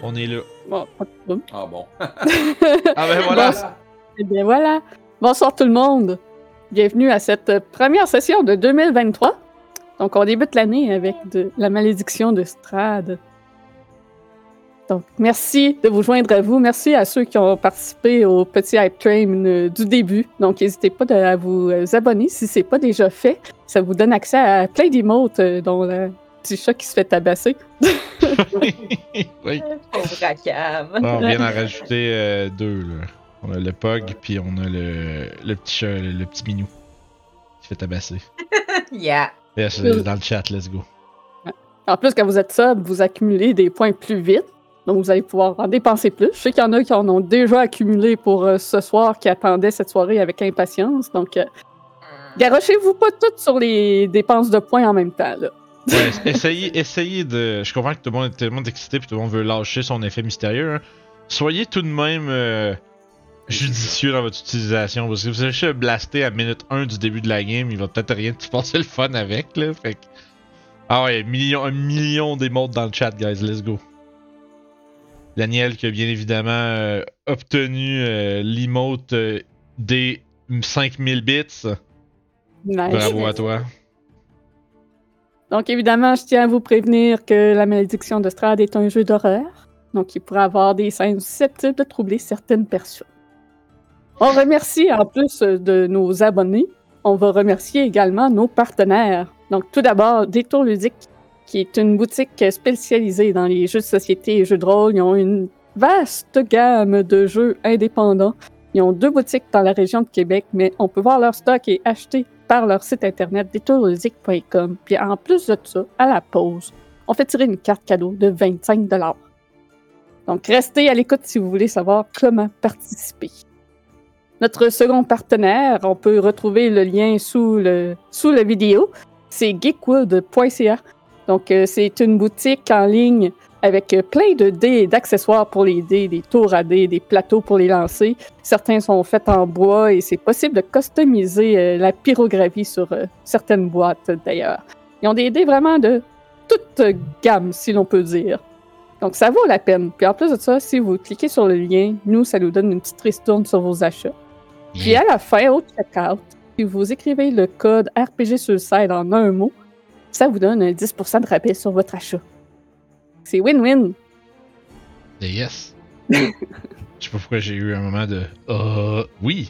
On est là. Bon, pas de problème. Ah bon. Ah ben voilà! Eh bien voilà. Bonsoir tout le monde. Bienvenue à cette première session de 2023. Donc on débute l'année avec la malédiction de Strahd. Donc merci de vous joindre à vous. Merci à ceux qui ont participé au petit hype train du début. Donc n'hésitez pas à vous abonner si c'est pas déjà fait. Ça vous donne accès à plein d'emotes dont le petit chat qui se fait tabasser. Oui. Pauvre Akam. On vient d'en rajouter deux, là. On a le Pug, puis on a le petit chat, le petit minou. Qui se fait tabasser. Yeah. Yes, dans le chat, let's go. En plus, quand vous êtes sub, vous accumulez des points plus vite. Donc, vous allez pouvoir en dépenser plus. Je sais qu'il y en a qui en ont déjà accumulé pour ce soir, qui attendaient cette soirée avec impatience. Donc, garochez-vous pas toutes sur les dépenses de points en même temps, là. Ouais, essayez de... Je comprends que tout le monde est tellement excité puis tout le monde veut lâcher son effet mystérieux. Hein. Soyez tout de même judicieux dans votre utilisation. Parce que vous allez juste blaster à minute 1 du début de la game, il va peut-être rien te passer le fun avec, là. Fait que... Ah ouais, un million d'émotes dans le chat, guys. Let's go. Daniel qui a bien évidemment obtenu l'emote des 5000 bits. Nice. Bravo à toi. Donc, évidemment, je tiens à vous prévenir que la malédiction de Strahd est un jeu d'horreur. Donc, il pourrait avoir des scènes susceptibles de troubler certaines personnes. On remercie, en plus de nos abonnés, on va remercier également nos partenaires. Donc, tout d'abord, Détour Ludique, qui est une boutique spécialisée dans les jeux de société et jeux de rôle. Ils ont une vaste gamme de jeux indépendants. Ils ont 2 boutiques dans la région de Québec, mais on peut voir leur stock et acheter par leur site internet détourludique.com. Puis en plus de ça, à la pause, on fait tirer une carte cadeau de 25$. Donc restez à l'écoute si vous voulez savoir comment participer. Notre second partenaire, on peut retrouver le lien sous la vidéo, c'est geekwood.ca. Donc c'est une boutique en ligne avec plein de dés et d'accessoires pour les dés, des tours à dés, des plateaux pour les lancer. Certains sont faits en bois et c'est possible de customiser la pyrographie sur certaines boîtes d'ailleurs. Ils ont des dés vraiment de toute gamme, si l'on peut dire. Donc ça vaut la peine. Puis en plus de ça, si vous cliquez sur le lien, nous, ça nous donne une petite ristourne sur vos achats. Puis à la fin, au checkout, si vous écrivez le code RPG Suicide en un mot, ça vous donne un 10% de rabais sur votre achat. C'est win-win. Yes. Je sais pas pourquoi j'ai eu un moment de oui.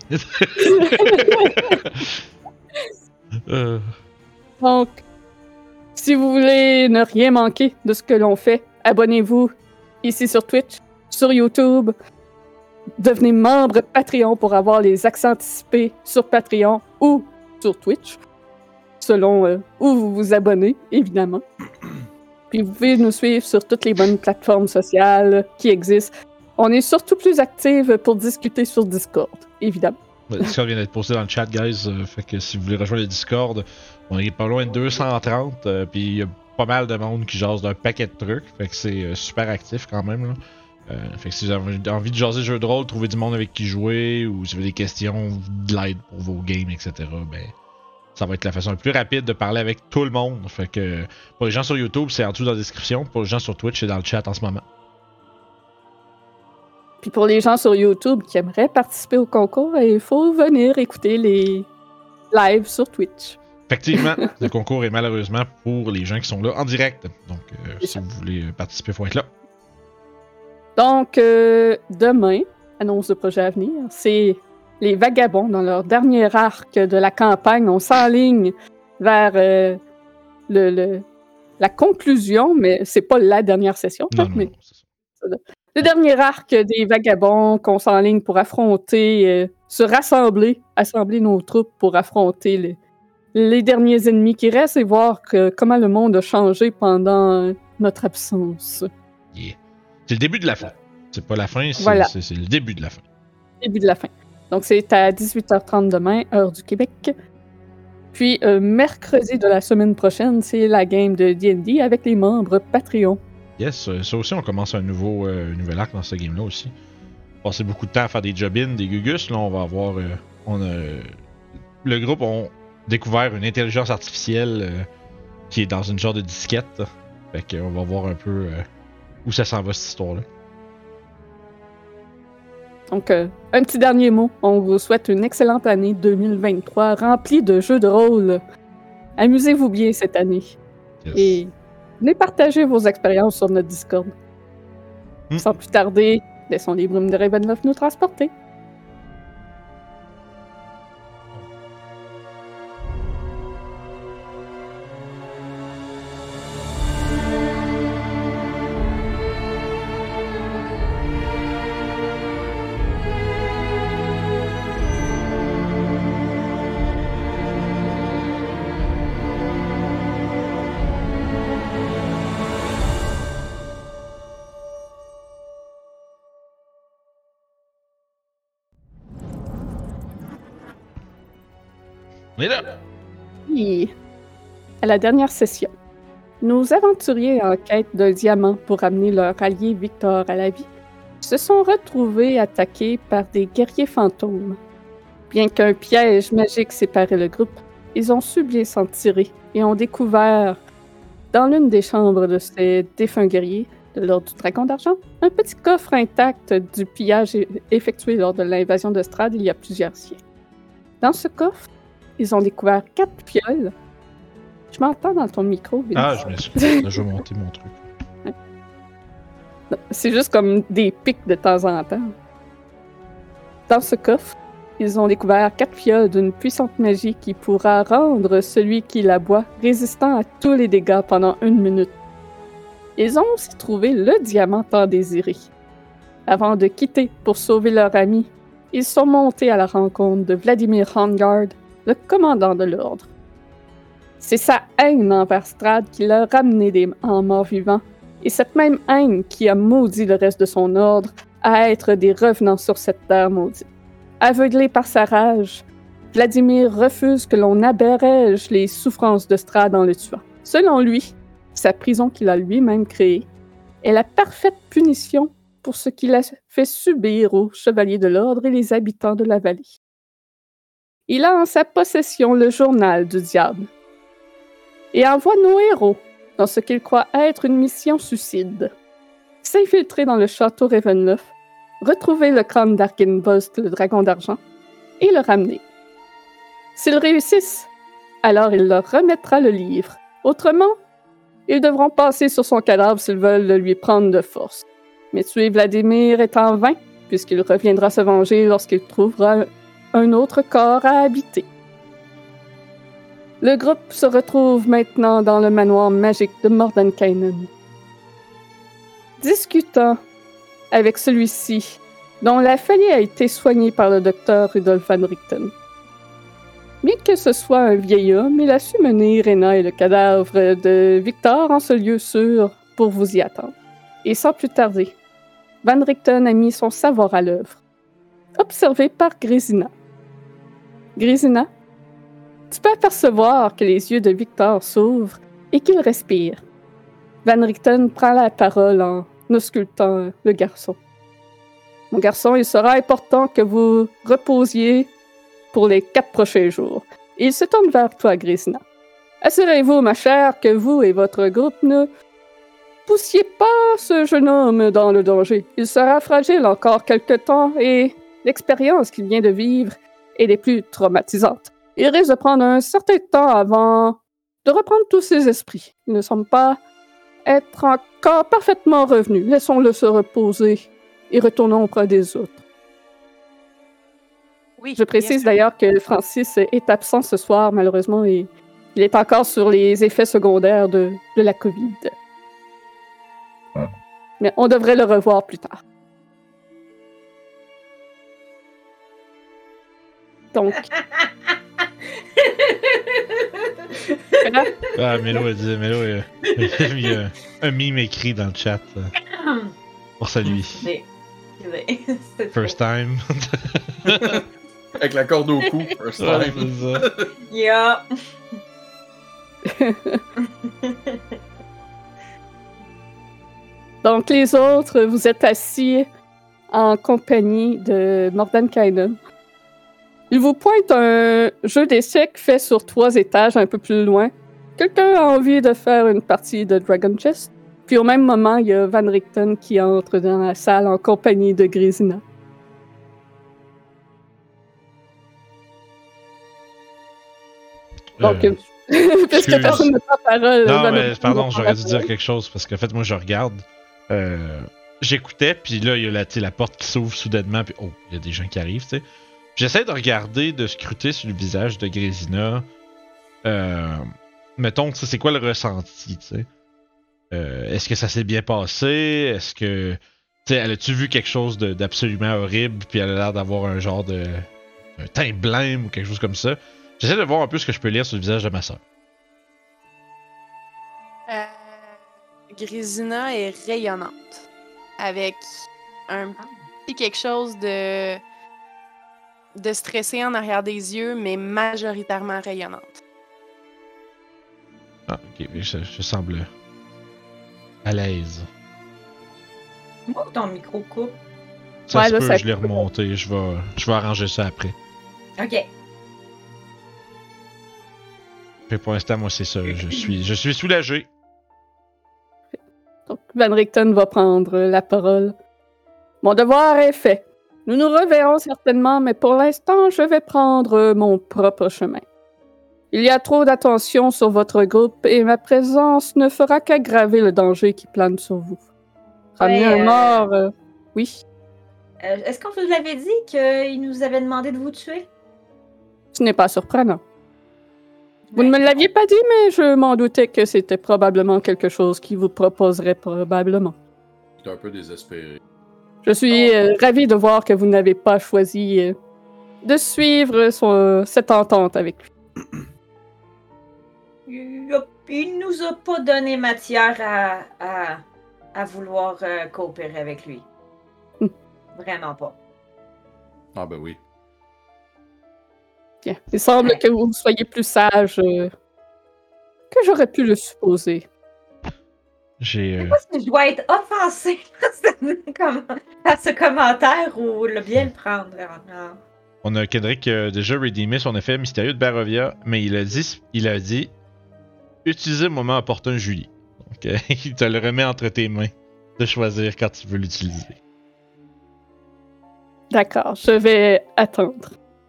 Donc, si vous voulez ne rien manquer de ce que l'on fait, abonnez-vous ici sur Twitch, sur YouTube. Devenez membre Patreon pour avoir les accès anticipés sur Patreon ou sur Twitch, selon où vous vous abonnez, évidemment. Puis vous pouvez nous suivre sur toutes les bonnes plateformes sociales qui existent. On est surtout plus actifs pour discuter sur Discord, évidemment. Le Discord vient d'être posté dans le chat, guys. Fait que si vous voulez rejoindre le Discord, on est pas loin de 230. Puis il y a pas mal de monde qui jase d'un paquet de trucs. Fait que c'est super actif quand même. Là. Fait que si vous avez envie de jaser jeux de rôle, trouver du monde avec qui jouer, ou si vous avez des questions, de l'aide pour vos games, etc., ben... ça va être la façon la plus rapide de parler avec tout le monde. Fait que pour les gens sur YouTube, c'est en dessous dans la description. Pour les gens sur Twitch, c'est dans le chat en ce moment. Puis pour les gens sur YouTube qui aimeraient participer au concours, il faut venir écouter les lives sur Twitch. Effectivement, le concours est malheureusement pour les gens qui sont là en direct. Donc, si vous voulez participer, il faut être là. Donc, demain, annonce de projet à venir, c'est les Vagabonds, dans leur dernier arc de la campagne. On s'enligne vers la conclusion, mais c'est pas la dernière session. Non, mais c'est ça. Le dernier arc des Vagabonds qu'on s'enligne pour affronter, se rassembler, assembler nos troupes pour affronter les derniers ennemis qui restent et voir comment le monde a changé pendant notre absence. Yeah. C'est le début de la fin. C'est pas la fin, c'est, voilà. c'est le début de la fin. Début de la fin. Donc, c'est à 18h30 demain, heure du Québec. Puis, mercredi de la semaine prochaine, c'est la game de D&D avec les membres Patreon. Yes, ça aussi, on commence un nouvel arc dans ce game-là aussi. On passait beaucoup de temps à faire des job-ins, des gugus. Là, on va avoir... le groupe a découvert une intelligence artificielle qui est dans une genre de disquette. Fait qu'on va voir un peu où ça s'en va, cette histoire-là. Donc, un petit dernier mot. On vous souhaite une excellente année 2023 remplie de jeux de rôle. Amusez-vous bien cette année. Yes. Et venez partager vos expériences sur notre Discord. Sans plus tarder, laissons les brumes de Ravenloft nous transporter. On est là! Et à la dernière session, nos aventuriers en quête d'un diamant pour ramener leur allié Victor à la vie se sont retrouvés attaqués par des guerriers fantômes. Bien qu'un piège magique séparait le groupe, ils ont su bien s'en tirer et ont découvert, dans l'une des chambres de ces défunts guerriers de l'Ordre du Dragon d'Argent, un petit coffre intact du pillage effectué lors de l'invasion de Strahd il y a plusieurs siècles. Dans ce coffre, ils ont découvert 4 pioles. Je m'entends dans ton micro, Vince. Ah, je m'excuse. Là, je vais monter mon truc. C'est juste comme des pics de temps en temps. Dans ce coffre, ils ont découvert 4 fioles d'une puissante magie qui pourra rendre celui qui la boit résistant à tous les dégâts pendant 1 minute. Ils ont aussi trouvé le diamant tant désiré. Avant de quitter pour sauver leur ami, ils sont montés à la rencontre de Vladimir Hongard, le commandant de l'Ordre. C'est sa haine envers Strahd qui l'a ramené en mort-vivant, et cette même haine qui a maudit le reste de son ordre à être des revenants sur cette terre maudite. Aveuglé par sa rage, Vladimir refuse que l'on abrège les souffrances de Strahd en le tuant. Selon lui, sa prison qu'il a lui-même créée est la parfaite punition pour ce qu'il a fait subir aux chevaliers de l'Ordre et les habitants de la vallée. Il a en sa possession le journal du diable et envoie nos héros dans ce qu'il croit être une mission suicide. S'infiltrer dans le château Ravenloft, retrouver le crâne d'Arkenvost, le dragon d'argent, et le ramener. S'ils réussissent, alors il leur remettra le livre. Autrement, ils devront passer sur son cadavre s'ils veulent le lui prendre de force. Mais tuer Vladimir est en vain, puisqu'il reviendra se venger lorsqu'il trouvera un autre corps à habiter. Le groupe se retrouve maintenant dans le manoir magique de Mordenkainen. Discutant avec celui-ci, dont la folie a été soignée par le docteur Rudolf van Richten. Bien que ce soit un vieil homme, il a su mener Rena et le cadavre de Victor en ce lieu sûr pour vous y attendre. Et sans plus tarder, Van Richten a mis son savoir à l'œuvre. Observé par Grésina. Grésina, tu peux apercevoir que les yeux de Victor s'ouvrent et qu'il respire. Van Richten prend la parole en auscultant le garçon. Mon garçon, il sera important que vous reposiez pour les 4 prochains jours. Il se tourne vers toi, Grésina. Assurez-vous, ma chère, que vous et votre groupe ne poussiez pas ce jeune homme dans le danger. Il sera fragile encore quelque temps et l'expérience qu'il vient de vivre est des plus traumatisantes. Il risque de prendre un certain temps avant de reprendre tous ses esprits. Il ne semble pas être encore parfaitement revenu. Laissons-le se reposer et retournons auprès des autres. Oui, Je précise d'ailleurs que Francis est absent ce soir, malheureusement, et il est encore sur les effets secondaires de la COVID. Mais on devrait le revoir plus tard. Donc... Ah, Mélo a dit, Mélo a mis un mime écrit dans le chat pour saluer. First time. Avec la corde au cou, first Ouais, time. c'est ça. Yeah. Donc, les autres, vous êtes assis en compagnie de Mordenkainen. Il vous pointe un jeu d'échecs fait sur 3 étages un peu plus loin. Quelqu'un a envie de faire une partie de Dragon Chess? Puis au même moment, il y a Van Richten qui entre dans la salle en compagnie de Grésina. Donc, puisque excuse. personne ne prend parole. Non, Van mais Richten pardon, va j'aurais prendre dû la dire parole. quelque chose parce qu'en fait, moi, je regarde. J'écoutais, puis là, il y a la porte qui s'ouvre soudainement, puis oh, il y a des gens qui arrivent, tu sais. J'essaie de regarder, de scruter sur le visage de Grésina. Mettons, tu sais, c'est quoi le ressenti, tu sais. Est-ce que ça s'est bien passé? Est-ce que. Tu sais, elle a-tu vu quelque chose d'absolument horrible, puis elle a l'air d'avoir un genre de. Un teint blême ou quelque chose comme ça. J'essaie de voir un peu ce que je peux lire sur le visage de ma soeur. Grésina est rayonnante. Avec un petit quelque chose de stressé en arrière des yeux, mais majoritairement rayonnante. Ah, ok, je semble à l'aise. Moi, ton micro coupe. Ça Ouais, se là, peut, ça je l'ai coupe. remonté, je vais arranger ça après. Ok. Mais pour l'instant, moi, c'est ça. Je suis soulagé. Donc, Van Richten va prendre la parole. Mon devoir est fait. Nous nous reverrons certainement, mais pour l'instant, je vais prendre mon propre chemin. Il y a trop d'attention sur votre groupe et ma présence ne fera qu'aggraver le danger qui plane sur vous. Ramener Ouais, un mort, oui, Est-ce qu'on vous l'avait dit qu'il nous avait demandé de vous tuer? ce n'est pas surprenant. Vous ne me l'aviez pas dit, mais je m'en doutais que c'était probablement quelque chose qui vous proposerait probablement. J'étais un peu désespéré. Je suis ravie de voir que vous n'avez pas choisi de suivre cette entente avec lui. Il nous a pas donné matière à vouloir coopérer avec lui. Vraiment pas. Ah ben oui. Bien. Il semble que vous soyez plus sage que j'aurais pu le supposer. J'ai. Est-ce que je dois être offensée à ce commentaire ou le bien le prendre? Non. On a Kendrick qui a déjà redeemé son effet mystérieux de Barovia, mais il a dit utiliser le moment opportun, Julie. Donc, il te le remet entre tes mains de choisir quand tu veux l'utiliser. D'accord, je vais attendre.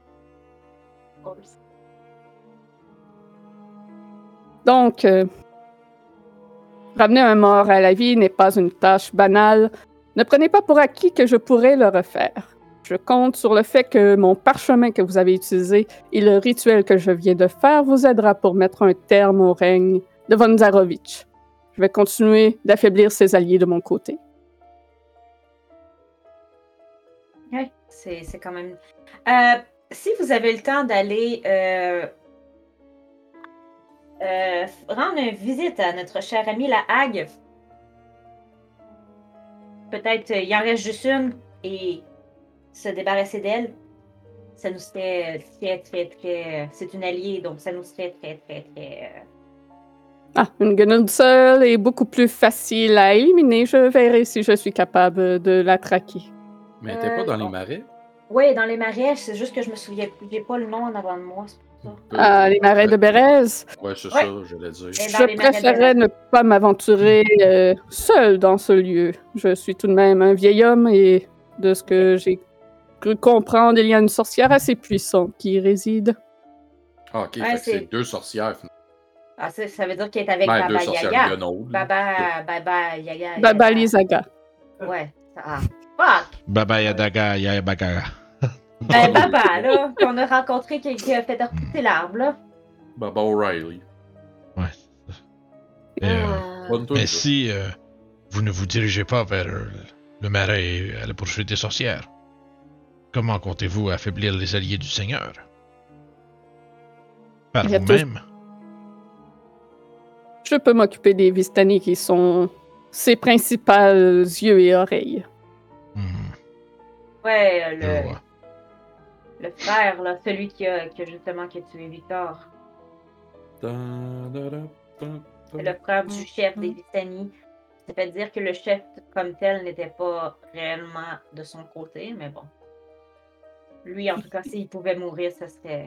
Donc, ramener un mort à la vie n'est pas une tâche banale. Ne prenez pas pour acquis que je pourrais le refaire. Je compte sur le fait que mon parchemin que vous avez utilisé et le rituel que je viens de faire vous aidera pour mettre un terme au règne de von Zarovich. Je vais continuer d'affaiblir ses alliés de mon côté. Ouais, c'est quand même... si vous avez le temps d'aller rendre une visite à notre chère amie la Hague, peut-être il en reste juste une et se débarrasser d'elle, ça nous serait très... C'est une alliée, donc ça nous serait très... Ah, une guenille seule est beaucoup plus facile à éliminer. Je verrai si je suis capable de la traquer. Mais t'es pas dans les marais? Oui, dans les marais, c'est juste que je me souviens plus. J'ai pas le nom en avant de moi, c'est pour ça. Ah, les marais de Bérez. Ouais, c'est Ouais. ça, j'allais dire. Et dans Je les marais de préférerais ne pas m'aventurer seul dans ce lieu. Je suis tout de même un vieil homme et de ce que j'ai cru comprendre, il y a une sorcière assez puissante qui y réside. Ah, ok, Ouais, fait que c'est- c'est deux sorcières. finalement. Ah, ça veut dire qu'elle est avec Ben, deux Baba sorcières Yaga. guenaudes. Baba Yaga. Baba Lizaga. Ouais. Ah, fuck! Baba Yadaga Yabaga. Ben, Baba, là, qu'on a rencontré, qui a fait repousser l'arbre, là. Baba O'Reilly. Bonne tour, Mais ça. si vous ne vous dirigez pas vers le marais à la poursuite des sorcières, comment comptez-vous affaiblir les alliés du Seigneur? Par Il y a vous-même? Je peux m'occuper des Vistani qui sont ses principales yeux et oreilles. Ouais, Je vois. le frère, là, celui qui a tué Victor. C'est le frère du chef des Vistani. Ça fait dire que le chef comme tel n'était pas réellement de son côté, mais bon. Lui, en tout cas, s'il pouvait mourir, ça serait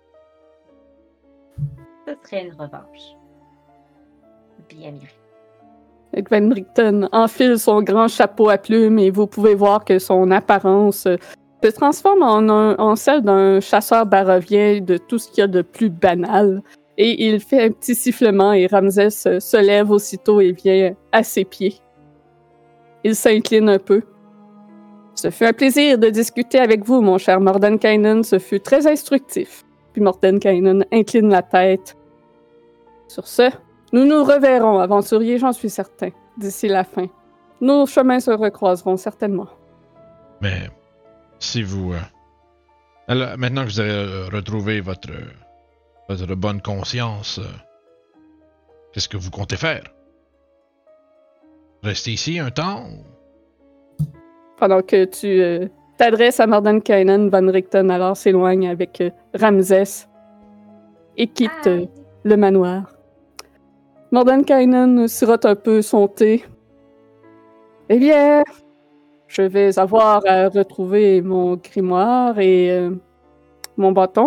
une revanche. Bien méritée. Van Richten enfile son grand chapeau à plumes et vous pouvez voir que son apparence se transforme en celle d'un chasseur barovien de tout ce qu'il y a de plus banal. Et il fait un petit sifflement et Ramsès se lève aussitôt et vient à ses pieds. Il s'incline un peu. Ce fut un plaisir de discuter avec vous, mon cher Mordenkainen. Ce fut très instructif. Puis Mordenkainen incline la tête. Sur ce, nous nous reverrons, aventuriers, j'en suis certain, d'ici la fin. Nos chemins se recroiseront certainement. Mais si vous... Alors, maintenant que vous avez retrouvé votre bonne conscience, qu'est-ce que vous comptez faire? Rester ici un temps? Pendant que tu t'adresses à Mordenkainen, Van Richten alors s'éloigne avec Ramsès et quitte le manoir. Mordenkainen sirote un peu son thé. Eh bien, je vais avoir à retrouver mon grimoire et mon bâton.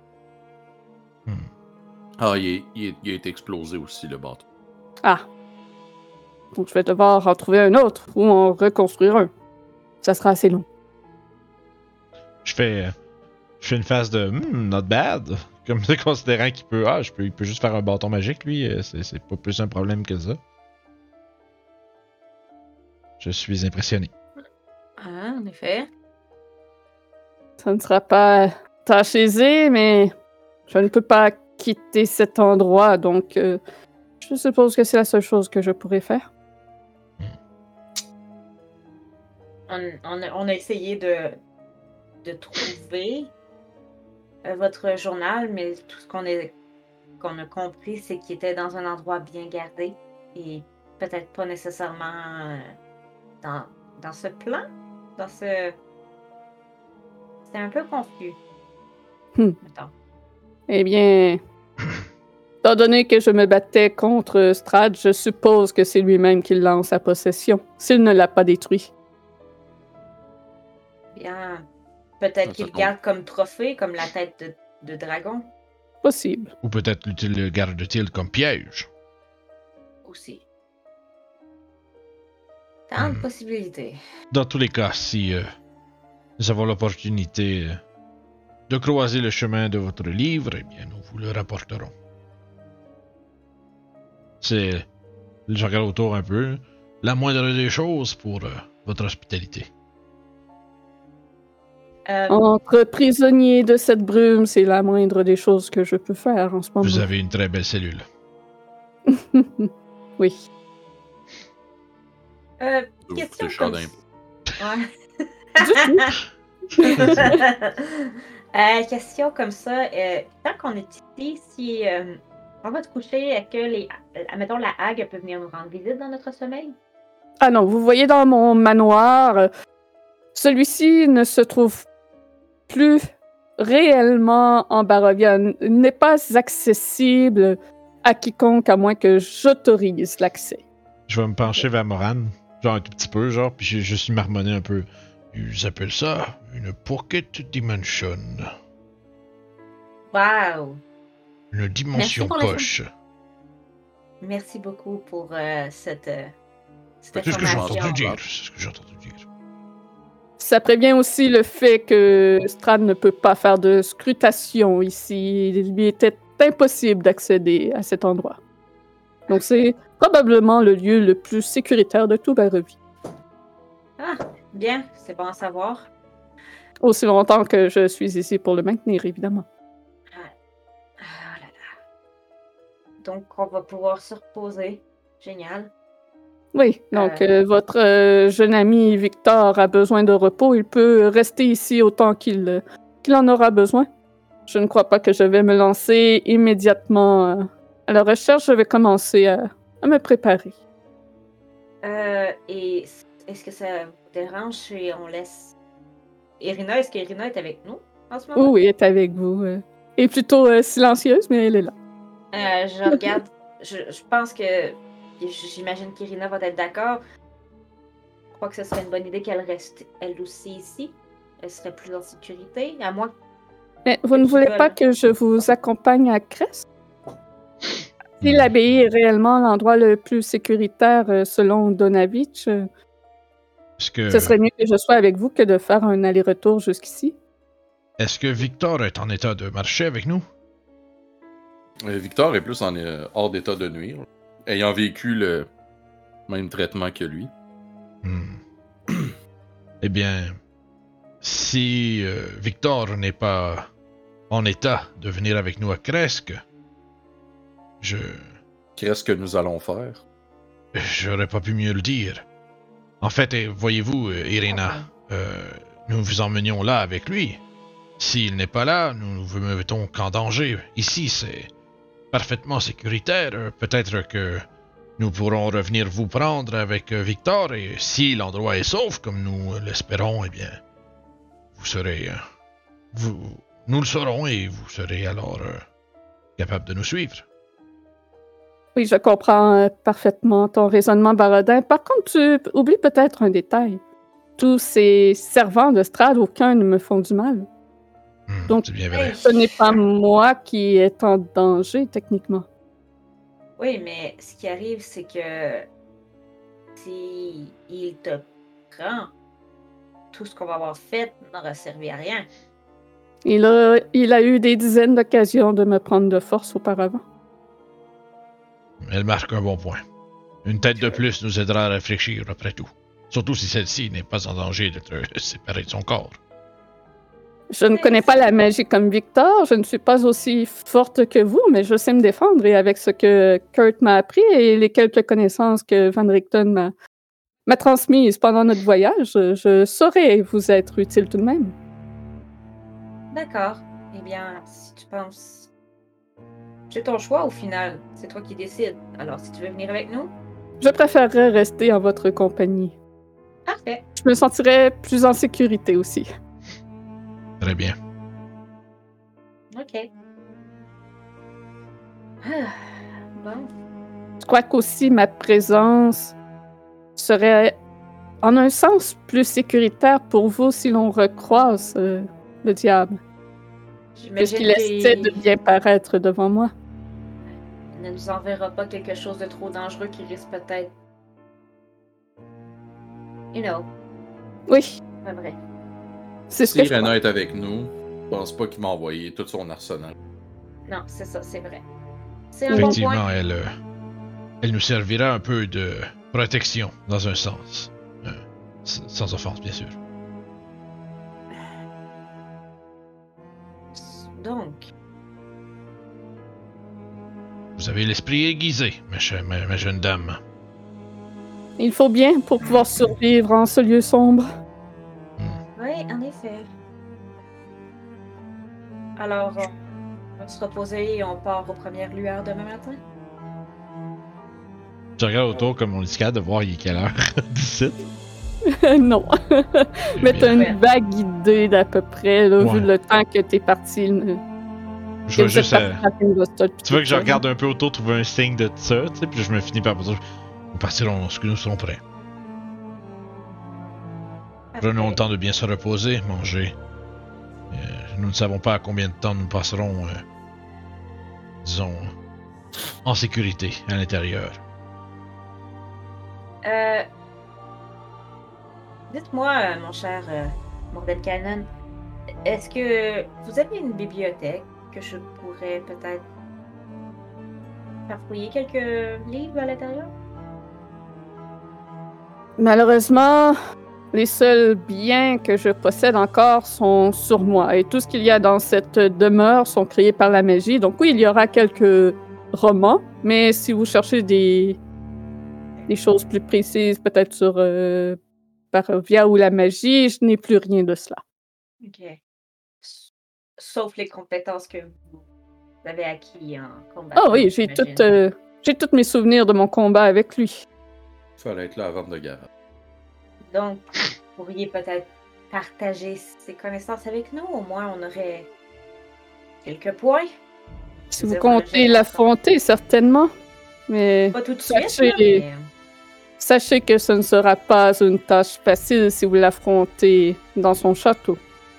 Ah, il a été explosé aussi, le bâton. Ah. Donc je vais devoir en trouver un autre ou en reconstruire un. Ça sera assez long. Je fais une phase de not bad. Comme ça, considérant qu'il peut. Il peut juste faire un bâton magique, lui. C'est pas plus un problème que ça. Je suis impressionné. Ah, en effet. Ça ne sera pas tâche aisée, mais je ne peux pas quitter cet endroit, donc je suppose que c'est la seule chose que je pourrais faire. On a essayé de trouver votre journal, mais tout ce qu'on a compris, c'est qu'il était dans un endroit bien gardé et peut-être pas nécessairement dans ce plan, C'est un peu confus. Mettons. Eh bien, étant donné que je me battais contre Strahd, je suppose que c'est lui-même qui l'a en sa possession, s'il ne l'a pas détruit. Bien, peut-être qu'il garde comme trophée, comme la tête de dragon. Possible. Ou peut-être le garde-t-il comme piège. Aussi. Tant de possibilités. Dans tous les cas, si nous avons l'opportunité de croiser le chemin de votre livre, eh bien, nous vous le rapporterons. C'est, je regarde autour un peu, la moindre des choses pour votre hospitalité. Entre prisonniers de cette brume, c'est la moindre des choses que je peux faire en ce moment. Vous avez une très belle cellule. Oui. Question comme... question comme ça. Tant qu'on est ici, si on va te coucher, est-ce que admettons, la hague peut venir nous rendre visite dans notre sommeil? Ah non, vous voyez dans mon manoir, celui-ci ne se trouve plus réellement en Barovia. Il n'est pas accessible à quiconque à moins que j'autorise l'accès. Je vais me pencher vers Moran, genre un tout petit peu, genre, puis je suis marmonné un peu. Ils appellent ça une pocket dimension. Wow! Une dimension poche. Merci beaucoup pour cette C'est ce que j'ai entendu dire. Ça prévient aussi le fait que Strahd ne peut pas faire de scrutation ici. Il lui était impossible d'accéder à cet endroit. Donc c'est probablement le lieu le plus sécuritaire de tout Barovie. Ah, bien, c'est bon à savoir. Aussi longtemps que je suis ici pour le maintenir, évidemment. Ah là là. Donc on va pouvoir se reposer. Génial. Oui, donc votre jeune ami Victor a besoin de repos. Il peut rester ici autant qu'il en aura besoin. Je ne crois pas que je vais me lancer immédiatement à la recherche. Je vais commencer à me préparer. Et est-ce que ça vous dérange si on laisse Irina? Est-ce qu'Irina est avec nous en ce moment? Oui, elle est avec vous. Elle est plutôt silencieuse, mais elle est là. Je regarde. Je pense que j'imagine qu'Irina va être d'accord. Je crois que ce serait une bonne idée qu'elle reste elle aussi ici. Elle serait plus en sécurité, à moins. Mais vous ne voulez pas que je vous accompagne à Crest? Si l'abbaye est réellement l'endroit le plus sécuritaire selon Donavitch, ce serait mieux que je sois avec vous que de faire un aller-retour jusqu'ici. Est-ce que Victor est en état de marcher avec nous? Victor est plus hors d'état de nuire, ayant vécu le même traitement que lui. Eh bien, si Victor n'est pas en état de venir avec nous à Cresque, Qu'est-ce que nous allons faire? J'aurais pas pu mieux le dire. En fait, voyez-vous, Irina, nous vous emmenions là avec lui. S'il n'est pas là, nous ne vous mettons qu'en danger. Ici, c'est parfaitement sécuritaire. Peut-être que nous pourrons revenir vous prendre avec Victor, et si l'endroit est sauf, comme nous l'espérons, eh bien, vous serez... nous le saurons, et vous serez alors capable de nous suivre. Oui, je comprends parfaitement ton raisonnement, Barodin. Par contre, tu oublies peut-être un détail. Tous ces servants de Strahd, aucun ne me font du mal. Donc, c'est bien vrai. Ce n'est pas moi qui est en danger, techniquement. Oui, mais ce qui arrive, c'est que si il te prend, tout ce qu'on va avoir fait n'aura servi à rien. Il a eu des dizaines d'occasions de me prendre de force auparavant. Elle marque un bon point. Une tête de plus nous aidera à réfléchir, après tout. Surtout si celle-ci n'est pas en danger d'être séparée de son corps. Je ne connais pas la magie comme Victor, je ne suis pas aussi forte que vous, mais je sais me défendre, et avec ce que Kurt m'a appris et les quelques connaissances que Van Richten m'a transmises pendant notre voyage, je saurais vous être utile tout de même. D'accord. Eh bien, si tu penses... C'est ton choix au final. C'est toi qui décides. Alors, si tu veux venir avec nous... Je préférerais rester en votre compagnie. Parfait. Je me sentirais plus en sécurité aussi. Très bien. OK. Bon. Je crois qu'aussi ma présence serait, en un sens, plus sécuritaire pour vous si l'on recroise le diable. Puisqu'il essaie de bien paraître devant moi. Il ne nous enverra pas quelque chose de trop dangereux qui risque peut-être... You know. Oui. Pas vrai. C'est ce Si que je Irena crois. est avec nous, je pense pas qu'il m'a envoyé tout son arsenal. Non, c'est ça, c'est vrai. C'est un bon Effectivement, point. elle nous servira un peu de protection, dans un sens. Sans offense, bien sûr. Donc, Vous avez l'esprit aiguisé, ma jeune dame. Il faut bien pour pouvoir survivre en ce lieu sombre. oui, en effet. Alors, on va se reposer et on part aux premières lueurs demain matin. Je regarde autour comme on est capable de voir il est quelle heure d'ici. Non. Mais t'as Bien. une vague idée d'à peu près, là, Ouais. vu le temps que t'es parti. Je vais juste. Tu vois que je regarde. regarde un peu autour, trouver un signe de ça, tu sais, puis je me finis par dire nous partirons lorsque nous serons prêts. Prenons le temps de bien se reposer, manger. Nous ne savons pas à combien de temps nous passerons, disons, en sécurité à l'intérieur. Dites-moi, mon cher Mordenkainen, est-ce que vous avez une bibliothèque que je pourrais peut-être faire fouiller quelques livres à l'intérieur? Malheureusement, les seuls biens que je possède encore sont sur moi. Et tout ce qu'il y a dans cette demeure sont créés par la magie. Donc oui, il y aura quelques romans, mais si vous cherchez des choses plus précises, peut-être sur Barovia ou la magie, je n'ai plus rien de cela. Ok. Sauf les compétences que vous avez acquis en combat. Ah oui, j'ai tous mes souvenirs de mon combat avec lui. Fallait être là à vendre de garage. Donc, vous pourriez peut-être partager ces connaissances avec nous. Au moins, on aurait quelques points. Si vous comptez l'affronter, certainement. Mais Pas tout de suite, sachez- là, mais... sachez que ce ne sera pas une tâche facile si vous l'affrontez dans son château.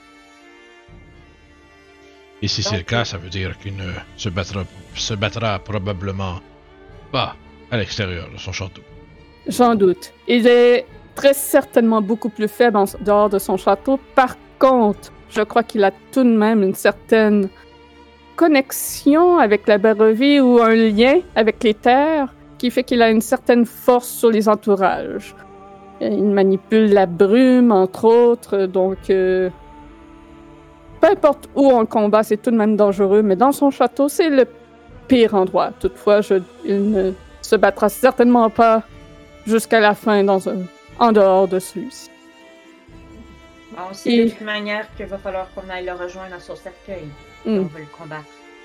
Et si c'est le cas, ça veut dire qu'il ne se battra probablement pas à l'extérieur de son château. J'en doute. Il est très certainement beaucoup plus faible en dehors de son château. Par contre, je crois qu'il a tout de même une certaine connexion avec la Barovie ou un lien avec les terres qui fait qu'il a une certaine force sur les entourages. Il manipule la brume, entre autres, donc peu importe où on combat, c'est tout de même dangereux, mais dans son château, c'est le pire endroit. Toutefois, il ne se battra certainement pas jusqu'à la fin en dehors de celui-ci. On sait de toute manière qu'il va falloir qu'on aille le rejoindre dans son cercueil. On veut le combattre.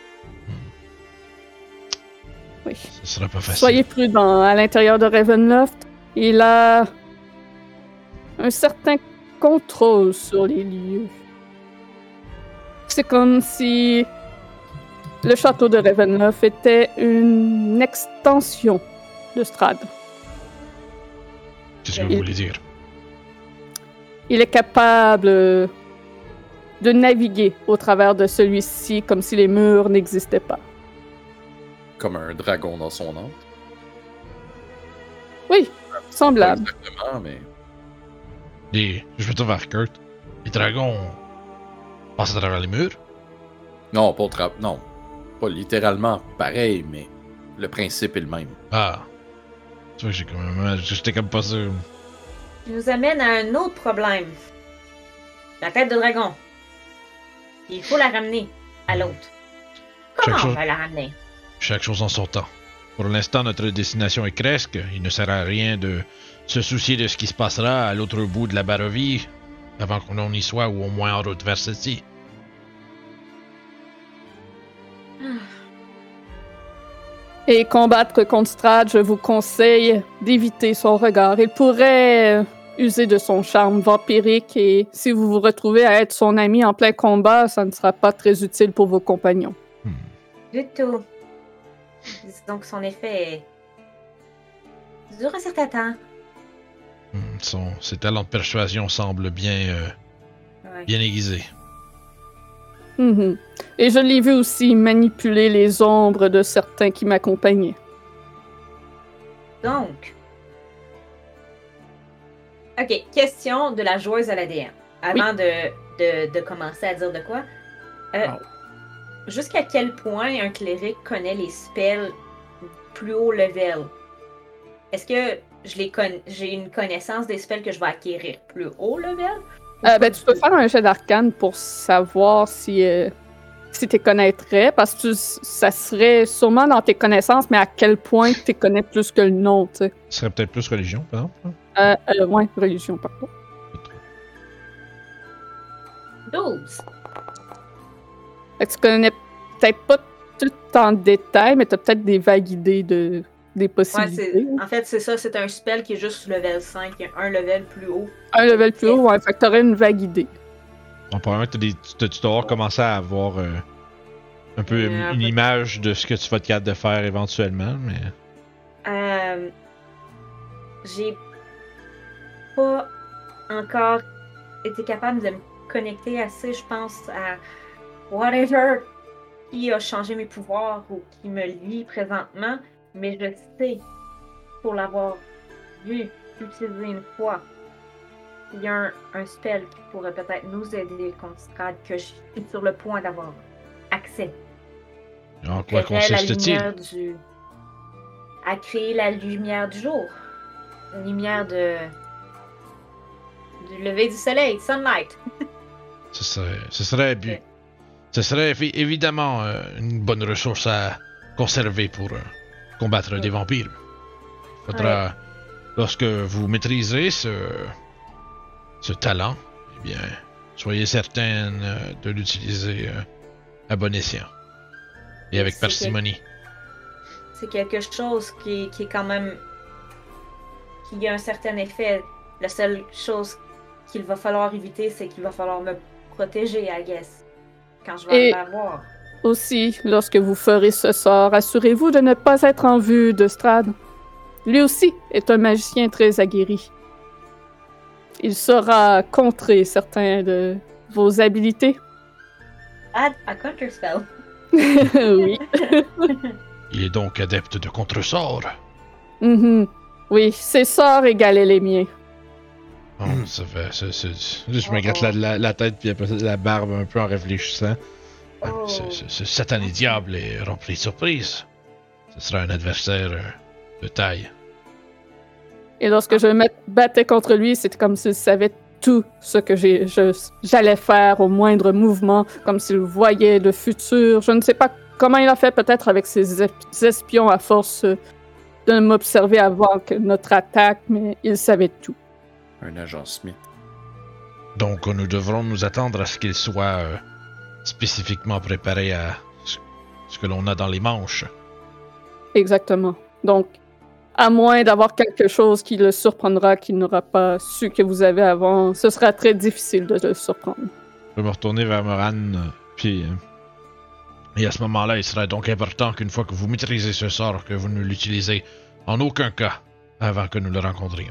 Oui. Ce sera pas facile. Soyez prudents. À l'intérieur de Ravenloft, il a un certain contrôle sur les lieux. C'est comme si le château de Ravenloft était une extension de Strahd. Qu'est-ce que vous voulez dire? Il est capable de naviguer au travers de celui-ci comme si les murs n'existaient pas. Comme un dragon dans son âme. Oui, semblable. Pas exactement, mais... Je vais te voir, Kurt. Les dragons passent à travers les murs? Non, non. Pas littéralement pareil, mais le principe est le même. Ah. Tu vois, j'étais comme pas sûr. Ce qui nous amène à un autre problème. La tête de dragon. Il faut la ramener à l'autre. Comment on va la ramener? Chaque chose en son temps. Pour l'instant, notre destination est Kresk. Il ne sert à rien de se soucier de ce qui se passera à l'autre bout de la Barovie avant qu'on y soit ou au moins en route vers celle-ci. Et combattre contre Strahd, je vous conseille d'éviter son regard. Il pourrait user de son charme vampirique et si vous vous retrouvez à être son ami en plein combat, ça ne sera pas très utile pour vos compagnons. Du tout. Donc son effet dure un certain temps. Ses talents de persuasion semblent bien aiguisés. Et je l'ai vu aussi manipuler les ombres de certains qui m'accompagnaient. Donc, ok, question de la joueuse à l'ADN. Avant de commencer à dire de quoi, jusqu'à quel point un cléric connaît les spells plus haut level? Est-ce que j'ai une connaissance des spells que je vais acquérir plus haut level? Tu peux faire un jet d'arcane pour savoir si tu connaîtrais, parce que ça serait sûrement dans tes connaissances, mais à quel point tu connais plus que le nom, tu sais. Ce serait peut-être plus religion, par exemple? Ouais, religion, pardon. 12. Fait que tu connais peut-être pas tout en détail, mais tu as peut-être des vagues idées des possibilités. En fait, c'est ça, c'est un spell qui est juste level 5, il y a un level plus haut. Un level plus haut, ouais, fait que t'aurais une vague idée. Bon, probablement que tu dois avoir commencé à avoir un peu une image de ce que tu vas être capable de faire éventuellement, mais... J'ai pas encore été capable de me connecter assez, je pense, à whatever qui a changé mes pouvoirs ou qui me lie présentement, mais je sais, pour l'avoir vu utiliser une fois, il y a un spell qui pourrait peut-être nous aider contre Strahd que je suis sur le point d'avoir accès. En quoi consiste-t-il? À créer la lumière du jour. La lumière du lever du soleil, sunlight. Ce serait évidemment une bonne ressource à conserver pour combattre des vampires. Il faudra, lorsque vous maîtriserez ce talent, eh bien, soyez certaine de l'utiliser à bon escient et avec parcimonie. C'est quelque chose qui est quand même... qui a un certain effet. La seule chose qu'il va falloir éviter, c'est qu'il va falloir me protéger, I guess, quand je vais l'avoir. Aussi, lorsque vous ferez ce sort, assurez-vous de ne pas être en vue de Strahd. Lui aussi est un magicien très aguerri. Il saura contrer certains de vos habilités. Add a counter spell. Oui. Il est donc adepte de contre-sorts. Oui, ses sorts égalaient les miens. Oh, ça fait... Je me gratte la tête puis après la barbe un peu en réfléchissant. Oh. Ce satané diable est rempli de surprises. Ce sera un adversaire de taille. Et lorsque je me battais contre lui, c'était comme s'il savait tout ce que j'allais faire au moindre mouvement, comme s'il voyait le futur. Je ne sais pas comment il a fait, peut-être avec ses espions à force de m'observer avant notre attaque, mais il savait tout. Un agent Smith. Donc nous devrons nous attendre à ce qu'il soit spécifiquement préparé à ce que l'on a dans les manches. Exactement. Donc, à moins d'avoir quelque chose qui le surprendra, qu'il n'aura pas su que vous avez avant, ce sera très difficile de le surprendre. Je vais me retourner vers Moran, puis... et à ce moment-là, il sera donc important qu'une fois que vous maîtrisez ce sort, que vous ne l'utilisez en aucun cas avant que nous le rencontrions.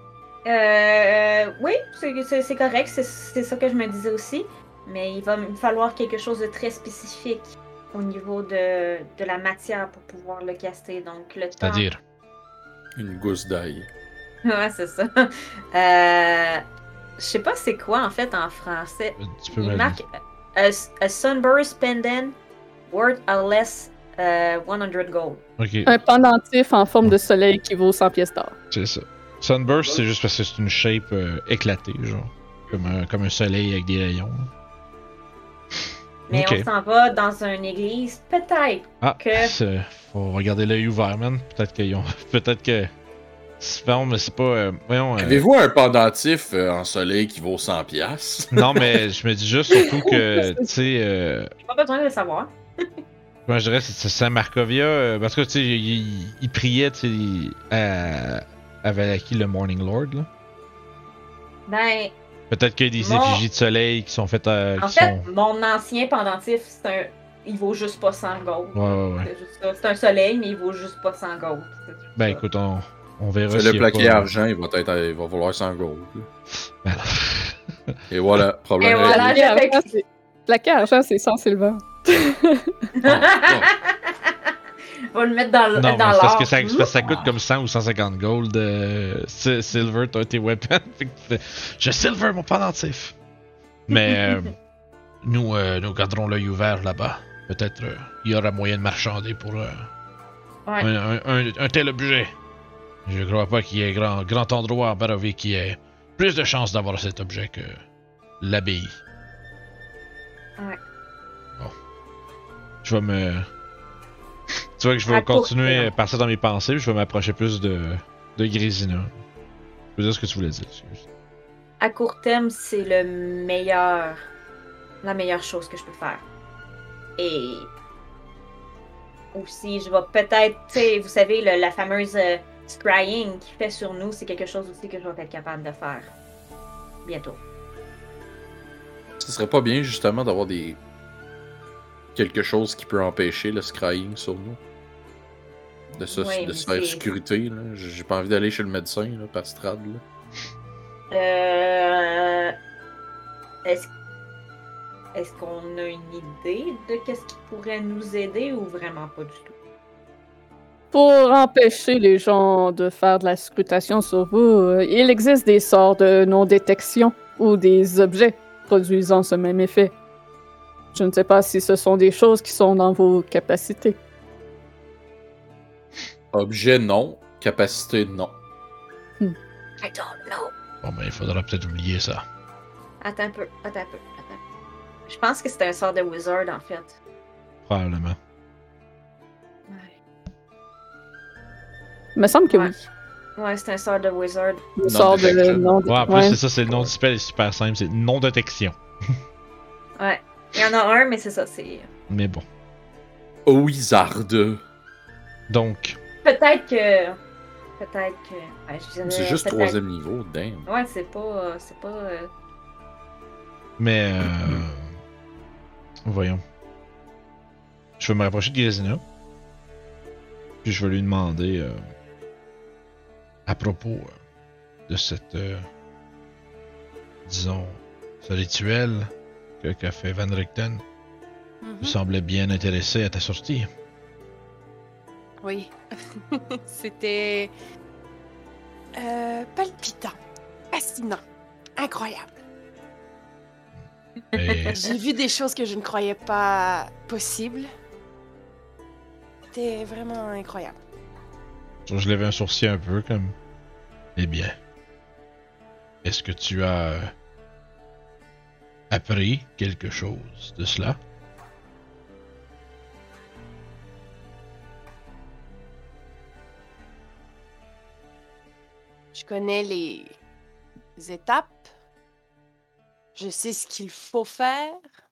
Oui, c'est correct, c'est ça que je me disais aussi. Mais il va me falloir quelque chose de très spécifique au niveau de la matière pour pouvoir le caster. Donc, le temps... C'est-à-dire? Une gousse d'ail. Ouais, c'est ça. Je sais pas c'est quoi en fait en français. Tu peux Il me le marque a sunburst pendant worth a less 100 gold. Ok, Un pendentif en forme de soleil qui vaut 100 pièces d'or. c'est ça. Sunburst, c'est juste parce que c'est une shape éclatée, genre. Comme un soleil avec des rayons. Mais Ok. on s'en va dans une église, peut-être. Ah, que- faut regarder l'œil ouvert, man. Peut-être qu'ils ont... Peut-être que... Non, mais c'est pas... voyons... Avez-vous un pendentif en soleil qui vaut 100 piastres? Non, mais je me dis juste surtout que, tu sais... J'ai pas besoin de le savoir. Moi, je dirais que c'est Saint Markovia. Parce que, tu sais, il priait, tu sais, à Valaki, le Morning Lord, là. Ben, Peut-être qu'il y a des Mon- effigies de soleil qui sont faites à... en fait, mon ancien pendentif, il vaut juste pas 100 gold. Ouais. C'est juste ça. C'est un soleil, mais il vaut juste pas 100 gold. C'est tout Ben ça. écoute, on verra C'est s'il le y a plaqué pas- argent, il va valoir 100 gold. Ben, Et voilà, problème Et voilà. réglé. Plaqué argent, c'est 100 silver. On va le mettre dans non, mais dans c'est parce l'or. que ça coûte comme 100 ou 150 gold silver, t'as tes weapons. Fait que je silver mon pendentif. Mais nous garderons l'œil ouvert là-bas. Peut-être il y aura moyen de marchander pour Ouais. un tel objet. Je crois pas qu'il y ait grand endroit en Barovie qui ait plus de chances d'avoir cet objet que l'abbaye. Ouais. Bon. Je vais me... Tu vois que je vais À court continuer terme. à passer dans mes pensées, puis je vais m'approcher plus de Grésina. Je veux dire ce que tu voulais dire, excuse. À court terme, c'est la meilleure chose que je peux faire. Et aussi, je vais peut-être, tu sais, vous savez, la fameuse scrying qu'il fait sur nous, c'est quelque chose aussi que je vais être capable de faire bientôt. Ce serait pas bien justement d'avoir quelque chose qui peut empêcher le scrying sur nous? De se Ouais, mais faire c'est- sécurité, là. J'ai pas envie d'aller chez le médecin, là, par Strad, là. Est-ce qu'on a une idée de qu'est-ce qui pourrait nous aider ou vraiment pas du tout? Pour empêcher les gens de faire de la scrutation sur vous, il existe des sorts de non-détection ou des objets produisant ce même effet. Je ne sais pas si ce sont des choses qui sont dans vos capacités. Objet, non. Capacité, non. I don't know. Bon, ben, il faudra peut-être oublier ça. Attends un peu. Je pense que c'est un sort de wizard en fait. Probablement. Il me semble que Ouais. oui. Ouais, c'est un sort de wizard. Le sort de Non-détection. non Ouais, en plus, ouais. c'est ça, c'est le nom du spell est super simple, c'est non-détection. Ouais. Il y en a un, mais c'est ça, c'est. Mais bon. Wizard. Donc, Peut-être que. Ouais, je dirais C'est juste peut-être- 3e niveau, damn. Ouais, c'est pas. mais... Voyons. Je vais me rapprocher de Grésina. Puis je vais lui demander... à propos de cette... disons... ce rituel qu'a fait Van Richten. Mhm. Il semblait bien intéressé à ta sortie. Oui. C'était palpitant, fascinant, incroyable. Et J'ai vu des choses que je ne croyais pas possibles. C'était vraiment incroyable. je lève un sourcil un peu comme. Eh bien. Est-ce que tu as appris quelque chose de cela? Je connais les étapes. Je sais ce qu'il faut faire.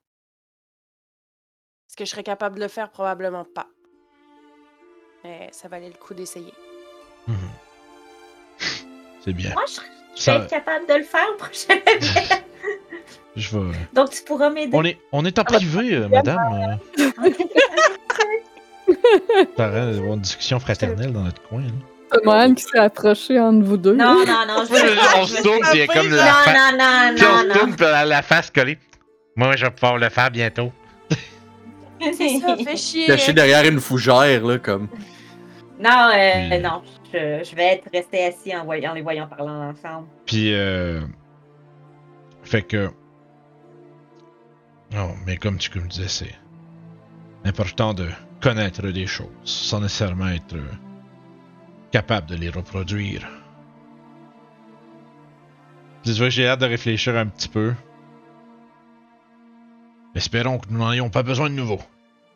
Est-ce que je serais capable de le faire? Probablement pas. Mais ça valait le coup d'essayer. Mhm. C'est bien. Moi, je vais Ça, être capable de le faire prochainement. je vais. Donc, tu pourras m'aider. On est en privé, madame. Ça rend d'avoir une discussion fraternelle dans notre coin. Là. C'est Mohan qui s'est approché entre vous deux. Non, non, non. On se tourne, puis il y a comme la Non, face. non, non, Puis on non, se non. tourne, puis la face collée. Moi, je vais pouvoir le faire bientôt. C'est ça, fait chier. Caché derrière une fougère, là, comme. Non, Puis- non. Je vais être resté assis en les voyant parlant ensemble. Puis, fait que. Non, mais comme tu me disais, c'est important de connaître des choses sans nécessairement être capable de les reproduire. Tu vois, j'ai hâte de réfléchir un petit peu. Espérons que nous n'en ayons pas besoin de nouveau.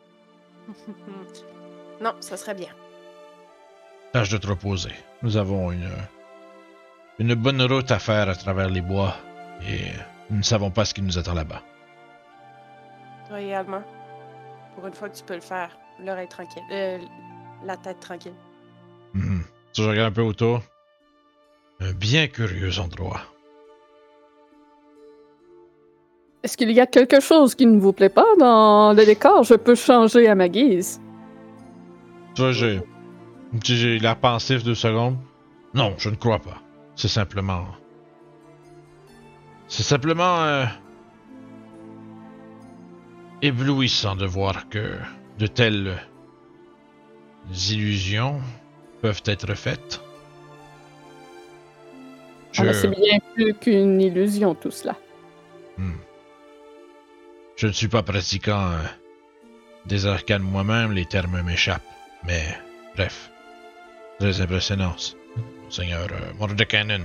Non, ça serait bien. Tâche de te reposer. Nous avons une bonne route à faire à travers les bois et nous ne savons pas ce qui nous attend là-bas. Toi également. Pour une fois que tu peux le faire, l'oreille tranquille. La tête tranquille. Mhm. Tu regardes un peu autour. Un bien curieux endroit. Est-ce qu'il y a quelque chose qui ne vous plaît pas dans le décor? Je peux changer à ma guise. Tu vois, j'ai l'air pensif 2 secondes. Non, je ne crois pas. C'est simplement... éblouissant de voir que de telles illusions peuvent être faites. Ah, mais c'est bien plus qu'une illusion, tout cela. Je ne suis pas pratiquant des arcanes moi-même, les termes m'échappent. Mais, bref. Très impressionnant, Seigneur Mordekainen.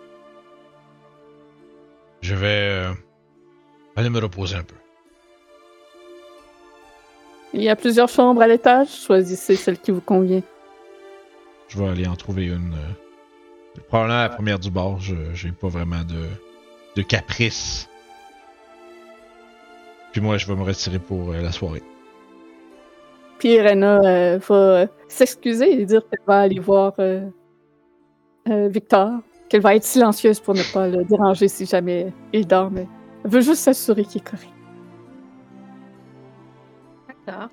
Je vais aller me reposer un peu. Il y a plusieurs chambres à l'étage. Choisissez celle qui vous convient. Je vais aller en trouver une. Probablement la première du bord. J'ai pas vraiment de caprice. Puis moi, je vais me retirer pour la soirée. Puis Irena va s'excuser et dire qu'elle va aller voir Victor. Qu'elle va être silencieuse pour ne pas le déranger si jamais il dort. Mais elle veut juste s'assurer qu'il est correct. D'accord.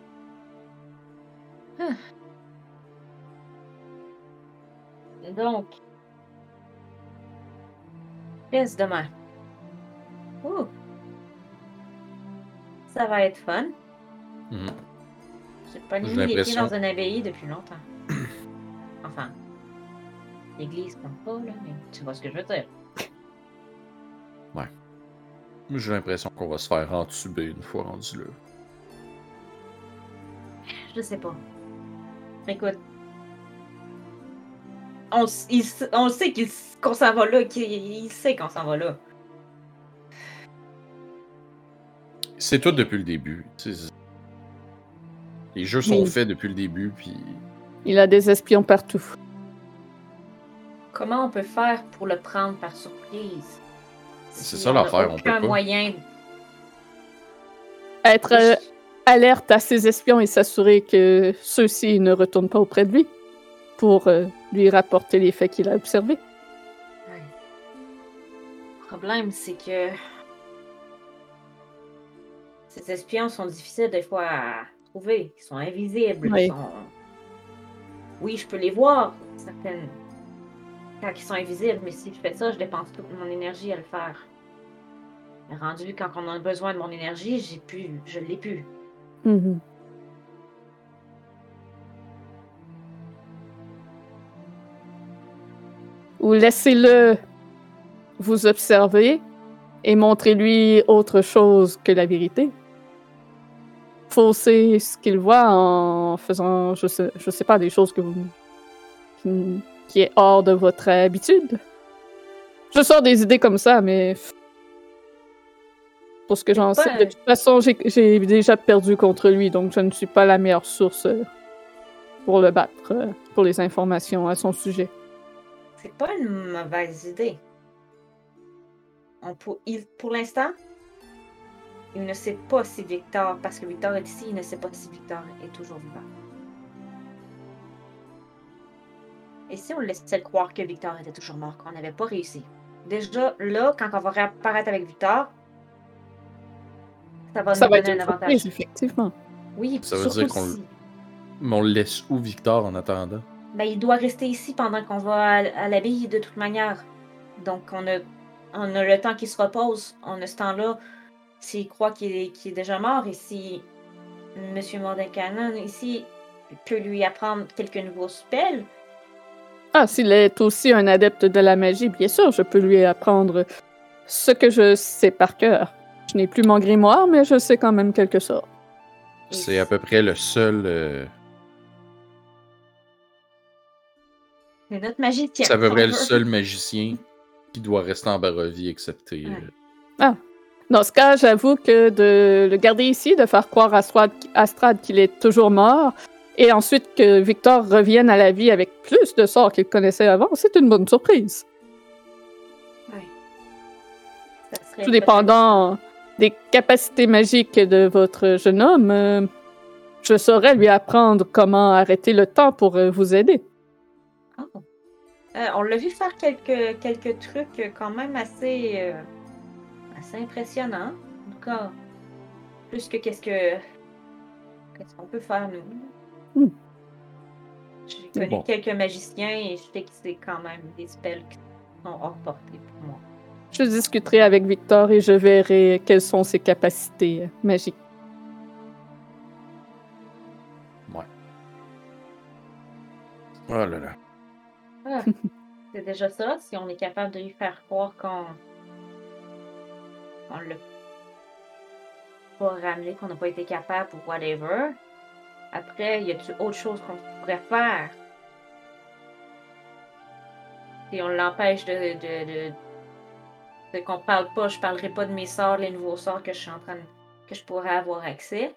Donc, qu'est-ce demain? Ouh. Ça va être fun. Mhm. J'ai pas mis J'ai les pieds l'impression- dans une abbaye depuis longtemps. Enfin, l'église compte pas, là, mais tu vois ce que je veux dire. J'ai l'impression qu'on va se faire entuber une fois rendu là. Je sais pas. Écoute. On sait qu'on s'en va là, qu'il sait qu'on s'en va là. C'est tout depuis le début. Les jeux sont Oui. faits depuis le début, puis Il a des espions partout. Comment on peut faire pour le prendre par surprise? C'est Si ça on a l'affaire, on aucun peut pas. moyen. Être alerte à ses espions et s'assurer que ceux-ci ne retournent pas auprès de lui pour lui rapporter les faits qu'il a observés. Ouais. Le problème, c'est que ces espions sont difficiles des fois à trouver. Ils sont invisibles. Oui. Oui, je peux les voir, certaines. Quand ils sont invisibles, mais si je fais ça, je dépense toute mon énergie à le faire. Mais rendu quand on a besoin de mon énergie, je l'ai plus. Mhm. Ou laissez-le vous observer et montrez-lui autre chose que la vérité. Fausser ce qu'il voit en faisant, je sais pas, des choses que qui est hors de votre habitude. Je sors des idées comme ça, mais pour ce que j'en sais, de toute façon, j'ai déjà perdu contre lui, donc je ne suis pas la meilleure source pour le battre, pour les informations à son sujet. C'est pas une mauvaise idée. Pour l'instant, il ne sait pas si Victor, parce que Victor est ici, il ne sait pas si Victor est toujours vivant. Et si on laissait le croire que Victor était toujours mort, qu'on n'avait pas réussi? Déjà, là, quand on va réapparaître avec Victor, ça va nous donner un avantage. Surprise, effectivement. Oui, ça veut dire qu'on on le laisse où, Victor, en attendant? Ben, il doit rester ici pendant qu'on va à l'abbaye, de toute manière. Donc, on a le temps qu'il se repose. On a ce temps-là, s'il croit qu'il est déjà mort, et si M. Mordenkainen, ici, peut lui apprendre quelques nouveaux spells. Ah, s'il est aussi un adepte de la magie, bien sûr, je peux lui apprendre ce que je sais par cœur. Je n'ai plus mon grimoire, mais je sais quand même quelque sorts. C'est à peu près le seul... C'est notre magicien. C'est à peu près le seul magicien qui doit rester en Barovie, excepté... Ah. Dans ce cas, j'avoue que de le garder ici, de faire croire à Strahd qu'il est toujours mort, et ensuite que Victor revienne à la vie avec plus de sorts qu'il connaissait avant, c'est une bonne surprise. Oui. Tout dépendant des capacités magiques de votre jeune homme, je saurais lui apprendre comment arrêter le temps pour vous aider. Oh. On l'a vu faire quelques trucs quand même assez impressionnants. En tout cas, plus que qu'est-ce qu'on peut faire, nous. J'ai connu quelques magiciens et je sais que c'est quand même des spells qui sont hors portée pour moi. Je discuterai avec Victor et je verrai quelles sont ses capacités magiques. Ouais. Oh là là. Ah, c'est déjà ça, si on est capable de lui faire croire qu'on l'a pas ramené, qu'on n'a pas été capable ou whatever. Après, y a-t-il autre chose qu'on pourrait faire? Si on l'empêche de qu'on parle pas, je parlerai pas de mes sorts, les nouveaux sorts que je pourrais avoir accès.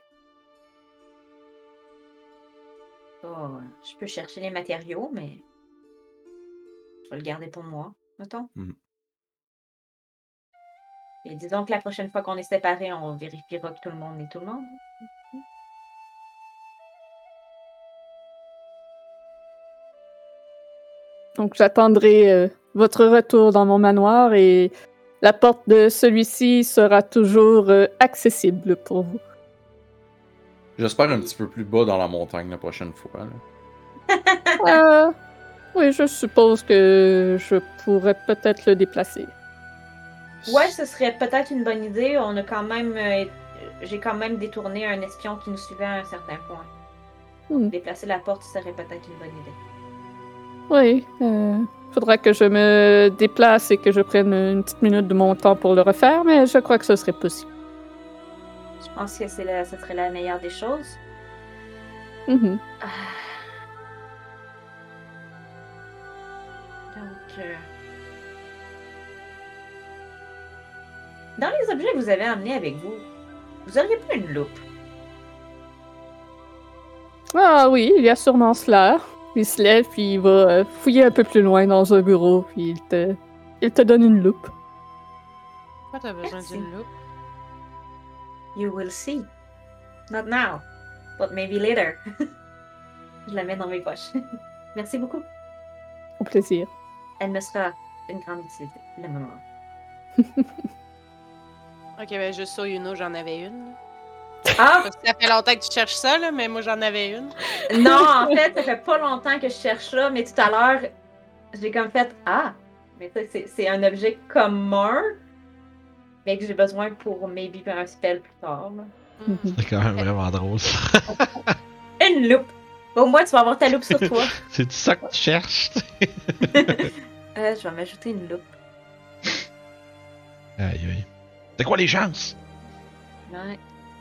Je peux chercher les matériaux, mais je vais le garder pour moi, mettons. Et disons que la prochaine fois qu'on est séparés, on vérifiera que tout le monde est tout le monde. Donc j'attendrai votre retour dans mon manoir et la porte de celui-ci sera toujours accessible pour vous. J'espère un petit peu plus bas dans la montagne la prochaine fois. Là. Oui, je suppose que je pourrais peut-être le déplacer. Ouais, ce serait peut-être une bonne idée. On a quand même... j'ai quand même détourné un espion qui nous suivait à un certain point. Déplacer la porte serait peut-être une bonne idée. Oui, faudra que je me déplace et que je prenne une petite minute de mon temps pour le refaire, mais je crois que ce serait possible. Je pense que ce serait la meilleure des choses. Mm-hmm. Donc, dans les objets que vous avez amenés avec vous, vous auriez pas une loupe? Ah oui, il y a sûrement cela. Il se lève, puis il va fouiller un peu plus loin dans un bureau, puis il te donne une loupe. Pourquoi t'as besoin d'une loupe? You will see. Not now, but maybe later. Je la mets dans mes poches. Merci beaucoup. Au plaisir. Elle me sera une grande utilité, le moment. Ok, ben juste so you know, j'en avais une. Ah! Ça fait longtemps que tu cherches ça, là, mais moi j'en avais une. Non, en fait, ça fait pas longtemps que je cherche ça, mais tout à l'heure, j'ai comme fait mais ça, c'est un objet commun, mais que j'ai besoin pour maybe faire un spell plus tard. C'est quand même vraiment drôle. Une loupe! Au moins, tu vas avoir ta loupe sur toi. C'est ça que tu cherches? Je vais m'ajouter une loupe. Aïe aïe. C'est quoi les chances? Ouais.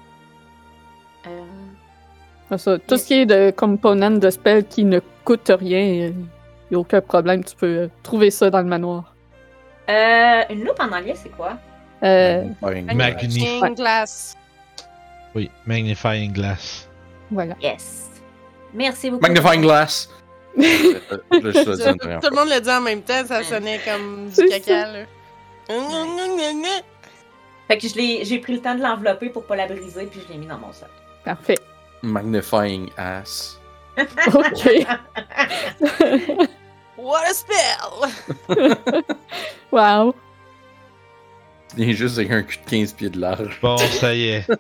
Ça, tout ce qui est de components de spell qui ne coûtent rien, il n'y a aucun problème, tu peux trouver ça dans le manoir. Une loupe en anglais, c'est quoi? Magnifying glass. Oui, Magnifying Glass. Voilà. Yes. Merci beaucoup. Magnifying Glass! Tout le monde le dit en même temps, ça sonnait comme du caca, là. Fait que j'ai pris le temps de l'envelopper pour pas la briser, puis je l'ai mis dans mon sac. Parfait. Magnifying Ass. OK. What a spell! Wow. Il est juste avec un cul de 15 pieds de large. Bon, ça y est.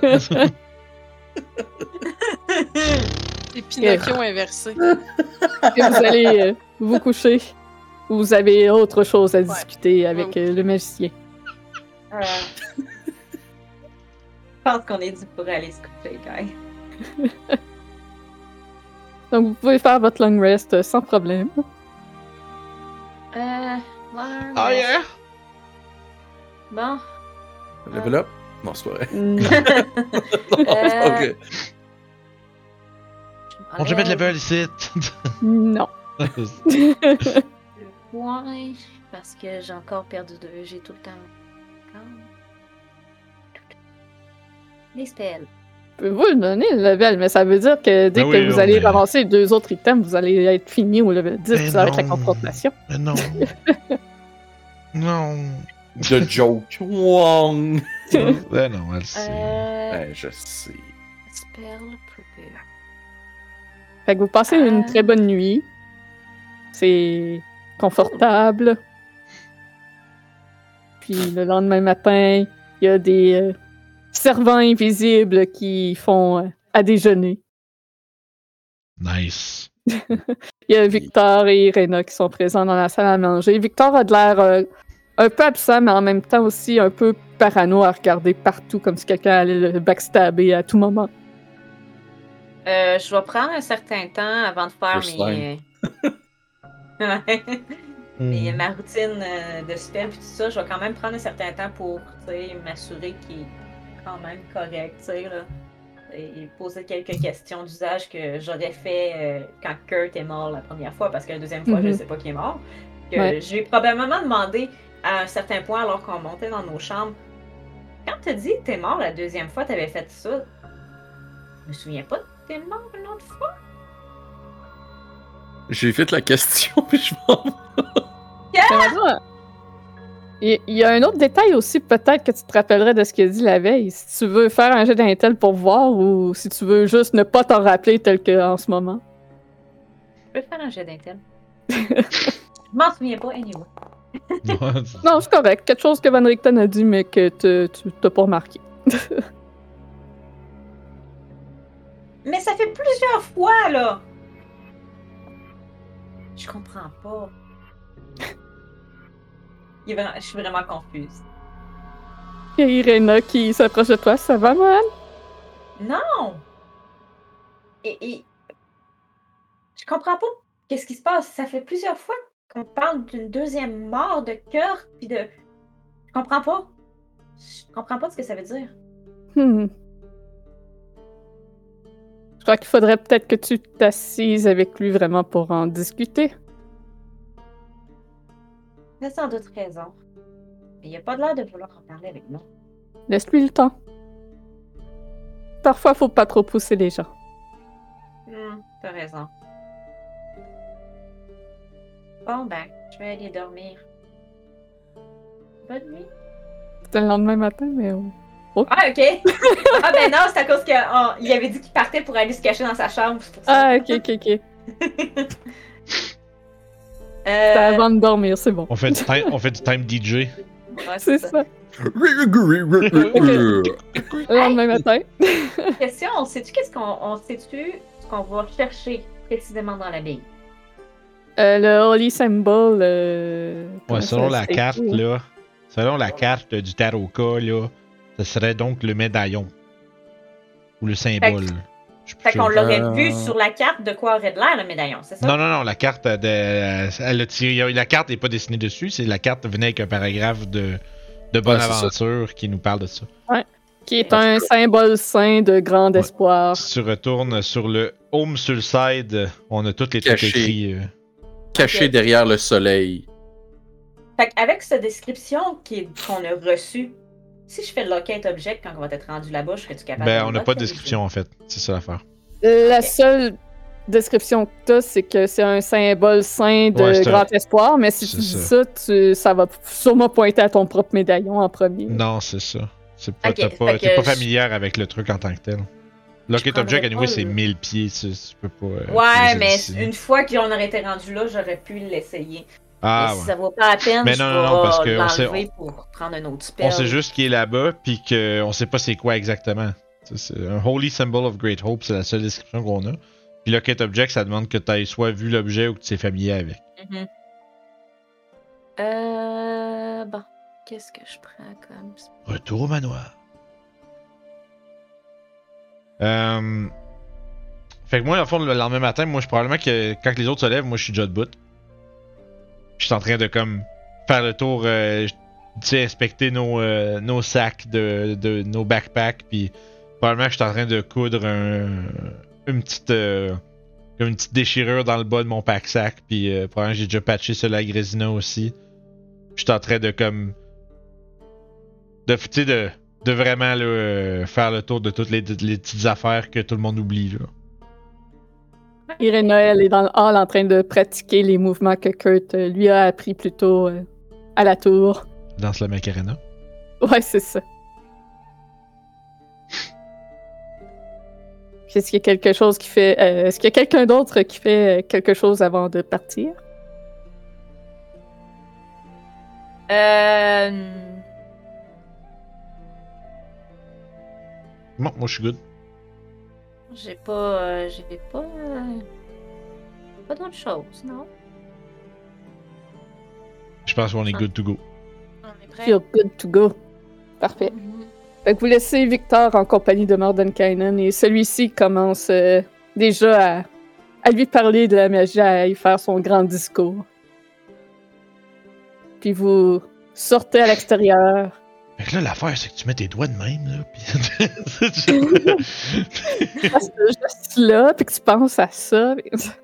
C'est Pinocchio inversé. Et vous allez vous coucher. Vous avez autre chose à discuter avec le magicien. Je pense qu'on est dû pour aller se coucher, guys. Donc, vous pouvez faire votre long rest sans problème. Oh yeah! Bon. Level up? Non, c'est pas vrai. Non. Ok. On va mettre level ici. Non. Ouais, parce que j'ai encore perdu j'ai tout le temps. Les spells. Je peux vous le donner, le level, mais ça veut dire que dès Ben que oui, vous non, allez mais- ramasser 2 autres items, vous allez être fini au level 10 Ben avec la non. confrontation. Mais non. Non. The joke. Wong. Ben non, elle sait. Ouais, je sais. Spell prepare. Fait que vous passez une très bonne nuit. C'est confortable. Puis le lendemain matin, il y a des servants invisibles qui font à déjeuner. Nice. Il y a Victor et Irena qui sont présents dans la salle à manger. Victor a de l'air un peu absent, mais en même temps aussi un peu parano à regarder partout, comme si quelqu'un allait le backstabber à tout moment. Je vais prendre un certain temps avant de faire First mes... Ouais. Mais Hmm. ma routine de spell puis tout ça, je vais quand même prendre un certain temps pour m'assurer qu'il est quand même correct, tu sais, là. Et poser quelques questions d'usage que j'aurais fait quand Kurt est mort la première fois, parce que la deuxième fois, je ne sais pas qui est mort. Que Ouais. je lui ai probablement demandé à un certain point, alors qu'on montait dans nos chambres, quand t'as dit que t'es mort la deuxième fois, t'avais fait ça. Je me souviens pas que t'es mort une autre fois. J'ai fait la question, puis je m'en vais. J'aimerais bien- Il y a un autre détail aussi, peut-être que tu te rappellerais de ce qu'il a dit la veille. Si tu veux faire un jet d'intel pour voir ou si tu veux juste ne pas t'en rappeler tel qu'en ce moment. Je peux faire un jet d'intel. Je m'en souviens pas, anyway. Non, c'est correct. Quelque chose que Van Richten a dit, mais que tu t'as pas remarqué. Mais ça fait plusieurs fois, là! Je comprends pas. Je suis vraiment confuse. Il y a Irena qui s'approche de toi. Ça va, Mohan? Non! Et... Je comprends pas qu'est-ce qui se passe. Ça fait plusieurs fois qu'on parle d'une deuxième mort de cœur, puis de... Je comprends pas. Je comprends pas ce que ça veut dire. Je crois qu'il faudrait peut-être que tu t'assises avec lui vraiment pour en discuter. T'as sans doute raison. Mais il a pas l'air de vouloir en parler avec nous. Laisse-lui le temps. Parfois, faut pas trop pousser les gens. T'as raison. Bon ben, je vais aller dormir. Bonne nuit. C'était le lendemain matin, mais... Ah, ok! Ah ben non, c'est à cause qu'il avait dit qu'il partait pour aller se cacher dans sa chambre. C'est pour ça. Ah, ok. C'est avant de dormir, c'est bon. On fait du time DJ. Ouais, C'est ça. Le Le lendemain matin. Question, on sait-tu ce qu'on va chercher précisément dans l'abbaye? Le Holy Symbol... Ouais, selon la c'est carte, cool. là. Selon la carte du Taroka, là, ce serait donc le médaillon. Ou le symbole. Je suis plus Fait sûr. qu'on l'aurait vu sur la carte de quoi aurait de l'air le médaillon, c'est ça? Non, la carte la carte n'est pas dessinée dessus, c'est la carte venait avec un paragraphe de bonne Ouais, c'est ça. aventure qui nous parle de ça. Qui est un symbole saint de grand Ouais. espoir. Si tu retournes sur le Home Suicide, on a tous les trucs Caché. écrits. Caché derrière le soleil. Fait qu'avec cette description qu'on a reçue, si je fais le locate object quand on va être rendu là-bas, serais-tu capable Ben, de on le n'a pas de localiser? description en fait. C'est ça l'affaire. La Ok. seule description que t'as, c'est que c'est un symbole saint de Ouais, c'est grand espoir, mais si c'est tu dis ça. ça, ça va sûrement pointer à ton propre médaillon en premier. Non, c'est ça. C'est pas, Ok, t'es fait pas, que t'es pas je- familière avec le truc en tant que tel. Locate prendrais Object, anyway, pas c'est le- 1000 pieds. Tu peux pas. Ouais, les mais ici. une fois qu'on aurait été rendu là, j'aurais pu l'essayer. Ah, mais si ouais. ça vaut pas la peine, Mais je non, non, parce vais que on sait- l'enlever pour prendre un autre spell. On sait juste qu'il est là-bas, puis qu'on sait pas c'est quoi exactement. C'est un Holy Symbol of Great Hope, c'est la seule description qu'on a. Puis Locate Object, ça demande que tu aies soit vu l'objet ou que tu es familier avec. Mhm. Bon. Qu'est-ce que je prends comme... Retour au manoir. Fait que moi, en fond, le lendemain matin, moi, je probablement que quand les autres se lèvent, moi, je suis déjà debout. Je suis en train de, comme, faire le tour, tu sais, inspecter nos sacs, nos backpacks, puis probablement que je suis en train de coudre une petite déchirure dans le bas de mon pack-sac, puis probablement que j'ai déjà patché sur la Grésina aussi. Je suis en train de, comme, tu sais, de vraiment là, faire le tour de toutes les petites affaires que tout le monde oublie, là. Irène Noël est dans le hall en train de pratiquer les mouvements que Kurt lui a appris plus tôt à la tour. Danse la Macarena. Ouais, c'est ça. Est-ce qu'il y a quelque chose qui fait. Est-ce qu'il y a quelqu'un d'autre qui fait quelque chose avant de partir? Bon, moi, je suis good. J'ai pas d'autre chose, non? Je pense qu'on est good to go. On est prêt? Feel good to go. Parfait. Fait que vous laissez Victor en compagnie de Mordenkainen et celui-ci commence déjà à lui parler de la magie, à y faire son grand discours. Puis vous sortez à l'extérieur. Fait que là, l'affaire, c'est que tu mets tes doigts de même, là. Pis... À ce geste-là, puis que tu penses à ça.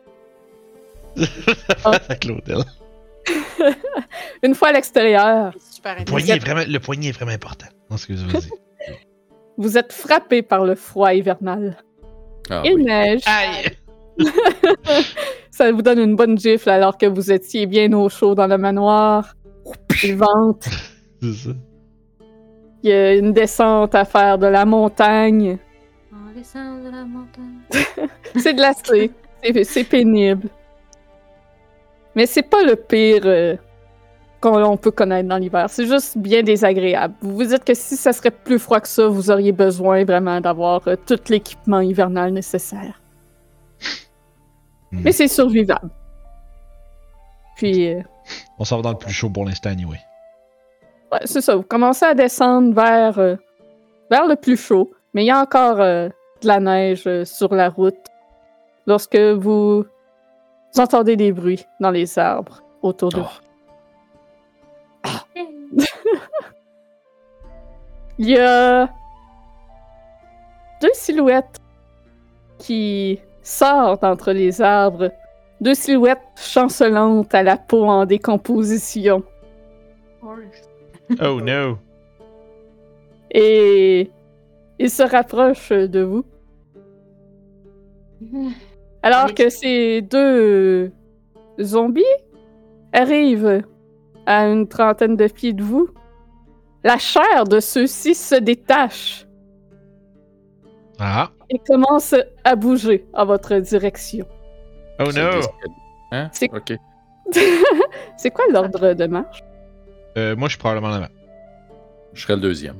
à Claudel. Une fois à l'extérieur, C'est super Le intéressant. poignet est vraiment important. Non, excuse, vas-y. vous êtes frappé par le froid hivernal. Ah, Il oui. neige. Aïe! Ça vous donne une bonne gifle alors que vous étiez bien au chaud dans le manoir. Il vente. C'est ça. Il y a une descente à faire de la montagne. On descend de la montagne. C'est glacé. C'est pénible. Mais c'est pas le pire qu'on peut connaître dans l'hiver. C'est juste bien désagréable. Vous vous dites que si ça serait plus froid que ça, vous auriez besoin vraiment d'avoir tout l'équipement hivernal nécessaire. Mais c'est survivable. Puis, On s'en va dans le plus chaud pour l'instant, anyway. ouais, c'est ça. Vous commencez à descendre vers le plus chaud. Mais il y a encore de la neige sur la route. Lorsque vous entendez des bruits dans les arbres autour de vous. Il y a 2 silhouettes qui sortent entre les arbres. 2 silhouettes chancelantes à la peau en décomposition. Oh no! Et ils se rapprochent de vous. Alors que ces 2 zombies arrivent à une trentaine de pieds de vous, la chair de ceux-ci se détache Ah! et commence à bouger en votre direction. Oh C'est no! des- Hein? C'est- Ok. C'est quoi l'ordre de marche? Moi, je suis probablement là-bas. Je serais le deuxième.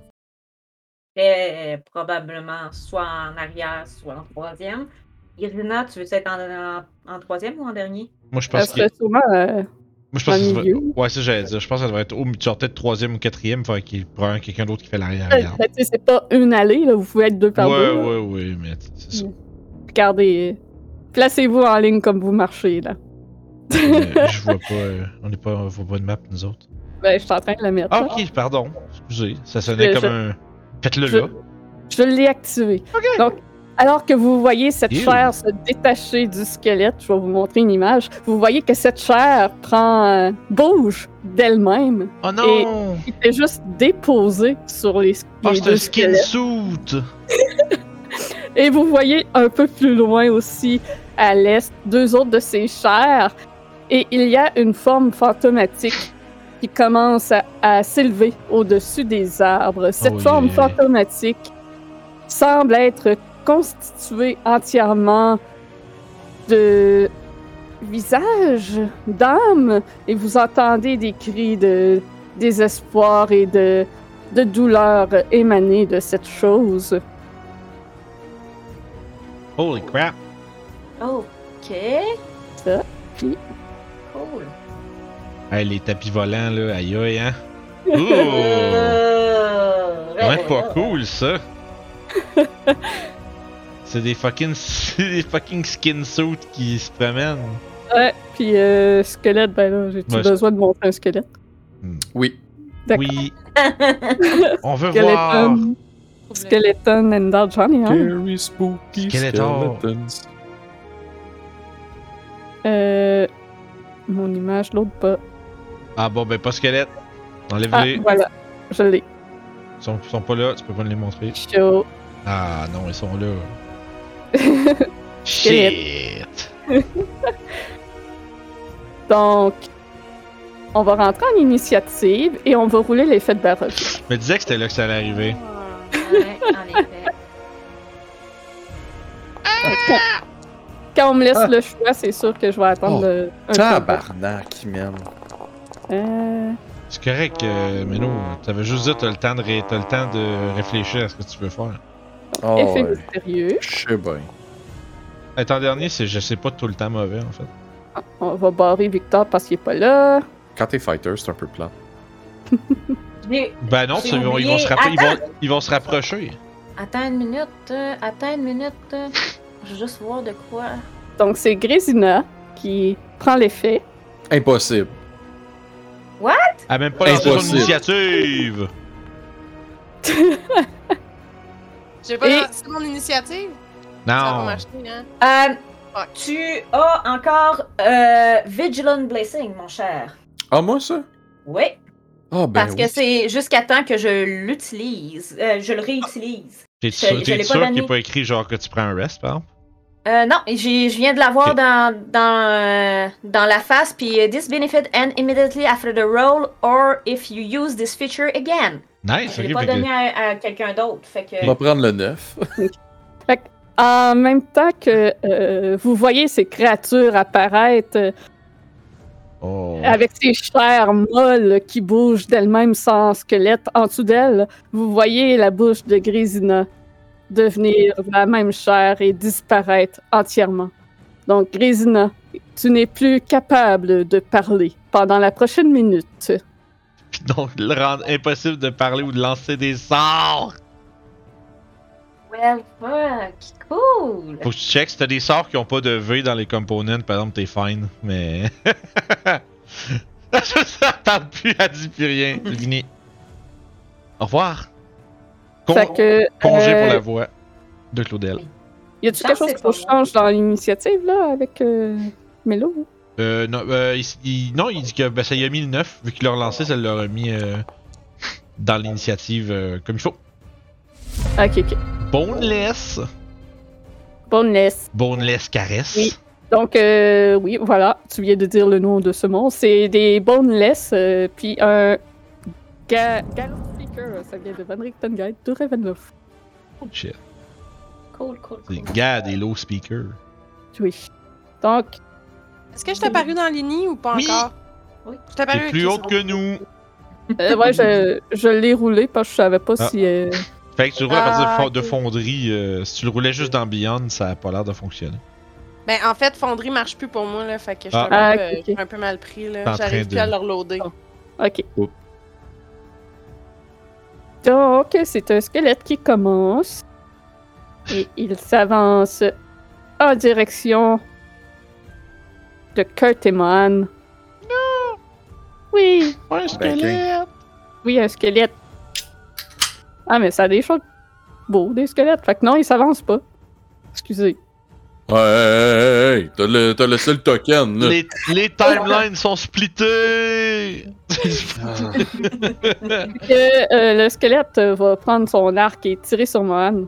Probablement soit en arrière, soit en troisième. Irina, tu veux être en troisième ou en dernier? Moi, je Ça pense que. serait sûrement Moi, je pense dans que le ça va- milieu. Ouais, ça, j'allais dire. Je pense que ça devrait être genre peut-être troisième ou quatrième. Fait qu'il y ait probablement quelqu'un d'autre qui fait Ben, l'arrière-garde. tu sais, c'est pas une allée, là, vous pouvez être 2 par 2. Ouais, mais c'est ça. Regardez, placez-vous en ligne comme vous marchez, là. Je vois pas. On voit pas de map, nous autres. Ben, je suis en train de le mettre. Ah, là. ok, pardon. Excusez, ça sonnait comme un. Faites-le je- là. Je l'ai activé. Donc, alors que vous voyez cette Ew. chair se détacher du squelette, je vais vous montrer une image, vous voyez que cette chair bouge d'elle-même Oh non! et fait juste déposer sur les Oh, c'est deux un skin squelettes. suit! Et vous voyez un peu plus loin aussi, à l'est, deux autres de ces chairs. Et il y a une forme fantomatique qui commence à s'élever au-dessus des arbres. Cette Oh forme yeah. fantomatique semble être constituée entièrement de visages, d'âmes. Et vous entendez des cris de désespoir et de douleur émaner de cette chose. Holy crap! Ok. Ça, puis Cool. Hey, les tapis volants, là, aïe aïe, hein? Ouh! Ouais, Ouais, pas cool, ça! C'est des fucking skin suits qui se promènent. ouais, puis squelette, ben là, j'ai-tu Ouais, besoin de montrer un squelette? Oui. D'accord. Oui. On veut voir! Skeleton and Dark, j'en ai un. Very spooky Skeletor. skeletons. Mon image, l'autre pas. Ah bon, ben pas squelette. Ah, Enlève-les. voilà, je l'ai. Ils sont pas là, tu peux pas me les montrer. Show. Ah non, ils sont là. Squelette. Shit! Donc, on va rentrer en initiative et on va rouler l'effet de barrage. Je me disais que c'était là que ça allait arriver. Ouais, en effet. Quand on me laisse le choix, c'est sûr que je vais attendre Oh. un Tabarnak, man. peu. C'est correct, mais non, t'avais juste dit t'as le temps de réfléchir à ce que tu veux faire. Oh, Effet ouais. mystérieux. Je sais bien. Étant dernier, c'est je sais pas tout le temps mauvais en fait. On va barrer Victor parce qu'il est pas là. Quand t'es fighter, c'est un peu plat. J'ai- Ben non, J'ai ils vont, oublié. se ils vont se rapprocher. Attends une minute. Je veux juste voir de quoi. Donc, c'est Grésina qui prend l'effet. Impossible. Ah, même pas lancé son Impossible. initiative! J'ai pas Et- lancé mon initiative. Ça va pas Non! marcher, hein. Tu as encore Vigilant Blessing, mon cher. Ah, moi, ça? Oui, Ah, ben parce que oui. c'est jusqu'à temps que je l'utilise. Je le réutilise. T'es je l'ai sûr pas qu'il donné. n'est pas écrit genre que tu prends un rest, par exemple? Non, je viens de l'avoir Ok. dans la face, puis this benefit end immediately after the roll or if you use this feature again. Nice, Je ok. l'ai pas fait que- donné à quelqu'un d'autre, fait que... On va prendre le 9. En même temps que vous voyez ces créatures apparaître Oh. avec ces chairs molles qui bougent d'elles-mêmes sans squelette en dessous d'elles, vous voyez la bouche de Grésina devenir la même chair et disparaître entièrement. Donc, Grésina, tu n'es plus capable de parler pendant la prochaine minute. Donc, le rendre impossible de parler ou de lancer des sorts! Well, fuck, cool! Faut que tu checkes si t'as des sorts qui ont pas de V dans les components, par exemple, t'es fine, mais. Ça parle plus, elle dit plus rien. C'est fini. Au revoir. Fait que, Congé pour la voix de Claudel. y a-tu Ça, quelque chose c'est qu'il faut que je pas bon. change dans l'initiative, là, avec Mélo? Non, non, il dit que ben, ça y a mis le 9, vu qu'il l'a relancé, ça l'a remis dans l'initiative comme il faut. Ok, ok. Boneless. Boneless. Boneless caresse. Oui. Donc, oui, voilà, tu viens de dire le nom de ce monstre. C'est des boneless, puis un Gallo Speaker, ça vient de Van Richten de Ravenloft. Oh shit. Cool, cool, C'est cool. gars des low speakers. Oui. Donc, Est-ce que je t'ai apparu dans l'INI ou pas Oui. encore? Oui. Je t'ai apparu. T'es plus ok, haute c'est que nous. ouais, je l'ai roulé parce que je savais pas Ah. si... Fait que tu le roules à partir Ah, de ok. fonderie. Si tu le roulais juste dans Beyond, ça a pas l'air de fonctionner. Ben, en fait, Fonderie marche plus pour moi, là. Fait que je suis Ah. Ah, un peu mal pris, T'es en là. train J'arrive de- plus à le reloader. Ok. Oh. Donc, c'est un squelette qui commence. Et il s'avance en direction de Kurtemon. Oui, Un squelette! oui, un squelette. Ah, mais ça a des choses beaux, des squelettes. Fait que non, il s'avance pas. Excusez. Hey, t'as laissé le token, là. Les timelines sont splittés! Que le squelette va prendre son arc et tirer sur Mohan.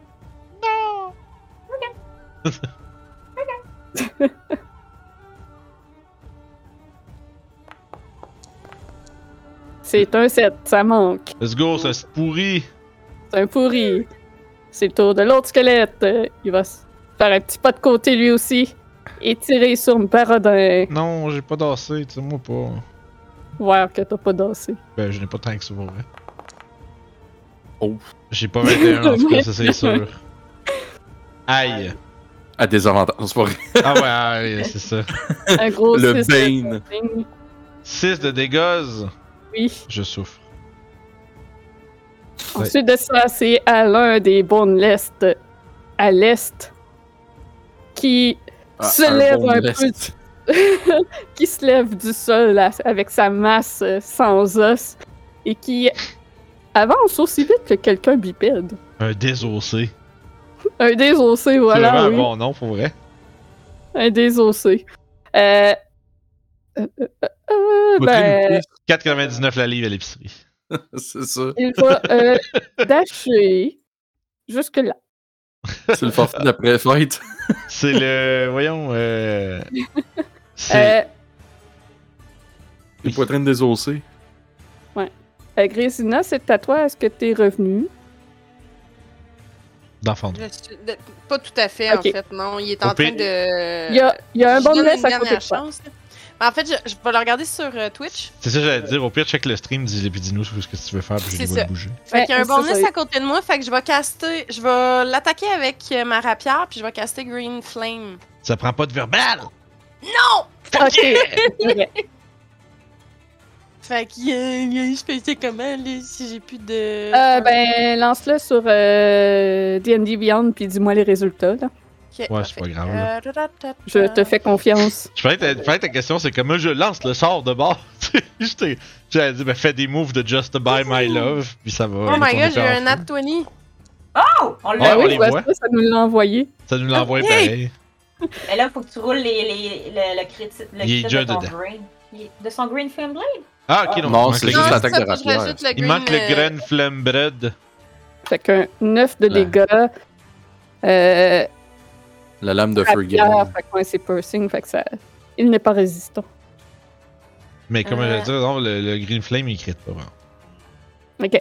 C'est un 7, ça manque. Let's go, ça se pourrit! C'est un pourri. C'est le tour de l'autre squelette. Il va se faire un petit pas de côté lui aussi et tirer sur Barodin. Non, j'ai pas dansé, tu sais, moi pas. Ouais, que t'as pas dansé. Ben, je n'ai pas tant que ça pour vrai. Oh. J'ai pas 21 en tout cas, ça c'est sûr. Aïe! À désavantage, c'est pas vrai. Ah ouais, c'est ça. Un gros Le 6 Bane. 6 de dégâts, Oui. je souffre. Ouais. Ensuite de ça, c'est à l'un des boneless à l'est qui se lève bon un lest. peu, qui se lève du sol là, avec sa masse sans os et qui avance aussi vite que quelqu'un bipède. Un désossé. Un désossé, C'est voilà. vraiment un Oui. bon nom, pour vrai. Un désossé. Ben, 4,99 la livre à l'épicerie. C'est ça. il va dasher jusque-là. C'est le forfait d'après-fête. C'est le. Voyons. C'est. Les poitrines désossées. Grésina, c'est à toi. Est-ce que t'es revenu? D'enfant. Pas tout à fait, Ok. en fait, non. Il est en Au pire- train de... Il y a un Je donne boneless une à côté dernière de toi. chance. En fait, je vais le regarder sur Twitch. C'est ça que j'allais dire. Au pire, check le stream, dis-les puis dis-nous ce que tu veux faire, puis je C'est vais ça. le bouger. Fait qu'il y a un ça, bonus ça- à côté de moi, fait que je vais l'attaquer avec ma rapière, puis je vais caster Green Flame. Ça prend pas de verbal! Non! Ok. Ok. Fait qu'il je fais comment, là, si j'ai plus de... Ben, lance-le sur D&D Beyond, puis dis-moi les résultats. Là. Ok, Ouais, c'est pas grave, là. Je te fais confiance. Je parlais que ta question, c'est comment je lance le sort de bord. J'allais dire, ben, fais des moves de Just to Buy My Love, puis ça va. Oh my retourner god, j'ai eu en un feu. nat 20. Oh! On Ouais, l'a on oui, les ouais, voit. ça nous l'a envoyé. Ça nous l'envoie Ok. pareil. Mais là, faut que tu roules le crit, Il est crit déjà de ton dedans. green. De son Green Flame Blade? Ah, ok, non. Non, il manque c'est le juste grain. l'attaque de ça, je rapière. rajoute le Il manque le green, grain Flame Bread. Fait qu'un 9 de Ouais. dégâts. La lame de feu Rapière, guérie. fait que ouais, c'est piercing, fait que ça... Il n'est pas résistant. Mais comme je disais, non, le Green Flame, il crit pas vraiment. Ok.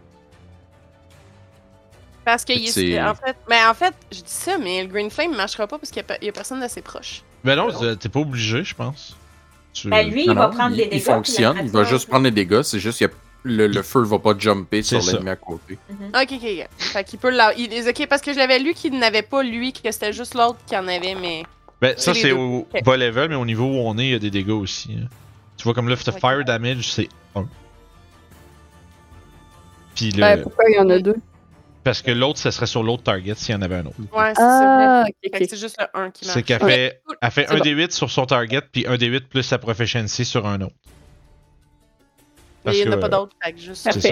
Parce que C'est- en fait, je dis ça, mais le Green Flame marchera pas parce qu'il y a personne d'assez proche. Ben non, t'es pas obligé, je pense. Ben, lui, il Non, va non, prendre des dégâts. il fonctionne, puis la il va juste prendre les dégâts, c'est juste que le feu va pas jumper C'est sur ça. l'ennemi à côté. Ok. Fait qu'il peut ok, parce que je l'avais lu qu'il n'avait pas lui, que c'était juste l'autre qui en avait, mais. Ben, ça, les c'est deux. au Ok. bas level, mais au niveau où on est, il y a des dégâts aussi. Hein. Tu vois, comme là, le Ok. fire damage, c'est 1. Puis le. Ben, pourquoi il y en a deux? Parce que l'autre, ça serait sur l'autre target s'il y en avait un autre. Ouais, c'est ça. Ah, ok, Fait que ok. c'est juste le 1 qui marche. C'est qu'elle Ok. fait, elle fait C'est 1 bon. D8 sur son target, puis 1 D8 plus sa proficiency sur un autre. Mais il n'y en a que, pas d'autres, fait que juste. C'est Parfait. ça.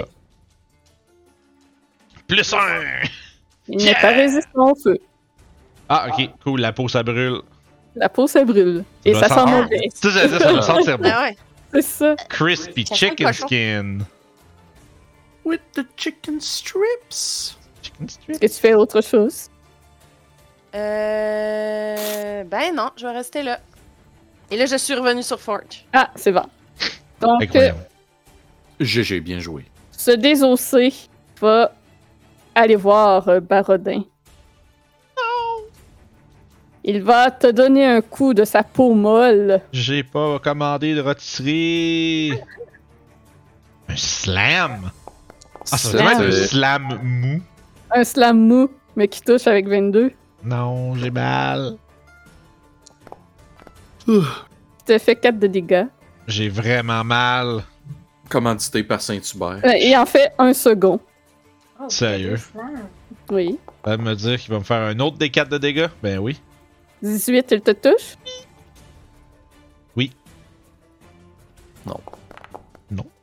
Plus 1! Il n'est pas résistant au feu. Ah, ok, cool, la peau, ça brûle. La peau, ça brûle. Et doit ça sent sentir- mauvais. Ça, j'allais dire, ça doit sentir bon. Ben ouais. C'est ça. Crispy Ça sent le chicken cochon. skin. With the chicken strips. Chicken strip. Et tu fais autre chose? Ben non, je vais rester là. Et là, je suis revenu sur Forge. Ah, c'est bon. Donc, Incroyable. GG, bien joué. ce désossé va aller voir Barodin. Il va te donner un coup de sa peau molle. J'ai pas commandé de rôtisserie. Un slam? Ah, ça Slam. va être un slam mou. Un slam mou, mais qui touche avec 22. Non, j'ai mal. Tu te fait 4 de dégâts. J'ai vraiment mal. Commandité par Saint-Hubert. Et en fait, un second. Oh, Sérieux? Oui. Ça veut me dire qu'il va me faire un autre des 4 de dégâts? Ben oui. 18, il te touche? Oui. Non.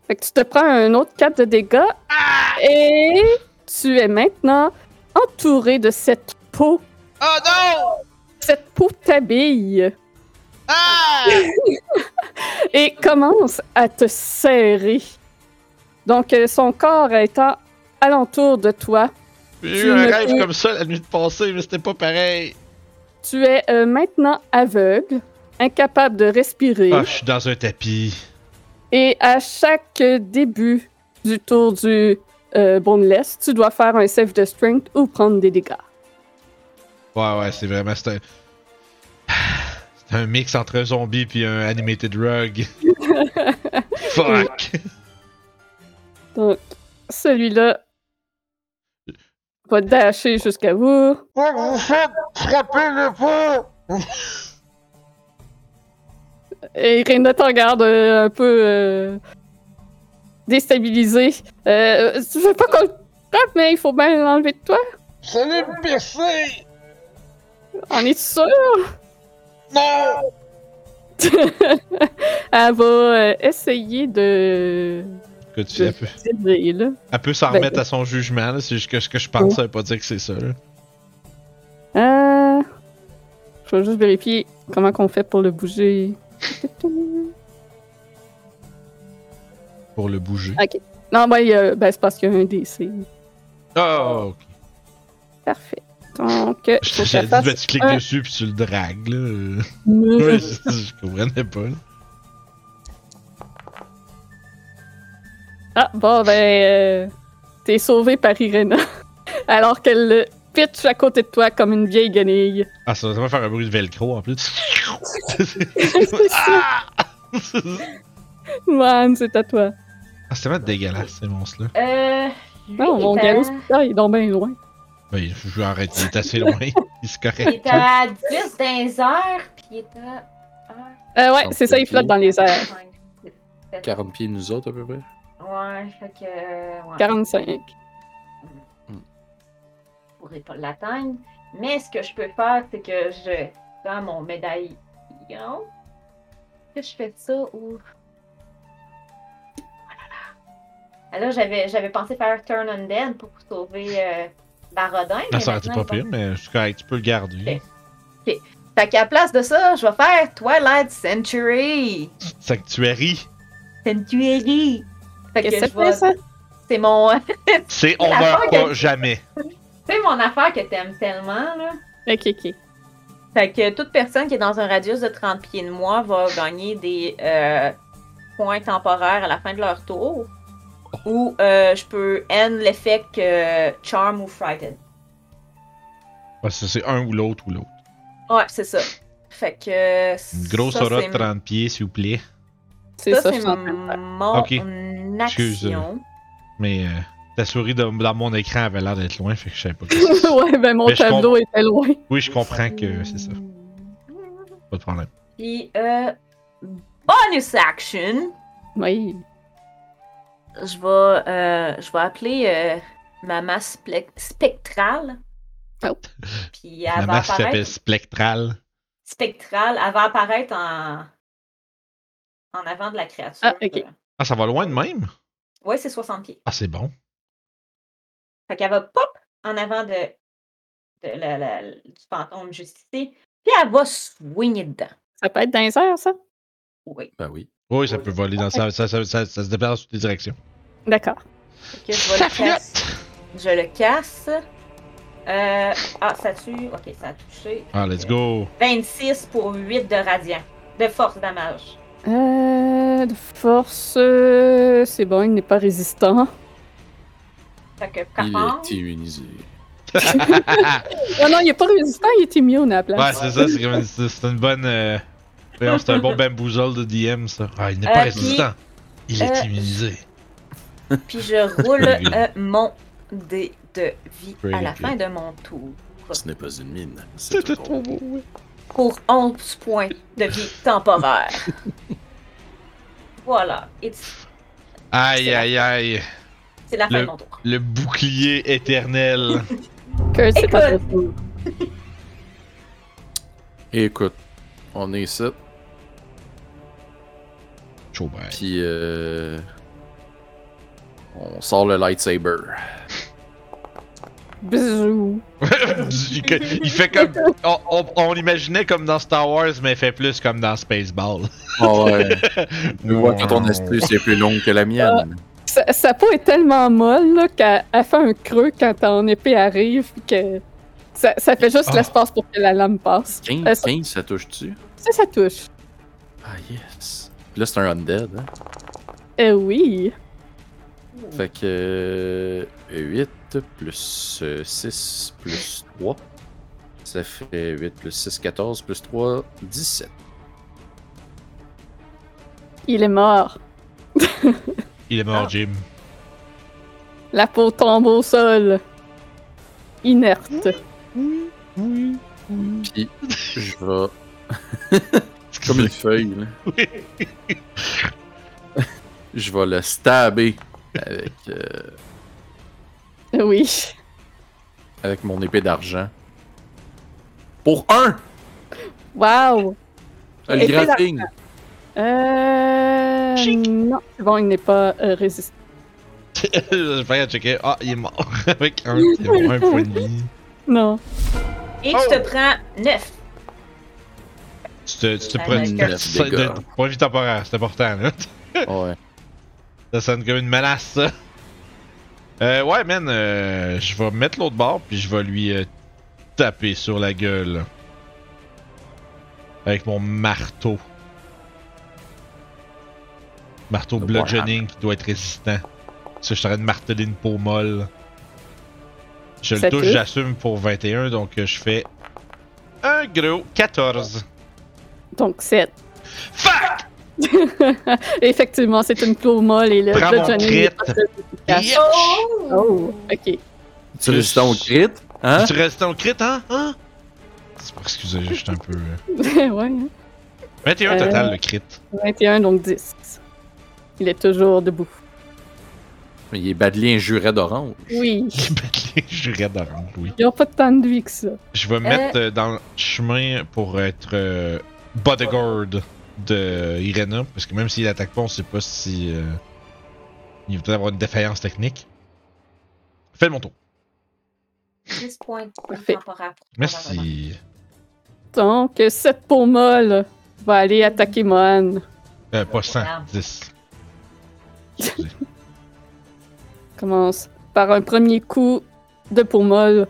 Fait que tu te prends un autre 4 de dégâts. Et tu es maintenant entouré de cette peau. Oh non! Cette peau t'habille. Ah! Et commence à te serrer. Donc, son corps étant alentour de toi, J'ai Tu eu un ne rêve peux- comme ça la nuit de passée, mais c'était pas pareil. tu es maintenant aveugle, incapable de respirer. Ah, je suis dans un tapis. Et à chaque début du tour du boneless, tu dois faire un save de strength ou prendre des dégâts. Ouais, c'est vraiment. C'est un mix entre un zombie puis un animated rug. Fuck! Donc, celui-là va dasher jusqu'à vous. Quoi que vous faites? Frappez-le pas! Et Rena te regarde un peu déstabilisé. Tu veux pas qu'on le frappe, mais il faut bien l'enlever de toi. Vous allez me percer! En es-tu sûr? Non! Elle va essayer de Elle peut, tirer, là. elle peut s'en Ben, remettre à son jugement, là. C'est juste que ce que je pense, ça veut pas dire que c'est ça, là. Je vais juste vérifier comment qu'on fait pour le bouger. Pour le bouger. Ok. Non, c'est parce qu'il y a un DC. Oh, ok. Parfait. Donc, faut J'ai qu'elle dit, fasse ben, tu cliques un- dessus puis tu le dragues, là. un- Ouais, je comprenais pas, là. Ah, bon, t'es sauvé par Irena. Alors qu'elle le pitch à côté de toi comme une vieille guenille. Ah, ça va vraiment faire un bruit de velcro en plus. C'est ça. Ah! Man, c'est à toi. Ah, c'est vraiment dégueulasse, ces monstres-là. Non, mon galop, il est donc bien loin. Ben, je vais arrêter, il est assez loin. Il se Il correct. était à 10 dans les airs, puis il était à... Ouais, c'est ça, il flotte dans les airs. 40 pieds nous autres, à peu près. Ouais, fait que... Ouais. 45. Je pourrais pas l'atteindre. Mais ce que je peux faire, c'est que je prends mon médaillon. Que je fais ça ou... Là, j'avais pensé faire Turn Undead pour sauver Barodin. Ah, ça aurait été pas pire, mais c'est correct, tu peux le garder. Ok. Fait qu'à la place de ça, je vais faire Twilight Century. Sanctuary. Century. Fait que Qu'est-ce que je ça fait, ça? C'est mon... C'est on La meurt fois pas que- jamais. c'est mon affaire que t'aimes tellement, là. Ok. Fait que toute personne qui est dans un radius de 30 pieds de moi va gagner des points temporaires à la fin de leur tour. Ou je peux end l'effet Charm ou Frightened. Ouais, c'est un ou l'autre ou l'autre. Ouais, c'est ça. Fait que... Une grosse aura de 30 pieds, s'il vous plaît. C'est ça, je c'est suis en train de faire. mon Ok. Excuse, action. Mais ta souris dans mon écran avait l'air d'être loin, fait que je savais pas. Que... Ouais, ben mon Mais je tableau était loin. Oui, je comprends que c'est ça. Pas de problème. Puis, bonus action. Oui. Je vais appeler ma masse spectrale. Oh. Puis La elle va masse s'appelle apparaître. Spectral. Spectrale, elle va apparaître en avant de la créature. Ah, ok. Ah, ça va loin de même? Ouais, c'est 60 pieds. Ah, c'est bon. Fait qu'elle va pop en avant du fantôme justicier. Puis elle va swinger dedans. Ça peut être dans les airs, ça? Oui. Ben oui. Oui, ça peut voler dans ça se déplace dans toutes les directions. D'accord. Fait que je vais Ça le casse. Je le casse. Ça tue. Ok, ça a touché. Ah, let's go. 26 pour 8 de radiant. De force damage. De force, c'est bon, il n'est pas résistant. Fait que Il par est immunisé. Oh non, il n'est pas résistant, il est immune à la place. Ouais, c'est ça, c'est comme c'est une bonne. Voyons, c'est un bon bamboozle de DM, ça. Ah, il n'est pas puis, résistant. Il est immunisé. Puis je roule Very good. mon dé de vie à Very la good. fin de mon tour. Ce n'est pas une mine. C'était trop beau, ouais. Pour 11 points de vie temporaire. Voilà. Aïe, aïe, aïe. C'est la fin de mon tour. Le bouclier éternel. Que c'est à ton Écoute. tour. Et écoute, on est ici, Chaud, ben. puis On sort le lightsaber. Bisous. Il fait comme. On l'imaginait comme dans Star Wars, mais il fait plus comme dans Spaceball. Oh ouais. Je vois que ton astuce est plus longue que la mienne. Sa peau est tellement molle là, qu'elle fait un creux quand ton épée arrive, que ça fait juste l'espace pour que la lame passe. 15, ça touche-tu? Ça touche. Ah yes. Puis là, c'est un undead, hein? Oui. Fait que 8 plus 6 plus 3. Ça fait 8 plus 6, 14 plus 3, 17. Il est mort. Il est mort, Jim. La peau tombe au sol. Inerte. Puis je vais. Comme une feuille, là. Je vais le stabber avec, Oui. avec mon épée d'argent. Pour 1! Wow. Le Épée grappling! Non. Bon, il n'est pas résistant. Je vais à checker. Ah, il est mort. Avec un point de vie. Non. Et tu te prends 9. Tu te prends Avec une un dégât. point de vie temporaire, c'est important, là. Ouais. Ça sonne comme une menace, ça. Ouais, man, je vais mettre l'autre bord, puis je vais lui taper sur la gueule. Avec mon marteau. Marteau Le bludgeoning qui doit être résistant. Ça, je t'aurais de marteler une peau molle. Je Ça le touche, touche. j'assume pour 21, donc je fais un gros 14. Donc 7. Fuck! Effectivement, c'est une peau molle et le Prends mon bludgeoning crit. n'est pas très efficace. Yep. Oh, ok. Tu résistant au crit? Hein? Tu restes en crit, hein? C'est pas, excusez, je suis un peu. Ouais. hein. 21 total, le crit. 21, donc 10. Il est toujours debout. Mais il est badlé un juret d'orange. Oui. Je regarde d'orange, oui. Ils ont pas tant de vie que ça. Je vais me mettre dans le chemin pour être bodyguard de Irena, parce que même s'il attaque pas, on sait pas si il va peut-être avoir une défaillance technique. Fais mon tour. 10 points Parfait. temporaires. Merci. Donc, cette peau molle va aller attaquer Mohan. Pas 100, 10. Excusez. Commence par un premier coup de peau molle.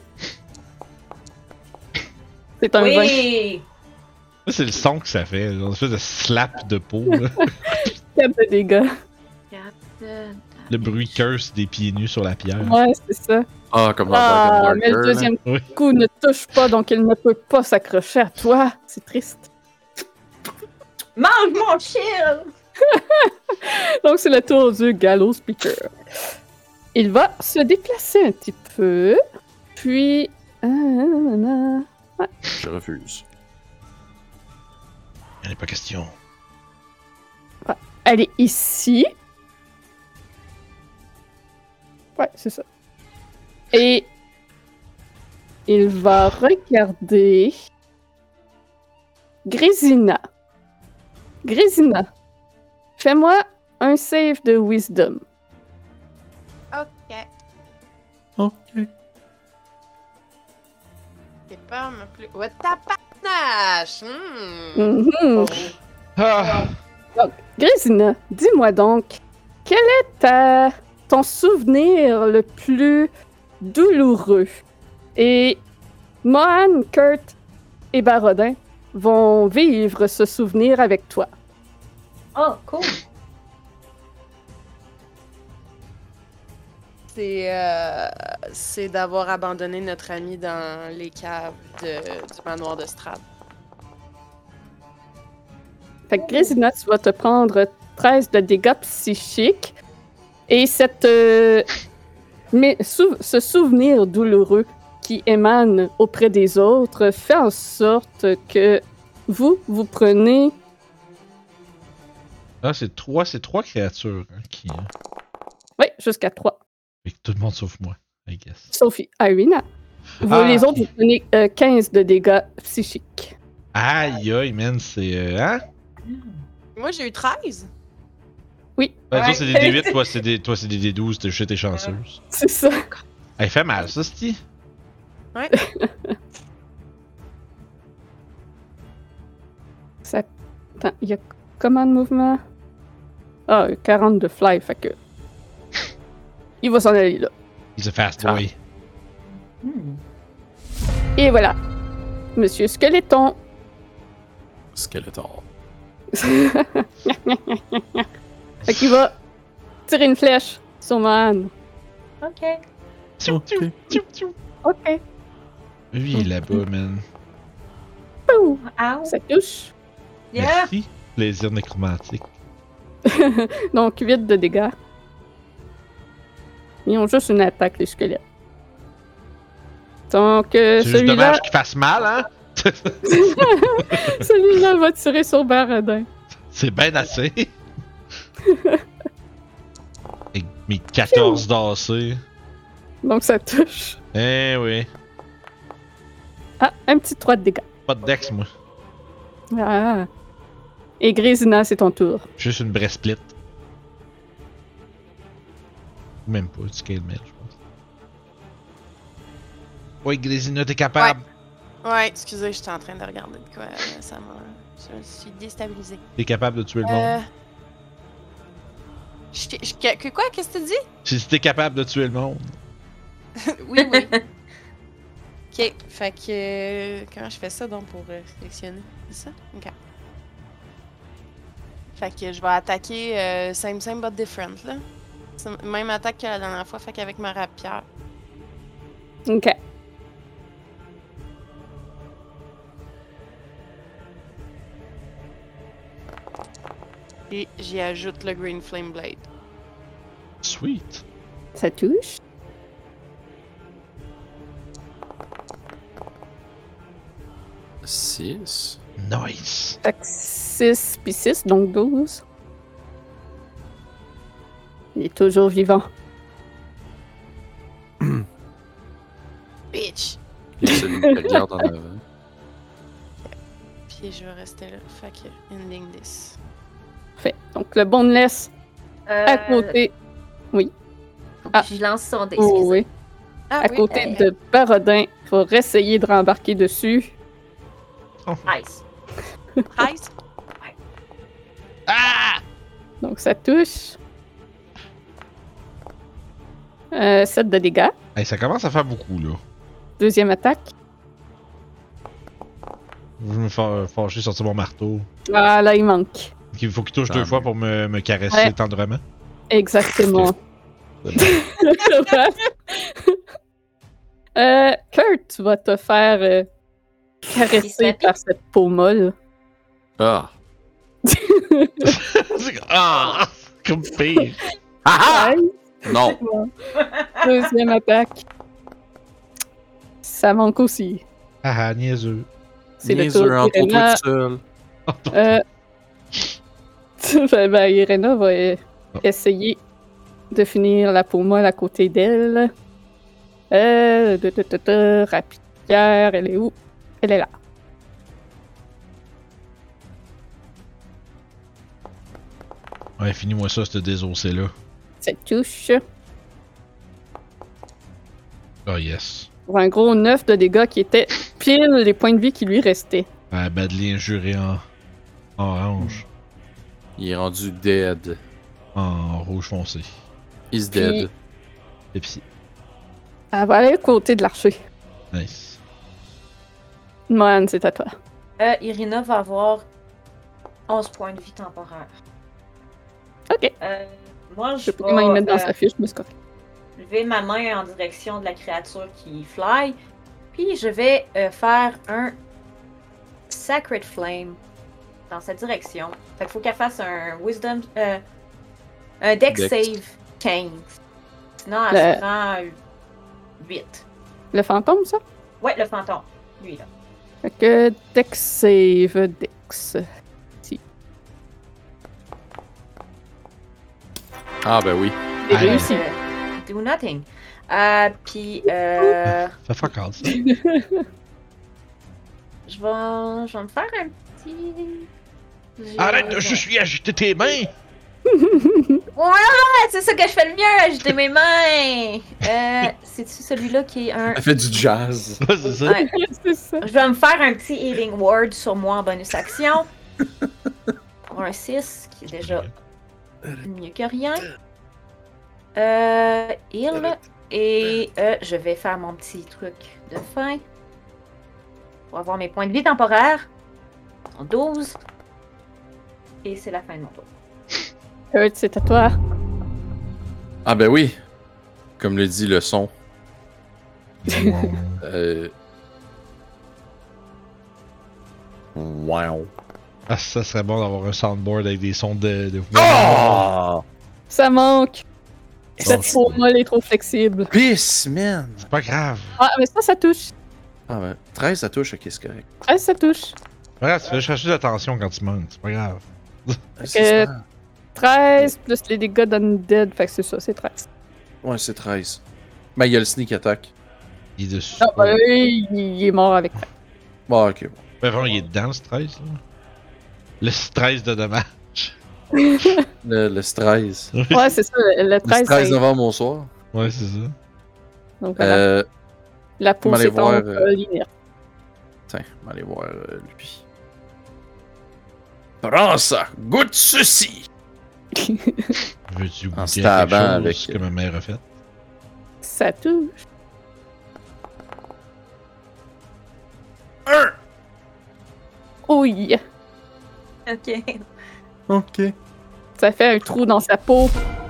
C'est un 20. Oui! Ça, c'est le son que ça fait, genre une espèce de slap de peau. Là. 4 de dégâts. Le bruit curse des pieds nus sur la pierre. Ouais, c'est ça. Ah, comme dans Ah, Dark and mais le Darker, là. deuxième Oui. coup ne touche pas, donc il ne peut pas s'accrocher à toi. C'est triste. Mange mon shield! Donc, c'est le tour du Gallows Speaker. Il va se déplacer un petit peu. Puis. Je refuse. Il n'y en a pas question. Elle est ici. Ouais, c'est ça. Et. Il va regarder. Grésina. Grésina. Fais-moi un save de Wisdom. Ok. Ok. C'est pas ma plus. Ouais, ta panache! Mhm. Ah! Grésina, dis-moi donc, quel est ton souvenir le plus douloureux? Et Mohan, Kurt et Barodin vont vivre ce souvenir avec toi. Oh, cool! C'est d'avoir abandonné notre ami dans les caves du manoir de Strad. Fait que Grésina, tu vas te prendre 13 de dégâts psychiques. Et ce souvenir douloureux qui émane auprès des autres fait en sorte que vous prenez... Ah, c'est trois créatures hein, qui. Oui, jusqu'à 3. Fait que tout le monde sauf moi, I guess. Sauf Irina. Vous, les autres, vous prenez 15 de dégâts psychiques. Aïe aïe, man, c'est. Hein? Moi, j'ai eu 13. Oui, Ben, toi, Ouais. c'est des D8, toi, c'est des D12, t'es juste t'es chanceuse. c'est ça. Elle fait mal, ça, c'ti. Ouais. Ça... Attends, il y a comment de mouvement? Ah, 40 de fly, fait que... Il va s'en aller là. He's a fast boy. Hmm. Et voilà. Monsieur Skeleton. Skeletor. Fait qu'il va tirer une flèche sur Man. Ok. Tchou, tchou, tchou, tchou. Ok. Lui, il est là-bas, man. Pouh! Ow. Ça touche. Yeah. Merci. Plaisir nécromantique. Donc 8 de dégâts. Ils ont juste une attaque, les squelettes. Donc C'est juste celui-là, dommage qu'il fasse mal, hein? celui-là va tirer sur Baradin. C'est bien assez. Et mes 14 d'AC. Donc ça touche. Eh oui. Ah, un petit 3 de dégâts. Pas de dex, moi. Ah. Et Grésina, c'est ton tour. Juste une breastplate. Même pas, du scale mail, je pense. Oui, Grésina, t'es capable. Ouais, excusez, j'étais en train de regarder de quoi. Ça m'a. Je suis déstabilisée. T'es capable de tuer le monde. Quoi? Qu'est-ce que tu dis? Si t'es capable de tuer le monde. Oui, oui. Ok, fait que. Comment je fais ça donc pour sélectionner? C'est ça? Ok. Fait que je vais attaquer same but different là. C'est même attaque que la dernière fois, fait qu'avec ma rapière. Ok. Et j'y ajoute le Green Flame Blade. Sweet. Ça touche. Six. Nice. Fait que 6 puis 6, donc 12. Il est toujours vivant. Bitch! Il y a celui qui regarde en avant. Puis je vais rester là. Fait que ending this. Fait. Donc le boneless à côté. Ah. Je lance son dé, Oh, excusez. oui. Ah À côté de Barodin pour essayer de rembarquer dessus. Nice. Price? Ah! Donc ça touche. 7 de dégâts. Hey, ça commence à faire beaucoup, là. Deuxième attaque. Je vais me faire fâcher, sortir mon marteau. Ah là, il manque. Il faut qu'il touche Ah, deux mais- fois pour me caresser Ouais. tendrement. Exactement. Kurt, tu vas te faire caresser Snappy. par cette peau molle. Ah! Ah! Comme pire. Ah! Ouais. Non! Deuxième attaque. Ça manque aussi. Ah, niaiseux. C'est le Niaiseux, tour entre toi d'Irena. tout seul. Ben, Irena va essayer de finir la peau molle à côté d'elle. Rapière, elle est où? Elle est là. Ouais, finis-moi ça, ce désossé-là. Ça touche. Oh, yes. Pour un gros 9 de dégâts qui était pile les points de vie qui lui restaient. Ah, Badly injuré en orange. Il est rendu dead. En rouge foncé. He's Puis- dead. Et puis, Elle va aller à côté de l'archer. nice. Man, c'est à toi. Irina va avoir 11 points de vie temporaire. Ok. Moi, Je je sais pas comment il vais mettre dans sa fiche, mais c'est correct. lever ma main en direction de la créature qui fly. Puis je vais faire un Sacred Flame dans cette direction. Fait qu'il faut qu'elle fasse un Wisdom. Un Dex Dex. Save 15. Sinon, elle Le- se prend 8. Le fantôme, ça? Ouais, le fantôme. Lui, là. Fait que Dex save Dex. Ah, ben oui. C'est Allez. réussi. Do nothing. Puis, Fais fuck all ça. je vais me faire un petit. Arrête de juste lui agiter tes mains! Ouais, c'est ça que je fais le mieux, agiter mes mains. C'est-tu celui-là qui est un. Elle fait du jazz. Ouais, c'est ça. Ouais. C'est ça. Je vais me faire un petit healing word sur moi en bonus action. Pour un 6, qui est déjà mieux que rien. Heal. Et je vais faire mon petit truc de fin. Pour avoir mes points de vie temporaires. En 12. Et c'est la fin de mon tour. Kurt, c'est à toi. Ah ben oui. Comme le dit le son. Wow. Ah, ça serait bon d'avoir un soundboard avec des sons de Oh! Ça manque. Cette C'est peau molle est trop flexible. pisse, man! C'est pas grave. Ah, mais ça touche. Ah ouais. 13, ça touche, ok, c'est correct. Ah, ça touche. C'est pas grave, tu fais chercher l'attention quand tu montes. C'est pas grave. C'est ça. 13 plus les dégâts d'Undead, fait que c'est ça, c'est 13. Ouais, c'est 13. Ben, il y a le sneak attack. Il est dessus. Ah, ben, il est mort avec 13. Bon, ok. Ben, vraiment, il est dans le stress, là. Le stress de dommage. Le stress. Ouais, c'est ça, le Le 13. 13 c'est- novembre au soir. Ouais, c'est ça. Donc, voilà. La peau m'aller voir, s'étend linéaire. Tiens, on va aller voir lui. Prends ça! Goûte ceci! Veux-tu goûter En à stabant quelque chose avec- que ma mère a fait? Ça touche. 1! Oui. Ok. Ok. Ça fait un trou dans sa peau.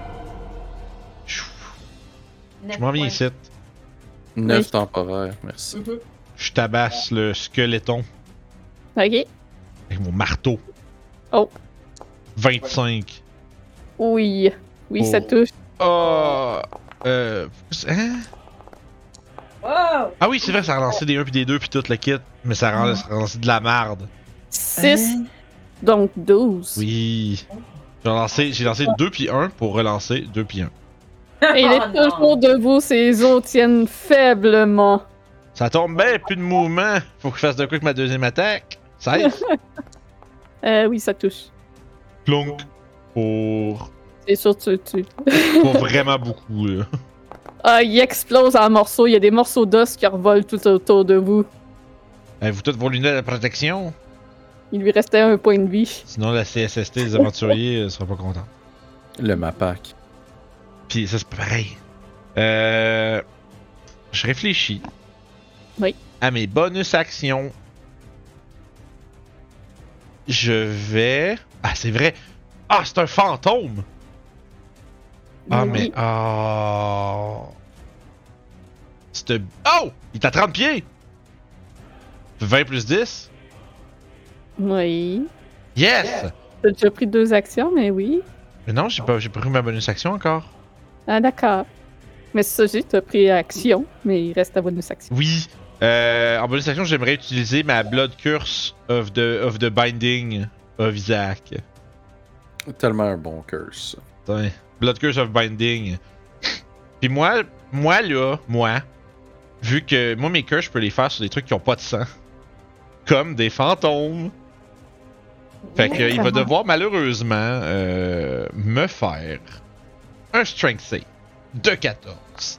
Je m'en viens ici. 9 Oui. temporaires, merci. Je tabasse le squeletton Ok. avec mon marteau. Oh. 25. Oui. Oui, Oh. ça touche. Oh! Hein? Wow! Ah oui, c'est vrai, ça a relancé des 1 puis des 2 puis tout le kit. Mais ça a relancé de la merde. 6. Donc 12. Oui. J'ai lancé 2 puis 1 pour relancer 2 puis 1. Et il est Oh non. toujours debout, ses os tiennent faiblement. Ça tombe bien, plus de mouvement. Faut que je fasse de quoi avec ma deuxième attaque. 16. Oui, ça touche. Plonk. Pour C'est sûr que tu. vraiment beaucoup, là. Ah, il explose en morceaux. Il y a des morceaux d'os qui revolent tout autour de vous. Avez-vous toutes vos lunettes de protection? Il lui restait un point de vie. Sinon, la CSST des aventuriers sera pas content. Le Mapac. Puis ça, c'est pas pareil. Je réfléchis. Oui. À mes bonus actions. Je vais. Ah, c'est vrai. Ah, c'est un fantôme! Ah, Oui. mais. Oh. Oh! Il est à 30 pieds! 20 plus 10? Oui. Yes! T'as déjà pris 2 actions, mais oui. Mais non, j'ai pas pris ma bonus action encore. Ah, d'accord. Mais c'est ça, j'ai t'as pris action, mais il reste ta bonus action. Oui. En bonus action, j'aimerais utiliser ma Blood Curse of the Binding of Isaac. Tellement un bon curse. Putain. Blood Curse of Binding. Puis moi, vu que moi mes curses, je peux les faire sur des trucs qui ont pas de sang. Comme des fantômes. Fait que il va devoir malheureusement me faire un strength save de 14.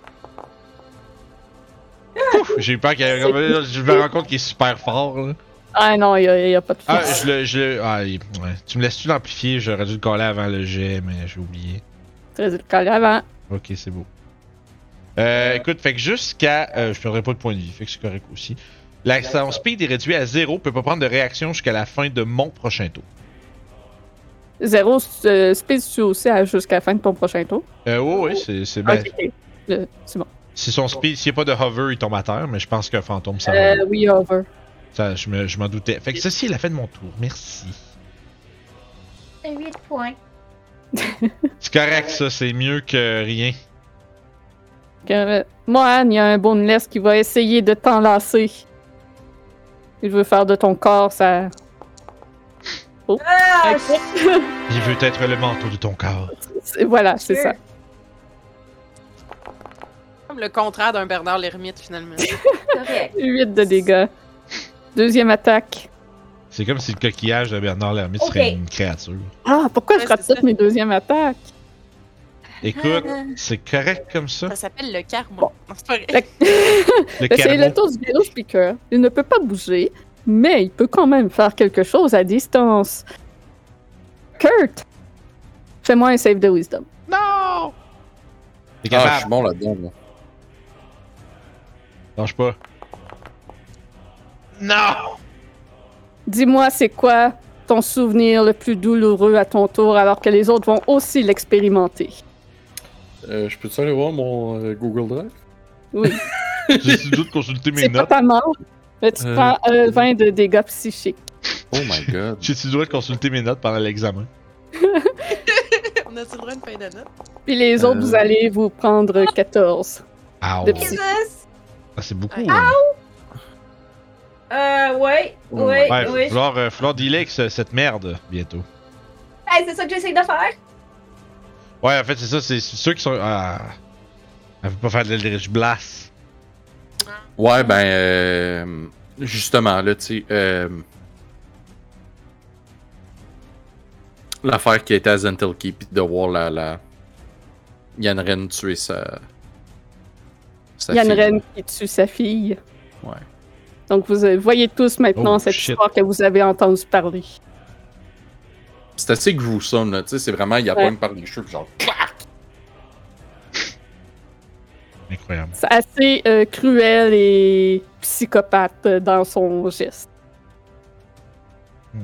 Ouf, j'ai eu peur qu'il je me rends compte qu'il est super fort là. Ah non, il y a pas de Ah, force. ouais. Tu me laisses-tu l'amplifier? J'aurais dû le coller avant le jet, mais j'ai oublié. Très le coller avant. Ok, c'est beau. Écoute, fait que jusqu'à. Je perdrai pas de points de vie, fait que c'est correct aussi. Son speed est réduit à 0, peut pas prendre de réaction jusqu'à la fin de mon prochain tour. 0 speed tu aussi jusqu'à la fin de ton prochain tour. Ouais, c'est ben, Ok, ok. C'est bon. si son speed, s'il n'y a pas de hover, il tombe à terre, mais je pense qu'un fantôme, ça va. Oui, over. Ça, je m'en doutais. Fait que ceci est la fin de mon tour. Merci. 8 points. C'est correct, ça, c'est mieux que rien. Mohan, il y a un boneless qui va essayer de t'enlacer. Il veut faire de ton corps ça. Oh. Ah, Ok. Il veut être le manteau de ton corps. Voilà, c'est ça. Comme le contraire d'un Bernard l'Ermite, finalement. correct. 8 de dégâts. Deuxième attaque. C'est comme si le coquillage de Bernard Lermite serait une créature. Ah, pourquoi je Ouais, rate c'est toutes ça. mes deuxièmes attaques? Écoute, c'est correct comme ça. Ça s'appelle le karma. Bon. Non, c'est pas vrai. Le Ben, c'est carbo. le tour du Yellow Speaker. Il ne peut pas bouger, mais il peut quand même faire quelque chose à distance. Kurt! Fais-moi un save de wisdom. Non! T'es Ah, je capable. suis bon là-dedans, moi. Lâche pas. Non! Dis-moi, c'est quoi ton souvenir le plus douloureux à ton tour alors que les autres vont aussi l'expérimenter? Je peux-tu aller voir mon Google Drive? Oui, J'ai su doute consulter mes c'est pas notes. ta mort, mais tu prends 20 de dégâts psychiques. Oh my god. J'ai su doute consulter mes notes pendant l'examen. On a-tu le droit à une feuille de notes? Puis les autres, vous allez vous prendre 14. Ah De ouais. psy. Jesus! Ah, c'est beaucoup. Ouais. hein. Ouais, Oh ouais, Ouais, ouais. falloir dealer avec cette merde bientôt. Hey, c'est ça que j'essaie de faire! Ouais, en fait, c'est ça, c'est ceux qui sont. Ah. Elle peut pas faire de l'Eldritch Blast. Ouais, ben, justement, là, tu sais, l'affaire qui était à Zentilki, pis de voir la Yann tuer sa Yann fille. Ren qui tue sa fille. Ouais. Donc vous voyez tous maintenant Oh, cette shit. histoire que vous avez entendu parler. C'est assez gruesome, là, tu sais, c'est vraiment, il y a Ouais. pas par les cheveux, genre, Incroyable. C'est assez cruel et psychopathe dans son geste. Hmm.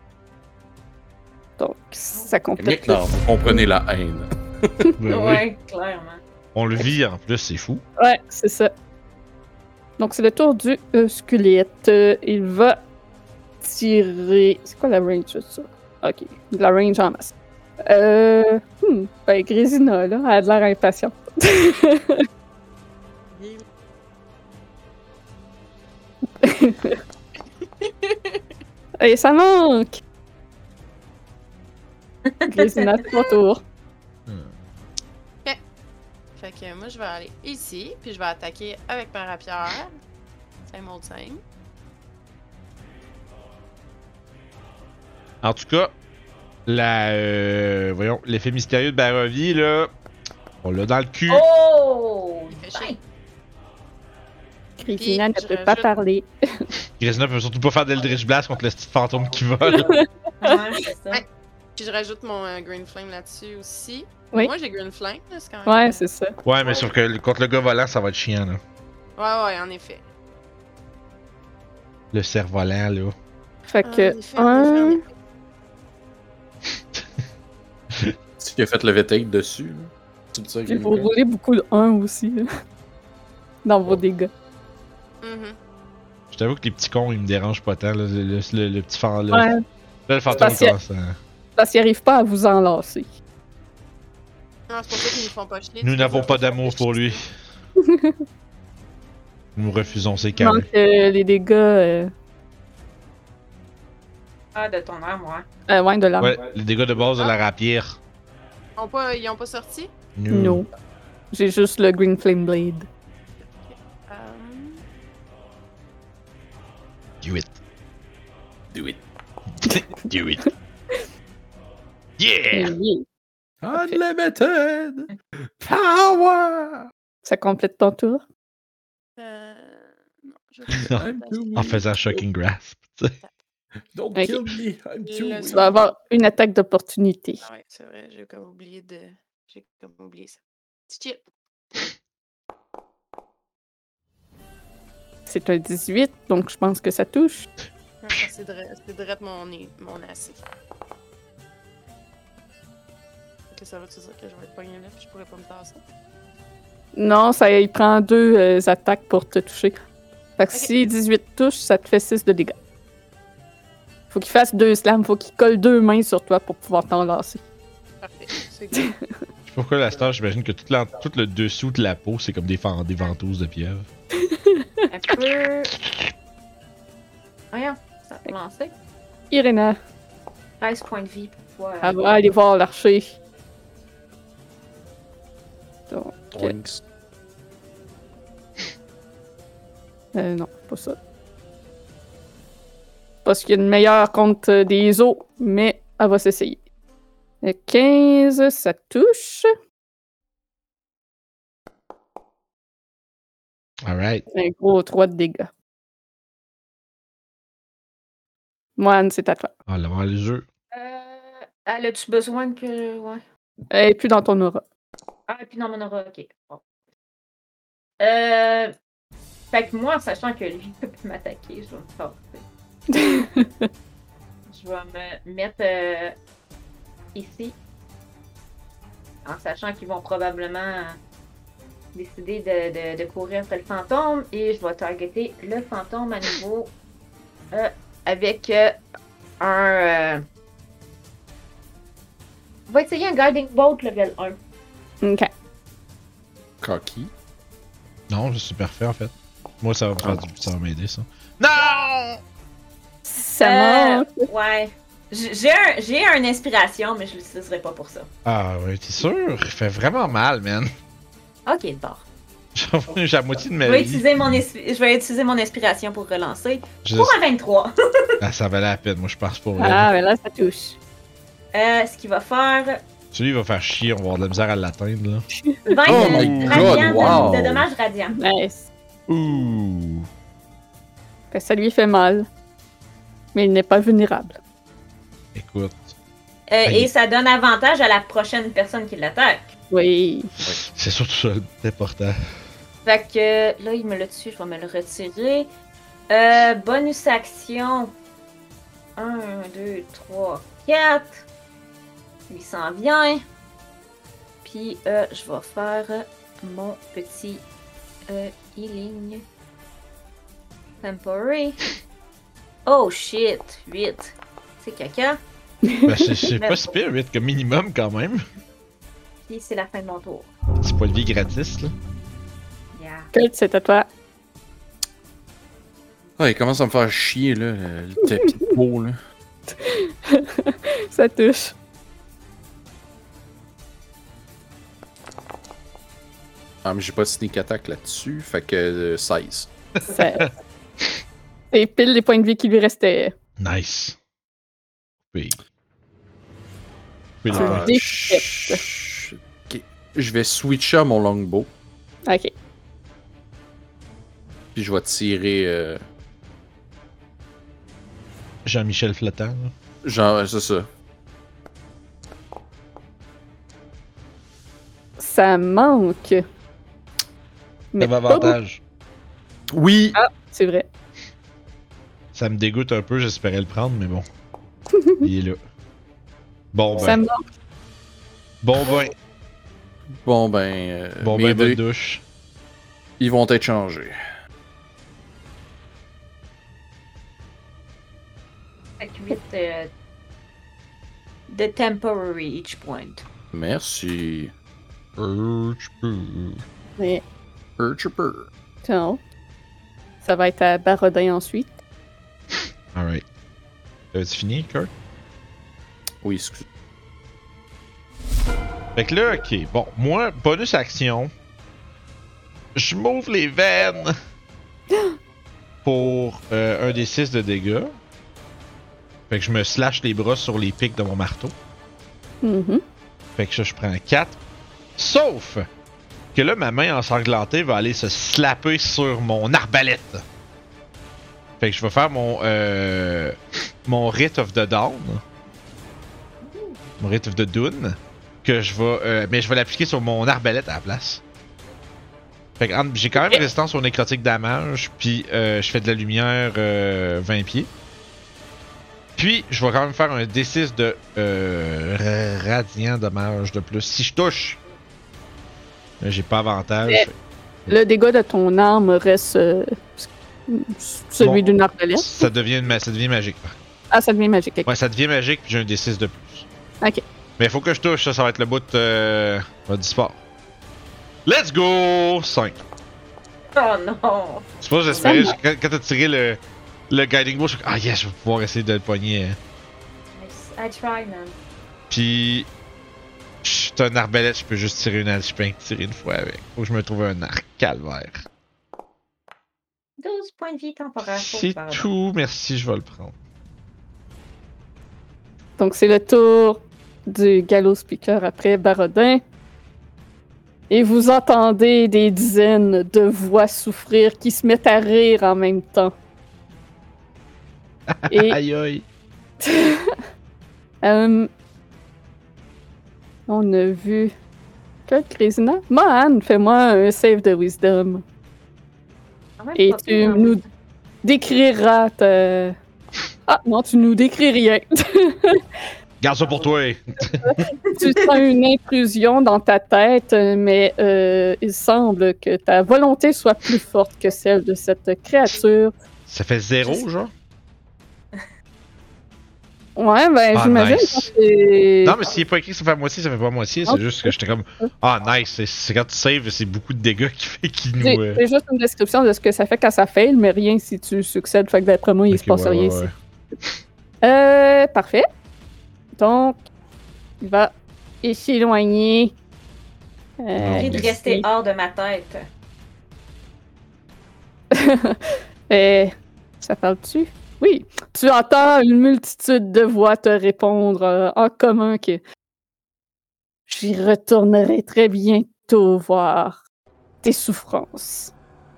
Donc ça mais complète. non, vous comprenez la haine. Ouais, oui. Ouais, clairement. On le vit en plus, c'est fou. Ouais, c'est ça. Donc c'est le tour du squelette. Il va tirer. C'est quoi la range de ça? Ok, de la range en masse. Ben Grésina, là, elle a de l'air impatiente. Et ça manque! Grésina, 3 tours. Fait que moi, je vais aller ici, puis je vais attaquer avec ma rapière. C'est mon 5. En tout cas, voyons, l'effet mystérieux de Barovie, là, on l'a dans le cul. Oh! Il fait chier. Grésina ne Puis, je peut pas rajoute- parler. Grisina peut surtout pas faire d'Eldritch Blast contre le petit fantôme qui vole. Ouais, c'est ça. Ouais. Puis je rajoute mon Green Flame là-dessus aussi. Oui. Moi, j'ai Green Flame, là, c'est quand même... Ouais, c'est ça. Ouais, mais sauf que contre le gars volant, ça va être chiant, là. Ouais, en effet. Le cerf-volant, là. Fait En que effet, en effet. C'est qui a fait le V-Take dessus, là. C'est ça que Puis vous roulez beaucoup de 1 aussi, là, dans vos dégâts. Mhm. Je t'avoue que les petits cons, ils me dérangent pas tant, là. Le petit fantôme. Ouais, Là, le fantôme parce qu'il y a- commence à... parce qu'ils n'arrivent pas à vous enlacer. Non, c'est pour ça qu'ils nous font pas chier. Nous tu n'avons sais, pas ça. d'amour pour lui. Nous refusons ses Il câbles. manque les dégâts, Ah, de ton arme, ouais. ouais, de l'arme. Ouais, les dégâts de base de la rapière. Ils ont pas sorti? Non. J'ai juste le Green Flame Blade. Do it. Do it. Do it. Yeah! Yeah. Unlimited power! Ça complète ton tour. Non, je I'm too En weak. faisant Shocking Grasp. Don't Ok. kill me, I'm too Le- Tu weak. vas avoir une attaque d'opportunité. Ah ouais, c'est vrai, j'ai comme oublié ça. Petit chip. C'est un 18, donc je pense que ça touche. Ah, c'est direct mon AC. Ok, ça veut-tu dire que je vais être pogné là puis je pourrais pas me tasser? Non, il prend 2 attaques pour te toucher. Fait que Ok. si 18 touche, ça te fait 6 de dégâts. Faut qu'il fasse 2 slams, faut qu'il colle 2 mains sur toi pour pouvoir t'enlacer. Parfait, c'est good. Je sais pas pourquoi la star, j'imagine que tout le dessous de la peau, c'est comme des ventouses de pieuvre. Un peu. Voyons, ça peut lancer. Irena, 13 points de vie pour pouvoir. elle va aller voir l'archer. Donc, Twinks. non, pas ça. Parce qu'il y a une meilleure contre des os, mais elle va s'essayer. 15, ça touche. Alright. Un gros 3 de dégâts. Moine, c'est à toi. On va voir le jeu. Elle a-tu besoin que. Ouais. Elle est plus dans ton aura. Ah, et puis non, mon aura, ok. Bon. Fait que moi, sachant que lui peut m'attaquer, je vais me forcer. Je vais me mettre ici. En sachant qu'ils vont probablement décider de courir après le fantôme. Et je vais targeter le fantôme à nouveau avec un. On va essayer un Guiding Bolt level 1. Ok. Cocky. Non, je suis parfait en fait. Moi, ça va me faire ça va m'aider ça. Non! Ça manque. Ouais. J'ai une inspiration, mais je l'utiliserai pas pour ça. Ah ouais, t'es sûr? Il fait vraiment mal, man. Ok, d'accord. J'ai la moitié de ma Je vais vie. utiliser mon inspiration pour relancer. Je- Pour un 23. Ah, ça valait la peine, moi je pense pour Ah, mais là, ça touche. Ce qu'il va faire Celui il va faire chier, on va avoir de la misère à l'atteindre là. 20 Oh my radiant God, wow. de dommages radiants. Nice. Ouh. Fait que ça lui fait mal. Mais il n'est pas vulnérable. Écoute. Et ça donne avantage à la prochaine personne qui l'attaque. Oui. C'est surtout ça l'important. Fait que là, il me l'a dessus, je vais me le retirer. Bonus action. 1, 2, 3, 4. Il s'en vient. Puis je vais faire mon petit healing. Temporary. Oh shit, 8. C'est caca. Ben, c'est pas si pire, 8 comme minimum quand même. Puis c'est la fin de mon tour. C'est pas de vie gratis là. Yeah. Kurt, c'est à toi. Ah, il commence à me faire chier, là, le tapis de peau, là. Ça touche. Ah, mais j'ai pas de sneak attack là-dessus, fait que 16. Ça- C'est pile les points de vie qui lui restaient. Nice. Oui. Oui, Tu là. le déchiquettes. Ok. Je vais switcher à mon longbow, Ok. puis je vais tirer... Jean-Michel Flottant. là. genre, c'est ça. Ça manque. Mais T'avais pas avantage. Oui! beaucoup, c'est vrai. Ça me dégoûte un peu, j'espérais le prendre, mais bon. Il est là. Bon Ça ben. manque. Bon ben. Bon ben... Bon mes ben, bonne dés, douche. ils vont être changés. Fait que 8 de temporary each point. Merci. Mais Chipper. non. Ça va être à Barodin ensuite. Alright. T'as-tu fini, Kurt? Oui, excuse. Fait que là, ok. Bon, moi, bonus action. Je m'ouvre les veines pour un des 6 de dégâts. Fait que je me slash les bras sur les pics de mon marteau. Mhm. Fait que ça, je prends 4. Sauf que là, ma main ensanglantée va aller se slapper sur mon arbalète. Fait que je vais faire mon Rite of the Dawn. Mon Rite of the Dawn. Que je vais. Mais je vais l'appliquer sur mon arbalète à la place. Fait que j'ai quand même résistance au nécrotique damage. Puis je fais de la lumière 20 pieds. Puis, je vais quand même faire un D6 de radiant dommage de plus. Si je touche, là, j'ai pas avantage. Mais- Le dégât de ton arme reste celui Bon. d'une arbalète. Ça devient magique. Ah, ça devient magique. Ok. Ouais, ça devient magique, puis j'ai un D6 de plus. Ok. Mais il faut que je touche, ça va être le bout du sport. Let's go! 5. Oh non! C'est pas, j'espérais, Ça quand t'as tiré le guiding bow, je suis comme, ah yes, je vais pouvoir essayer de le pogner. I try, man. Puis, je suis un arbalète, je peux juste tirer je peux tirer une fois avec. Faut que je me trouve un arc calvaire. 12 points de vie temporaire. C'est tout, merci, je vais le prendre. Donc, c'est le tour du Gallows Speaker après Barodin. Et vous entendez des dizaines de voix souffrir qui se mettent à rire en même temps. Et Aïe aïe. on a vu que Grisina. Mohan, fais-moi un save de wisdom. Et tu nous décriras ta... Ah non, tu nous décris rien. Garde ça pour toi. Tu sens une intrusion dans ta tête, mais il semble que ta volonté soit plus forte que celle de cette créature. Ça fait 0, genre? Ouais, ben Ah, j'imagine nice. que c'est... Non, mais s'il est pas écrit que ça fait moitié, ça fait pas moitié. C'est Ok. juste que j'étais comme. Ah, nice. C'est quand tu saves, c'est beaucoup de dégâts qui fait qu'il nous. C'est juste une description de ce que ça fait quand ça fail, mais rien si tu succèdes. Fait que d'après moi, il Ok, se passe ouais, rien ouais, ici. Parfait. Donc, il va s'éloigner. J'ai de ici. rester hors de ma tête. Ça parle-tu? Oui. Tu entends une multitude de voix te répondre en commun que j'y retournerai très bientôt voir tes souffrances.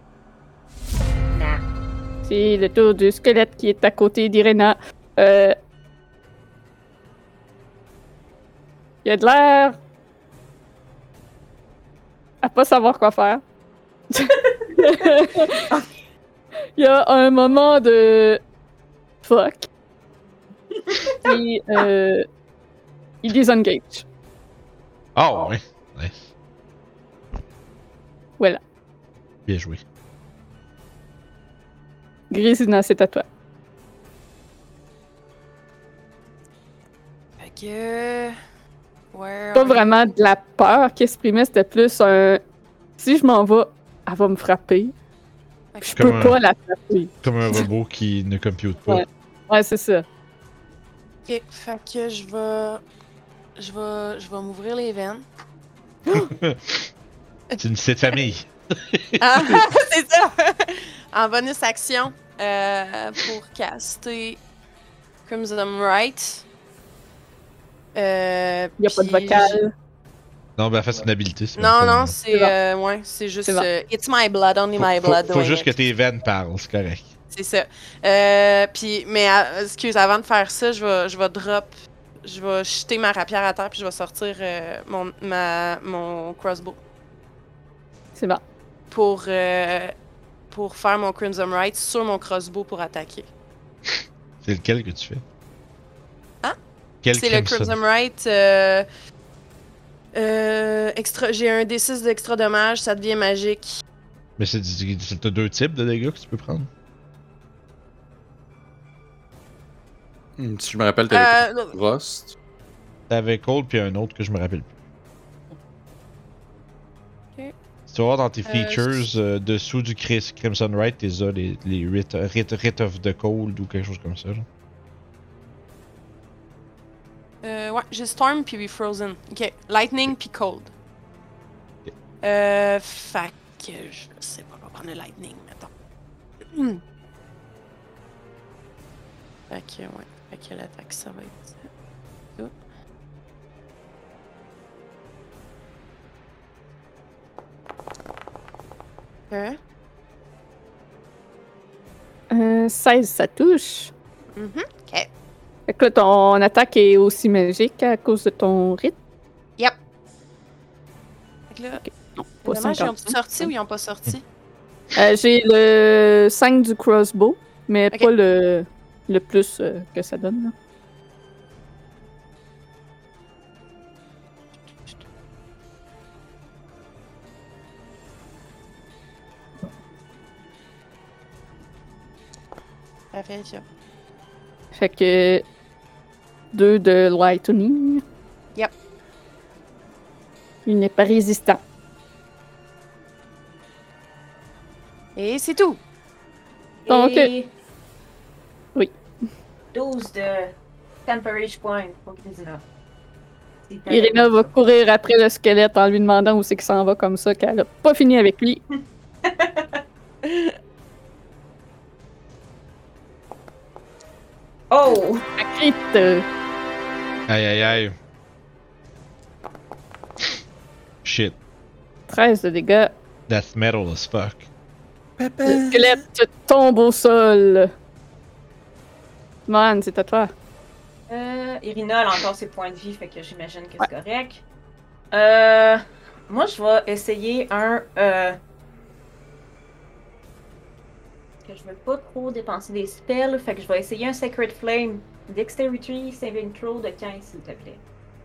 Nah. C'est le tour du squelette qui est à côté d'Irena. Il y a de l'air à pas savoir quoi faire. Il y a un moment de fuck. Et il désengage. Oh, ouais. Nice. Voilà. Bien joué. Grisina, c'est à toi. Fait que. Where Pas are we? vraiment de la peur qui exprimait, c'était plus un. Si je m'en vais, elle va me frapper. Je Comme peux un- pas la frapper. Comme un robot qui ne compute pas. Ouais. Ouais, c'est ça. Ok, fait que je vais m'ouvrir les veines. C'est une petite famille. Ah, c'est ça! En bonus action, pour caster Crimson Right. Il n'y a pas de puis vocal. Non, ben, en fait, c'est une habilité. c'est Non, même pas- non, c'est ouais, c'est juste C'est bon. It's my blood, only my blood. Faut doing juste que it. tes veines parlent, c'est correct. C'est ça. Puis, mais excuse, avant de faire ça, je vais drop, je vais jeter ma rapière à terre puis je vais sortir mon crossbow C'est bon. pour faire mon Crimson Right sur mon crossbow pour attaquer. C'est lequel que tu fais? Hein? Quel C'est le Crimson Right. J'ai un D6 d'extra dommage, ça devient magique. Mais t'as deux types de dégâts que tu peux prendre. Si je me rappelle, t'avais Non, Frost. T'avais Cold puis un autre que je me rappelle plus. Ok. Si tu vas voir dans tes features, dessous du Crimson Right, t'es les Rite of the Cold ou quelque chose comme ça. Là. ouais, j'ai Storm puis Frozen. Ok, Lightning puis Cold. Ok. Fait que je sais pas, on va prendre le Lightning, mettons. Fait que, ouais. Fait que l'attaque, ça va être ça. Ok. 16, ça touche. Ok. Fait que là, ton attaque est aussi magique à cause de ton rythme. Fait que là, Non, c'est pas dommage, ils ont 50. sorti ou ils ont pas sorti? J'ai le 5 du crossbow, mais Ok. pas le plus que ça donne. Là. Parfait, ça. Fait que 2 de lightning. Yep. Il n'est pas résistant. Et c'est tout! Donc, Et oui. 12 de Temperage Point pour Grisina. Irina va courir après le squelette en lui demandant où c'est qu'il s'en va comme ça, qu'elle a pas fini avec lui. Oh! La crit, Aïe aïe aïe. Shit. 13 de dégâts. That's metal as fuck. Le squelette tombe au sol. Man, c'est à toi. Irina a encore ses points de vie, fait que j'imagine que c'est correct. Moi, je vais essayer un... que je veux pas trop dépenser des spells, fait que je vais essayer un Sacred Flame. Dexterity Saving Throw de 15, s'il te plaît.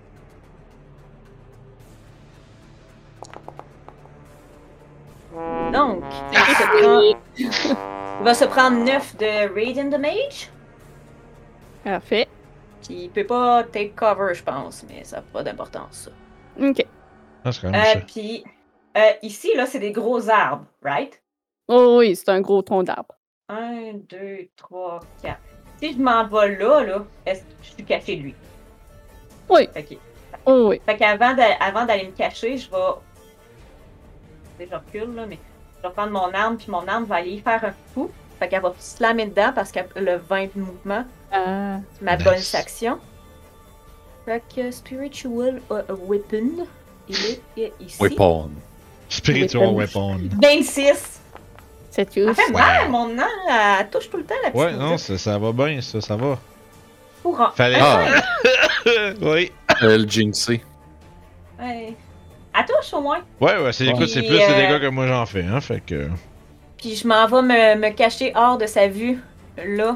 Donc, il va se prendre 9 de Radiant Damage. Parfait. Puis il peut pas take cover, je pense, mais ça n'a pas d'importance, ça. Ok. Ah, c'est quand même ça. Puis ici, là, c'est des gros arbres, right? Oh oui, c'est un gros tronc d'arbre. 1, 2, 3, 4. Si je m'en vais là, est-ce que je suis caché de lui? Oui. Ok. Oh oui. Fait qu'avant avant d'aller me cacher, je vais... Je recule, là, mais je vais prendre mon arme, puis mon arme va aller y faire un coup. Fait qu'elle va slammer dedans parce qu'elle a le 20 de mouvement. Ah. C'est ma Nice. bonus action. Fait que Spiritual Weapon, il est ici. Weapon. Spiritual weapon. 26! C'est tout. Elle fait mal, mon arme, elle touche tout le temps la petite. Ouais, non, ça va bien, ça va. Courant. Fallait. Ah, Oui. le jinxé. Ouais. Elle touche au moins. Ouais, c'est écoute, c'est plus Puis, de dégâts que moi j'en fais, hein, fait que. Puis je m'en vais me cacher hors de sa vue. Là.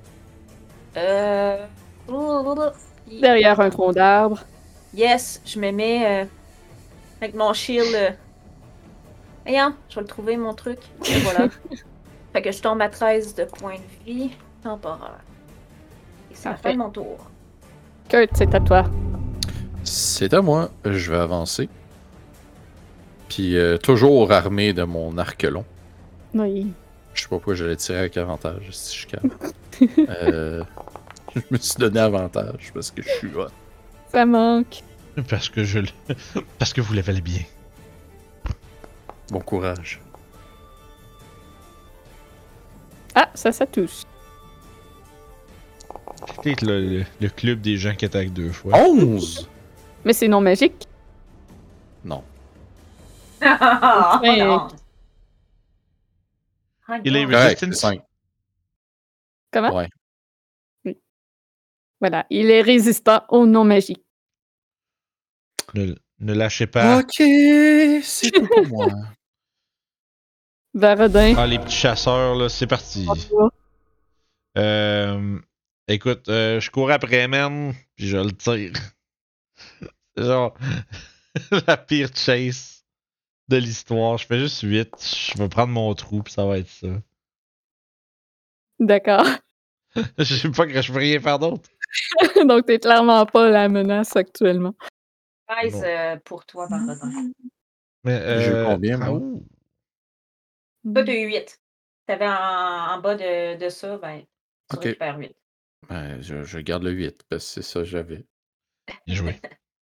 Derrière un tronc d'arbre. Yes, je me mets avec mon shield. Voyons, je vais le trouver mon truc. Et voilà. Fait que je tombe à 13 de points de vie temporaire. Et c'est la fin de mon tour. Kurt, c'est à toi. C'est à moi. Je vais avancer. Puis toujours armé de mon arc long. Oui. Je sais pas pourquoi j'allais tirer avec avantage si je calme. Je me suis donné avantage parce que je suis hot. Ça manque. Parce que parce que vous l'avez bien. Bon courage. Ah, ça touche. Peut-être le club des gens qui attaquent 2 fois. 11! Mais c'est non magique. Non. Ouais. non. Il est Correct, resistant. c'est 5. Comment? Ouais. Oui. Voilà, il est résistant aux non magiques. Ne lâchez pas. Ok, c'est tout pour moi. Varadin. Ah, les petits chasseurs, là, c'est parti. Écoute, je cours après man, puis je le tire. C'est genre la pire chase de l'histoire. Je fais juste 8. Je vais prendre mon trou, puis ça va être ça. D'accord. Je sais pas que je peux rien faire d'autre. Donc, t'es clairement pas la menace actuellement. 13 pour toi, Barbadin. Mais, J'ai eu combien, moi? ouh. Toi, t'as eu 8. T'avais en bas de ça, ben, tu Ok. récupères 8. Ben, je garde le 8 parce que c'est ça que j'avais. Bien joué.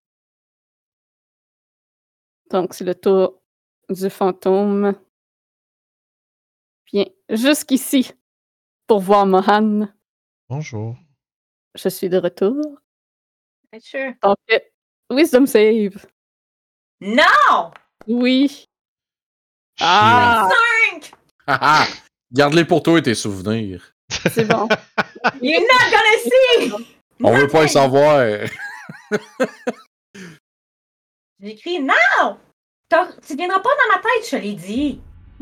Donc, c'est le tour du fantôme. Viens jusqu'ici pour voir Mohan. Bonjour. Je suis de retour. Être sûr. Donc, Wisdom save. Non! Oui. Ah, 5! Haha! Garde-les pour toi et tes souvenirs. c'est bon. You're not gonna see! On veut pas y savoir. J'écris non! Tu viendras pas dans ma tête, je te l'ai dit.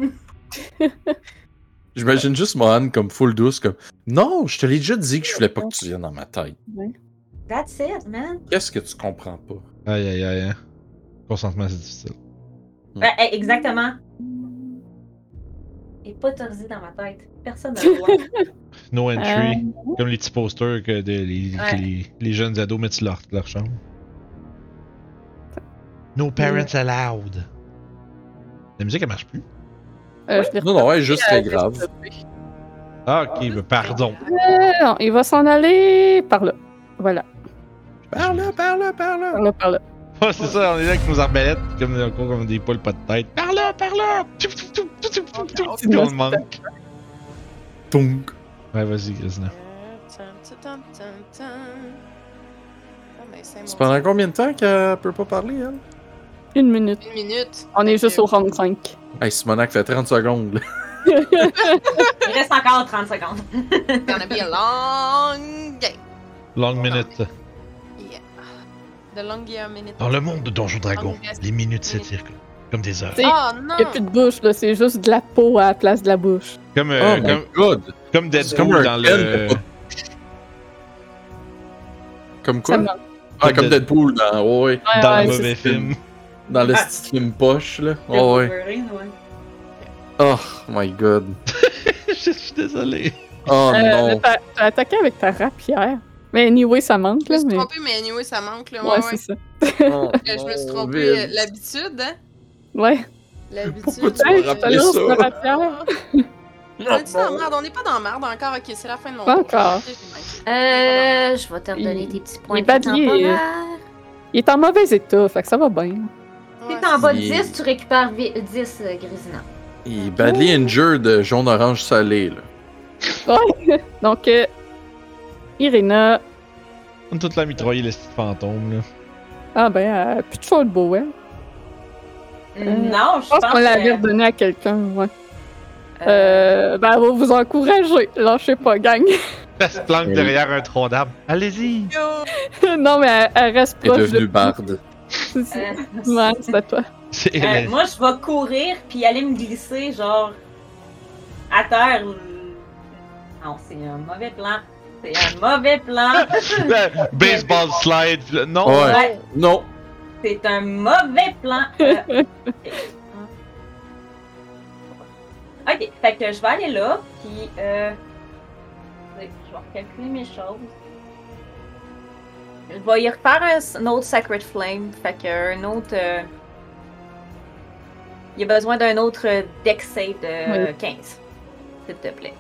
J'imagine juste Mohan comme full douce, comme non, je te l'ai déjà dit que je voulais pas que tu viennes dans ma tête. That's it, man. Qu'est-ce que tu comprends pas? Aïe aïe aïe. Hein. Consentement, c'est difficile. Exactement. Il est pas autorisé dans ma tête. Personne ne le voit. No entry. Comme les petits posters que Ouais. les jeunes ados mettent sur leur chambre. No parents allowed. La musique, elle marche plus. Je l'ai Non, ouais, juste très grave. Ah, ok, ben pardon. Non, il va s'en aller par là. Voilà. Par là. Par là. Ouais, c'est ça, on est là avec nos arbalètes, comme des poules pas de tête. Par là, par là! On le manque. Tonk. Ouais, vas-y, Grisna. mais C'est pendant combien de temps qu'elle peut pas parler, elle? 1 minute. 1 minute. On est juste au round 5. Hey, Simonac fait 30 secondes, là. Il reste encore 30 secondes. Gonna be a long game. Long minute. Yeah. The long year minute. Dans le monde de Donjon Dragon, les minutes s'étirent comme des heures. C'est- Oh non! Il n'y a plus de bouche, là, c'est juste de la peau à la place de la bouche. Comme, Oh my god! comme C'est comme Deadpool un dans Ken, le. mais pas- Comme Ça quoi? me- Ah, comme Deadpool dans... Ouais, Ouais, dans ouais, le c'est mauvais ça. film. dans le Ah. style film poche, là. Le Oh, ouais. Wolverine, ouais. Oh my god. Je suis désolé. Oh Mais non. t'as attaqué avec ta rapière. Mais anyway, ça manque, Je me là. suis Mais... trompée, mais anyway, ça manque, là. Ouais, Ouais, c'est ça. Oh, Je me suis non, trompée. Vince. L'habitude, hein? Ouais. L'habitude. Pourquoi tu Hey, m'as je te rappelé lance ça? la rapière. On est dans la merde? On n'est pas dans la merde encore. Ok, c'est la fin de mon Pas tour. encore. Ok, j'ai manqué. Je vais te redonner tes petits points il de est badlier, temporaire. Il est en mauvais état, fait que ça va bien. Si Ouais, t'es en bas de Il- 10, tu récupères 10 Grisina. Il est badly injured jaune-orange salé, là. Ouais. Donc, Irina. On a toute la mitrailler, les petits fantômes, là. Ah ben, elle a plus de short bow, hein. Non, Je pense qu'on l'avait redonné à quelqu'un, ouais. Ben, elle va vous encourager. Lâchez pas, gang. Elle se planque derrière un tronc d'arbre. Allez-y! Yo! Non, mais elle reste Il est proche devenu de... barde. Ouais, c'est à toi. C'est Moi, je vais courir puis aller me glisser, genre, à terre. Non, c'est un mauvais plan. C'est un mauvais plan. Baseball slide. Non! Ouais. Ouais, Non. c'est un mauvais plan. Ok, fait que je vais aller là, puis je vais recalculer mes choses. Je vais y refaire un autre Sacred Flame, fait que un autre. Il y a besoin d'un autre deck save de Oui. 15, s'il te plaît.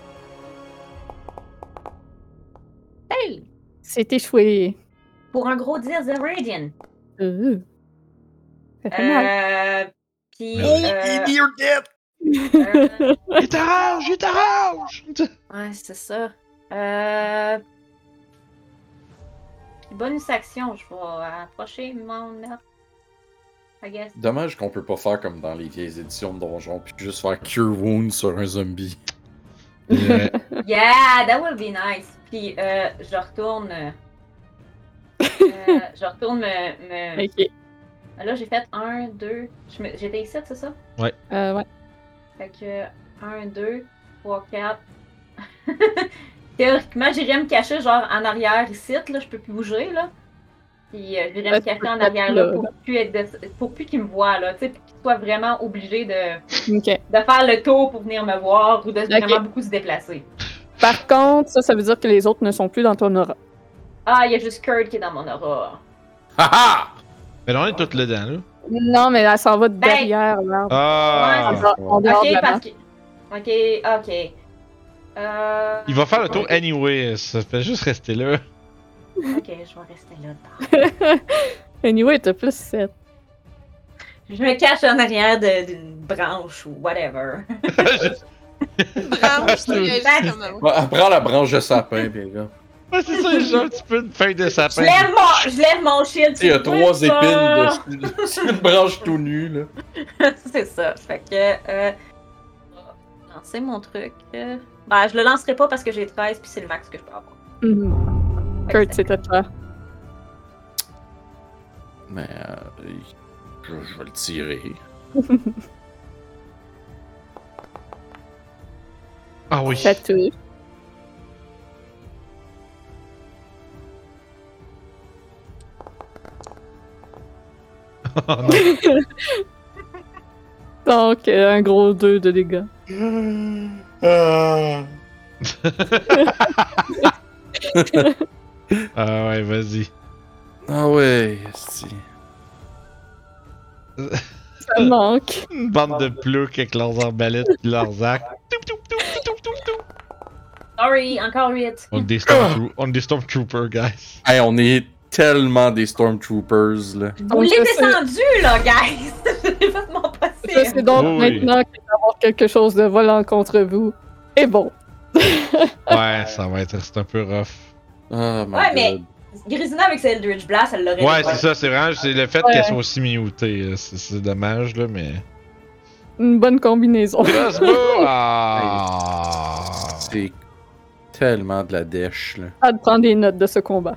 Hey! C'est échoué. Pour un gros 10 de Radiant. Ça fait mal. Puis. near death! Il t'arrange! Il t'arrange! Ouais, c'est ça. Bonus action, je vais approcher mon arc. I guess. Dommage qu'on peut pas faire comme dans les vieilles éditions de Donjon, puis juste faire Cure Wound sur un zombie. Yeah. Yeah, that would be nice. Puis je retourne. Je retourne me. Ok. Là, j'ai fait 1, 2. J'étais ici, c'est ça? Ouais. Fait que 1, 2, 3, 4. Théoriquement, j'irais me cacher genre en arrière ici, là, je peux plus bouger là. Puis j'irais me cacher en arrière là pour plus qu'il me voie là, tu sais, pour qu'il soit vraiment obligé de Ok. faire le tour pour venir me voir ou de vraiment beaucoup se déplacer. Par contre, ça veut dire que les autres ne sont plus dans ton aura. Ah, il y a juste Kurt qui est dans mon aura. Haha! Mais là, on est toutes là dedans, là. Non, mais elle s'en va derrière l'arbre. Ah! Ouais, En dehors de Ok, la parce map. que. Ok. Il va faire le tour anyway, ça fait juste rester là. Ok, je vais rester là. Anyway, t'as plus 7. Je me cache en arrière d'une branche ou whatever. Branche, tu réagis comme un- Ouais, prends la branche de sapin, puis là. Ouais, c'est ça, genre un petit peu de feuille de Je sapin. lève mon shield. Il y a tu vois 3 ça? épines de... sur une branche tout nue, là. C'est ça. Fait que. Je vais lancer mon truc. Ben, je le lancerai pas parce que j'ai 13 puis c'est le max que je peux avoir. Fait que Kurt, c'est à toi. Mais je vais le tirer. Ah oui. Ça touche. Oh non. Donc, un gros 2 de dégâts. Ah ouais, vas-y. Ah ouais, si. Ça manque. Une bande de ploucs avec leurs arbalètes et leurs arcs. Sorry, encore 8. On est des Stormtroopers, guys. Hey, on est tellement des Stormtroopers, là. Vous Donc, l'avez ça, c'est- descendu, là, guys! J'ai fait mon Ça, possible. c'est donc Oui, oui. maintenant qu'il va y avoir quelque chose de volant contre vous. Et bon. Ouais, ça va être c'est un peu rough. Oh my Ouais, mais- god. Grisina avec sa Eldritch Blast, elle l'aurait Ouais, fait. c'est ça, c'est vraiment c'est le fait Ouais. qu'elle soit aussi mutée. C'est dommage, là, mais. Une bonne combinaison. Crossbow! Ah! C'est tellement de la dèche, là. Hâte de prendre des notes de ce combat.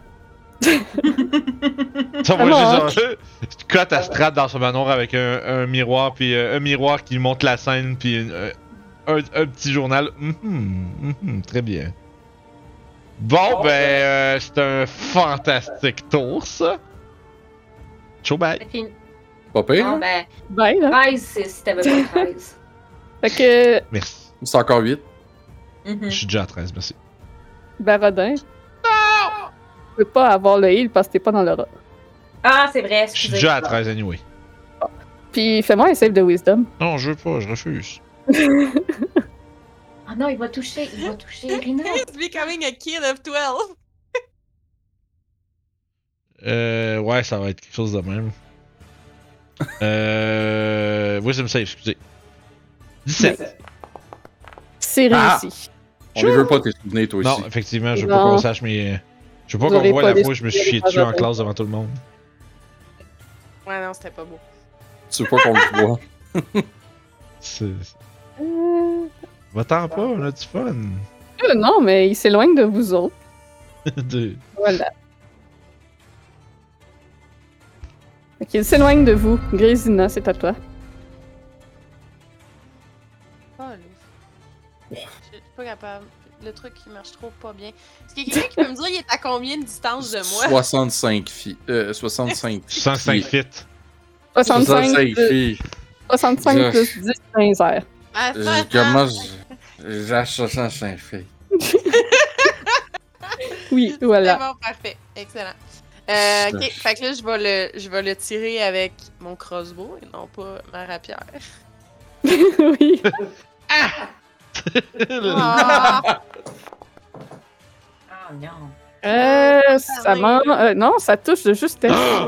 Ça, Ah moi, non, j'ai genre. Cote à Strat dans son manoir avec un miroir, puis un miroir qui montre la scène, puis un petit journal. Très bien. Bon, ben, c'est un fantastique tour, ça. Ciao, bye. C'est fini. Pas pire, Bon, hein? ben, Bye, là. 13, si t'avais pas 13. Fait que, Merci. C'est encore 8. Je suis déjà à 13, merci. Barodin. Tu peux pas avoir le heal parce que t'es pas dans l'aura. Ah, c'est vrai, Je suis excusez. déjà à 13 anyway. Puis fais-moi un save de wisdom. Non, je veux pas, je refuse. Ah non, il va toucher Rina. He's becoming a kid of 12. Ouais, ça va être quelque chose de même. Wisdom save, excusez. 17. C'est Ah! réussi. On ne veut pas tes souvenirs, toi aussi. Non, effectivement, je veux pas Non. qu'on sache mes. Je veux pas Vous qu'on aurez voit pas la les fois où je me suis souvenirs chié dessus en de classe devant tout le monde. Ouais, non, c'était pas beau. Tu veux pas qu'on le voit. C'est. Euh, Va-t'en pas, on a du fun. non, mais il s'éloigne de vous autres. De- Voilà. Ok, il s'éloigne de vous. Grésina, c'est à toi. Oh, là. Je suis pas capable. Le truc, il marche trop pas bien. Est-ce qu'il y a quelqu'un qui peut me dire il est à combien de distance de moi? 65 filles. 65 105 filles. feet. 65, filles. 65 Je- plus 10, 15 heures. Comment j'ai 65 filles? Oui, C'est voilà. bon, parfait. Excellent. Ok, fait que là, je vais le tirer avec mon crossbow et non pas ma rapière. Oui. Ah! Ah non. Ça non, ça touche de justesse.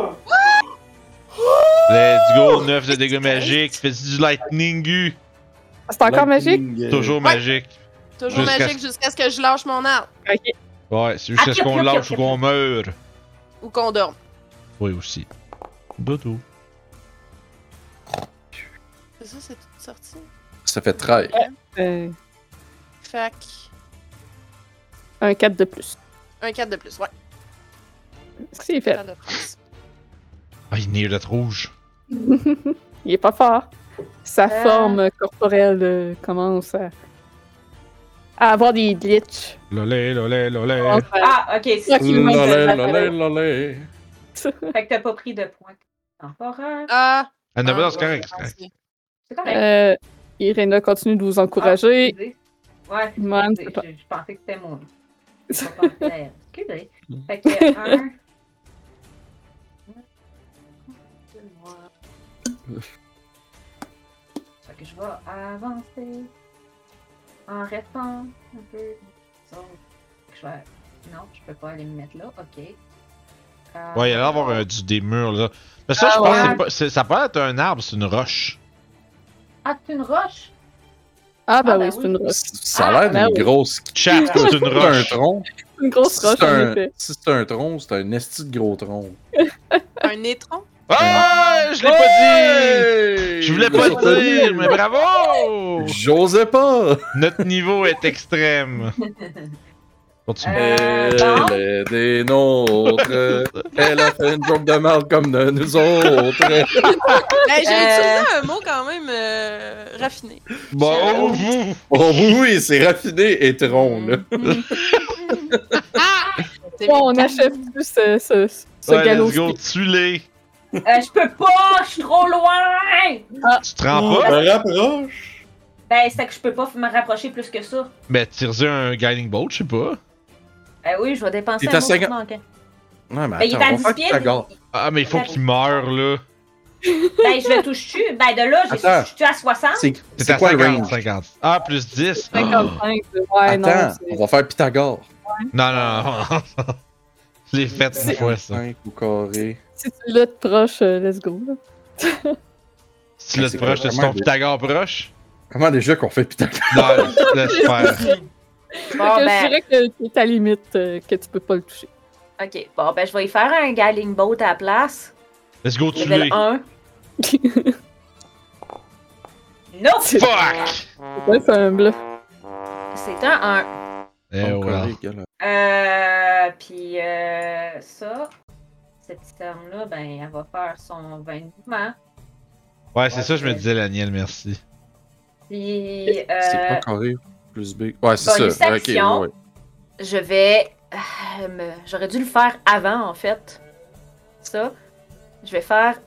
Let's go, 9 de dégâts magiques. Fais du lightning. C'est encore magique? Toujours magique. Toujours Jusqu'à- magique jusqu'à ce que je lâche mon arme. Ok. Ouais, c'est jusqu'à ce qu'on lâche ou qu'on meurt. Ou qu'on dorme. Oui, aussi. Dodo. C'est ça, c'est tout sorti. Ça fait 13. Fait que Un 4 de plus. un 4 de plus, ouais. C'est fait. 4 de plus. Ah, il est d'être rouge. Il est pas fort. Sa forme corporelle commence à avoir des glitches. Lolé, lolé, lolé. Commence à- Ah, ok. c'est- Tranquillement, Lolé, ça- lolé, lolé. Fait que t'as pas pris de points temporaires. Ah! Ah, non, mais non, Ah, c'est correct. ouais, c'est correct. C'est correct. Irena continue de vous Ah, encourager. excusez. Ouais, Man, excusez, c'est pas- je pensais que c'était mon. J'ai pas pensé à elle. Excusez. Fait que 1. Fait que je vais avancer en restant un peu. Ça. Je vais... Non, je peux pas aller me mettre là. Ok. Ouais, il a l'air d'avoir des murs là. Mais ça, je Ah, pense ouais. que c'est pas- ça peut être un arbre, c'est une roche. Ah, c'est une roche? Ah, bah Ah, oui, ben c'est oui. une roche. Ça a l'air ben d'une oui. grosse. Shaft, c'est une C'est un roche. tronc. Une grosse roche, en effet. Si c'est un tronc, c'est un esti de gros tronc. Un étron? Ah, je l'ai pas dit! Je voulais pas le dire, mais bravo! J'osais pas! Notre niveau est extrême. Continue. Bon. Elle est des nôtres. Elle a fait une joke de mal comme de nous autres. Ben, j'ai utilisé un mot quand même raffiné. Bon, vous! Oh oui, c'est raffiné et tronc, là. C'est Bon, on bien. achève plus ce Ouais, galop. let's go, tue-les! Je peux pas, je suis trop loin! Tu te rends On pas? me rapproche. Ben, c'est que je peux pas me rapprocher plus que ça. Ben, tire-y un guiding bolt, je sais pas. Ben oui, je vais dépenser Il est à un mot 50. qui manquait. Ouais, mais Ben, il attends, est à on 10 va faire pieds. Pythagore. Ah, mais il faut qu'il meure, là. Ben, je le touche-tu. Ben, de là, Attends. je suis à 60. C'est C'est c'est à quoi le 50, range? 50. Ah, plus 10. 55. Ouais, non. Attends, c'est- on va faire Pythagore. Non, non, non. Je l'ai fait une fois, ça. 5 au carré. Si tu l'as de proche, let's go. Là. Si tu l'as C'est proche, t'as-tu vraiment ton Pythagore proche? Comment déjà qu'on fait Pythagore? Non, laisse faire. Bon, je ben, dirais que c'est ta limite, que tu peux pas le toucher. Ok, bon, ben je vais y faire un Guiding Boat à la place. Let's go Level tuer. 1. Non! C'est Fuck! c'est un bluff. C'est un 1. Eh ouais. Puis ça, cette petite arme-là, ben, elle va faire son 20 mouvements. Ouais, c'est ça, je me disais, Laniel, merci. Puis, C'est pas carré plus big. Ouais, c'est bonus ça. Ok, action. ouais. Je vais. J'aurais dû le faire avant, en fait. Ça. Je vais faire.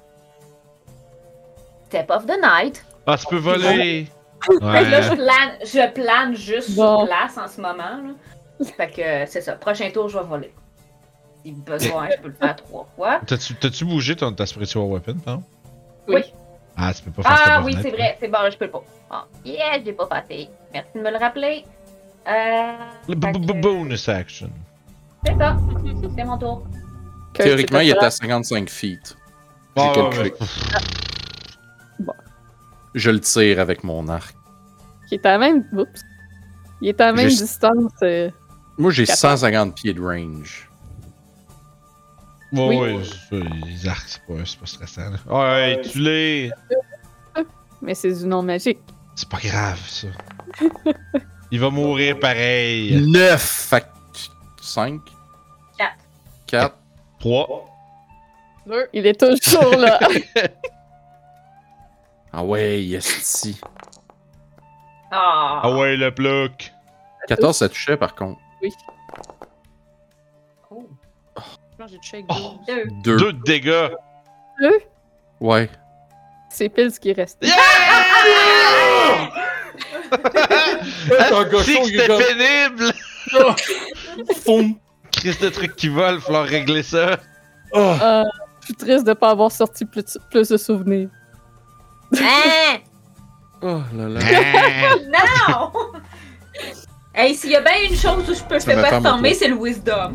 Step of the Night. Ah, tu peux voler! Fait que là, Ouais. je plane juste Bon. sur place en ce moment. Là. Fait que c'est ça. Prochain tour, je vais voler. Si besoin, je peux le faire 3 fois. T'as-tu bougé ta spiritual weapon, par exemple? Oui. Ah, tu peux pas faire Step Ah of oui, Night, c'est vrai. C'est bon, je peux pas. Ah, yeah, je l'ai pas passé. Merci de me le rappeler. Le Fait que- bonus action. C'est ça. C'est mon tour. Théoriquement, il est à 55 feet. J'ai Ah, calculé. Bon. Je le tire avec mon arc. Il est à la même. Oups. Il est à la même Juste- distance. Moi, j'ai 4. 150 pieds de range. Ouais, Oui. ouais, c'est ça, les arcs, c'est pas stressant. Là. Ouais, tu l'es! Mais c'est du non magique. C'est pas grave, ça. Il va mourir pareil. 9! Fait 5? 4. 4. 3. Il est toujours là. Ah ouais, yes. Ah. Ah ouais, le bloc. 14, ça touchait par contre. Oh. Non, j'ai touché avec Oh. 12. 2. 2 de dégâts. Ouais. C'est pile ce qui reste. Yeah! Asti que c'était pénible! Foum! Crise de trucs qui volent, falloir régler ça. Oh. Je suis triste de pas avoir sorti plus de souvenirs. Hein? Oh là là. Non! Hey, s'il y a bien une chose où je peux Ça me faire fait mon performer, tour. c'est le wisdom.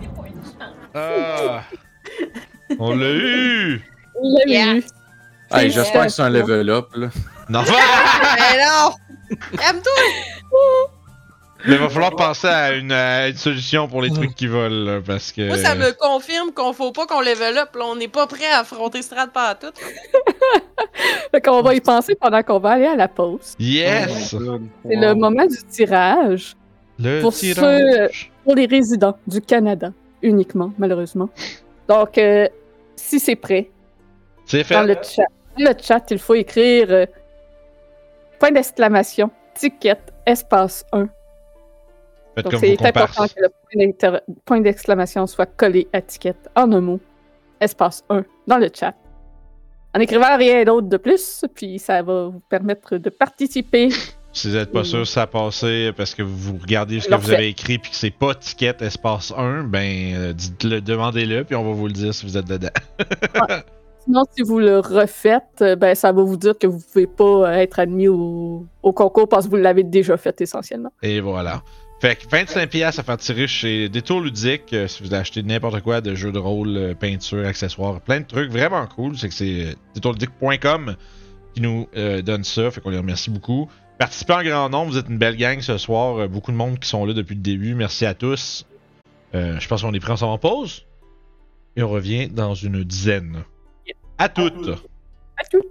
Ah. On l'a eu! Il l'a Yeah. eu. Hey, j'espère que c'est un level up là. Non! Mais non! Aime-toi! Mais il va falloir penser à une solution pour les trucs qui volent, là, parce que... Moi, ça me confirme qu'on faut pas qu'on level up. Là. On n'est pas prêt à affronter Strad par tout. Fait qu'on va y penser pendant qu'on va aller à la pause. Yes! C'est le moment du tirage Le Pour tirage. pour les résidents du Canada uniquement, malheureusement. Donc, si c'est prêt, C'est fait. dans le chat. Dans le chat, il faut écrire point d'exclamation, ticket, espace 1. Faites Donc, comme c'est vos important comparses. que le point d'exclamation soit collé à ticket en un mot, espace 1, dans le chat. En écrivant rien d'autre de plus, puis ça va vous permettre de participer. Si vous n'êtes pas sûr si ça a passé parce que vous regardez ce que Alors, vous avez écrit puis que c'est pas ticket espace 1, ben dites-le, demandez-le puis on va vous le dire si vous êtes dedans. Sinon, si vous le refaites, ben, ça va vous dire que vous pouvez pas être admis au concours parce que vous l'avez déjà fait essentiellement. Et voilà. Fait que 25$ à faire tirer chez Détour Ludique si vous achetez n'importe quoi de jeux de rôle, peinture, accessoires, plein de trucs vraiment cool. C'est que c'est détourludique.com qui nous donne ça. Fait qu'on les remercie beaucoup. Participez en grand nombre, vous êtes une belle gang ce soir. Beaucoup de monde qui sont là depuis le début. Merci à tous. Je pense qu'on est prêts ensemble en pause. Et on revient dans une dizaine. À toutes! À tout.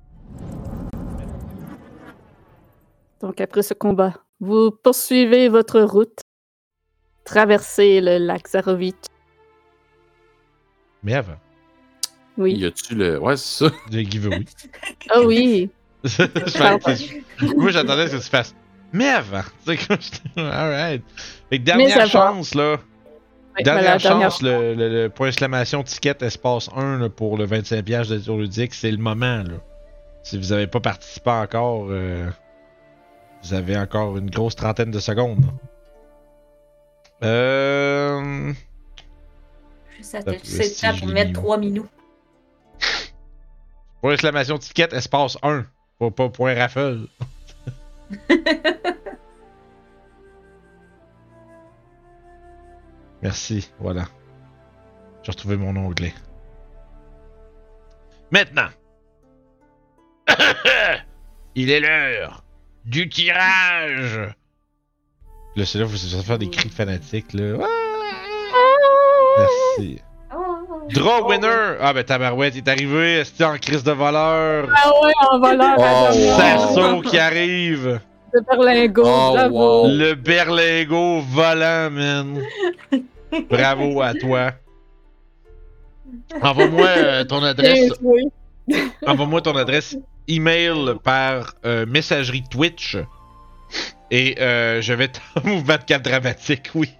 Donc, après ce combat, vous poursuivez votre route, traversez le lac Zarovitch. Mais avant, Oui. Y a-tu le. Ouais, c'est ça. le giveaway. Ah oui. Moi, j'attendais que tu fasses. Mais avant! Tu sais, comme j'étais. Alright. Fait que Mais dernière avant. chance, là. Ouais, Dernière voilà, chance, le point d'exclamation ticket espace 1 là, pour le 25$ de Détour Ludique, c'est le moment, là. Si vous avez pas participé encore, vous avez encore une grosse trentaine de secondes. Ça Ça te c'est si le temps je pour l'ai mettre mis 3 minous. Point d'exclamation ticket espace 1, pas point raffle. Merci, voilà. J'ai retrouvé mon onglet. Maintenant! Il est l'heure du tirage! Là, c'est là, vous allez faire des cris fanatiques, là. Merci. Oh. Draw winner! Ah ben tabarouette, il est arrivé, c'était en crise de voleur. Ah ouais, en voleur à Oh, Sarceau qui arrive! de berlingot, Oh, bravo. wow. Le berlingot volant, man! Bravo à toi. Envoie-moi ton adresse. Bien joué. Envoie-moi ton adresse email par messagerie Twitch. Et je vais mouvement de carte dramatique, oui.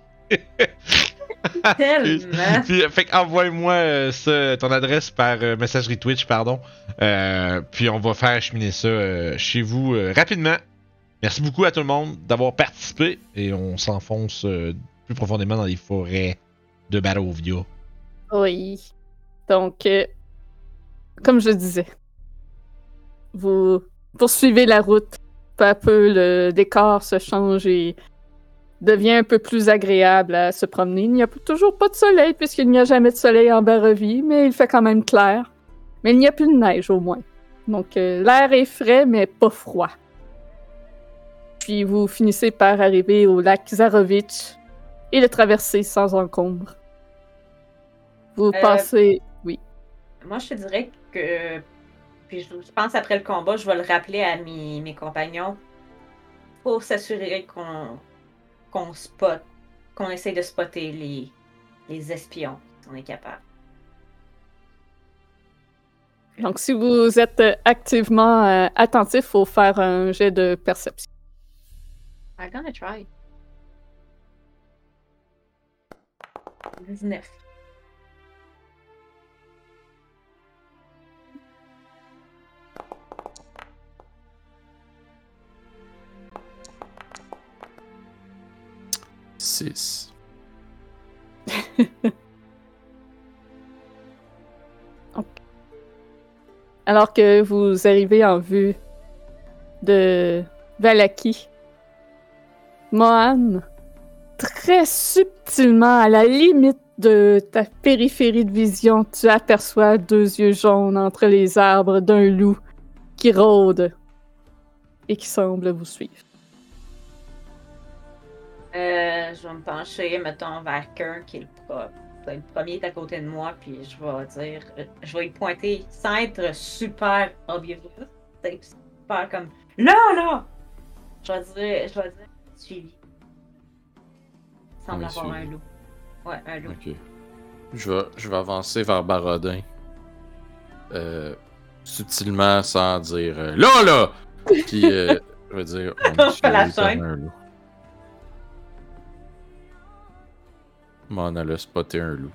Tellement. Fait qu'envoie-moi ton adresse par messagerie Twitch, pardon. Puis on va faire acheminer ça chez vous rapidement. Merci beaucoup à tout le monde d'avoir participé. Et on s'enfonce plus profondément dans les forêts de Barovia. Oui. Donc, comme je disais, vous poursuivez la route. Peu à peu, le décor se change et devient un peu plus agréable à se promener. Il n'y a toujours pas de soleil, puisqu'il n'y a jamais de soleil en Barovie, mais il fait quand même clair. Mais il n'y a plus de neige, au moins. Donc, l'air est frais, mais pas froid. Puis, vous finissez par arriver au lac Zarovitch et le traverser sans encombre. Vous passez... Oui. Moi, je te dirais que. Puis je pense après le combat, je vais le rappeler à mes compagnons pour s'assurer qu'on spot, qu'on essaye de spotter les espions, si on est capable. Donc, si vous êtes activement attentif, il faut faire un jet de perception. I'm gonna try. 19. Six. Alors que vous arrivez en vue de Valaki, Mohan, très subtilement, à la limite de ta périphérie de vision, tu aperçois deux yeux jaunes entre les arbres d'un loup qui rôde et qui semble vous suivre. Je vais me pencher, mettons, vers Kern, qui est le premier est à côté de moi, puis je vais dire, je vais y pointer sans être super obvious, c'est super comme là! Je vais dire, suivi. Il semble avoir suivi. un loup. Ouais, un loup. Ok. Je vais avancer vers Barodin. Subtilement, sans dire là! Puis je vais dire on est Pas la suivi par scène. un loup. On a spoté un loup.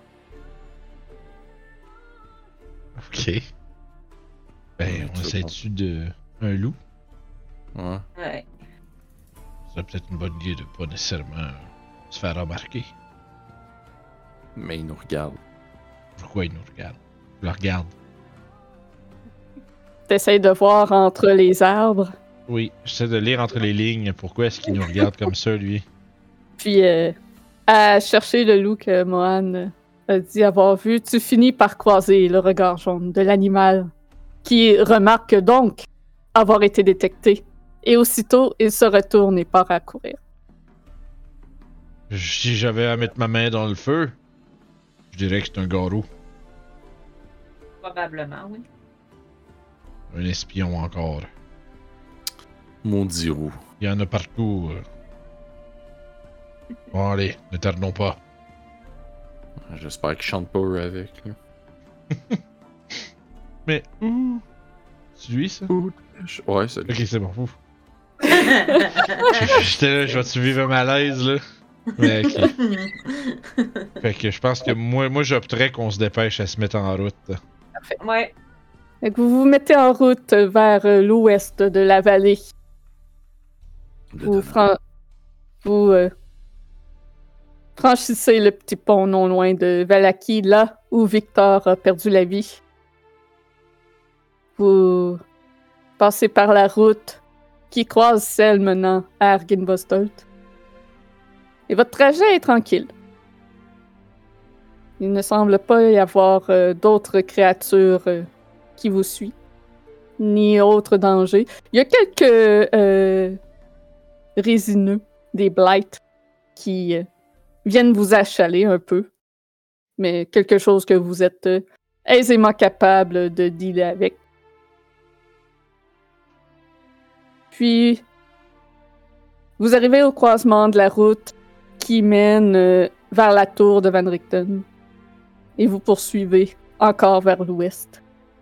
Ok. Ben, on c'est essaie-tu de. Un loup? Ouais. Ouais. C'est peut-être une bonne idée de pas nécessairement se faire embarquer. Mais il nous regarde. Pourquoi il nous regarde? Je le regarde. T'essayes de voir entre les arbres, Oui, j'essaie de lire entre les lignes. Pourquoi est-ce qu'il nous regarde comme ça, lui? puis à chercher le loup que Mohan a dit avoir vu, tu finis par croiser le regard jaune de l'animal, qui remarque donc avoir été détecté. Et aussitôt, il se retourne et part à courir. Si j'avais à mettre ma main dans le feu, je dirais que c'est un garou. Probablement, oui. Un espion encore. Maudit roux. Il y en a partout. Bon, allez, ne tardons pas. J'espère qu'il chante pas eux avec. Là. Mais où? C'est lui, ça? Ouais, c'est Ok, c'est bon. Ouf. J'étais là, je vais-tu vivre un malaise, là? Mais ok. Fait que je pense que moi j'opterais qu'on se dépêche à se mettre en route. Ouais. Fait que vous vous mettez en route vers l'ouest de la vallée. Vous franchissez le petit pont non loin de Valaki, là où Victor a perdu la vie. Vous passez par la route qui croise celle menant à Arginvostolt. Et votre trajet est tranquille. Il ne semble pas y avoir d'autres créatures qui vous suivent, ni autres dangers. Il y a quelques résineux, des blights, qui viennent vous achaler un peu. mais quelque chose que vous êtes aisément capable de dealer avec. Puis, vous arrivez au croisement de la route qui mène vers la tour de Van Richten. Et vous poursuivez encore vers l'ouest.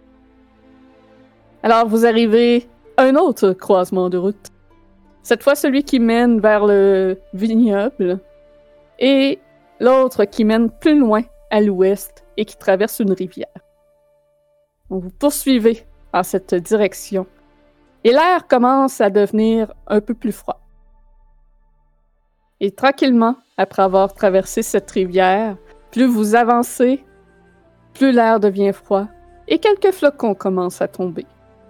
Alors, vous arrivez à un autre croisement de route. Cette fois, celui qui mène vers le vignoble. Et l'autre qui mène plus loin à l'ouest et qui traverse une rivière. Donc, vous poursuivez en cette direction. Et l'air commence à devenir un peu plus froid. Et tranquillement, après avoir traversé cette rivière, plus vous avancez, plus l'air devient froid et quelques flocons commencent à tomber.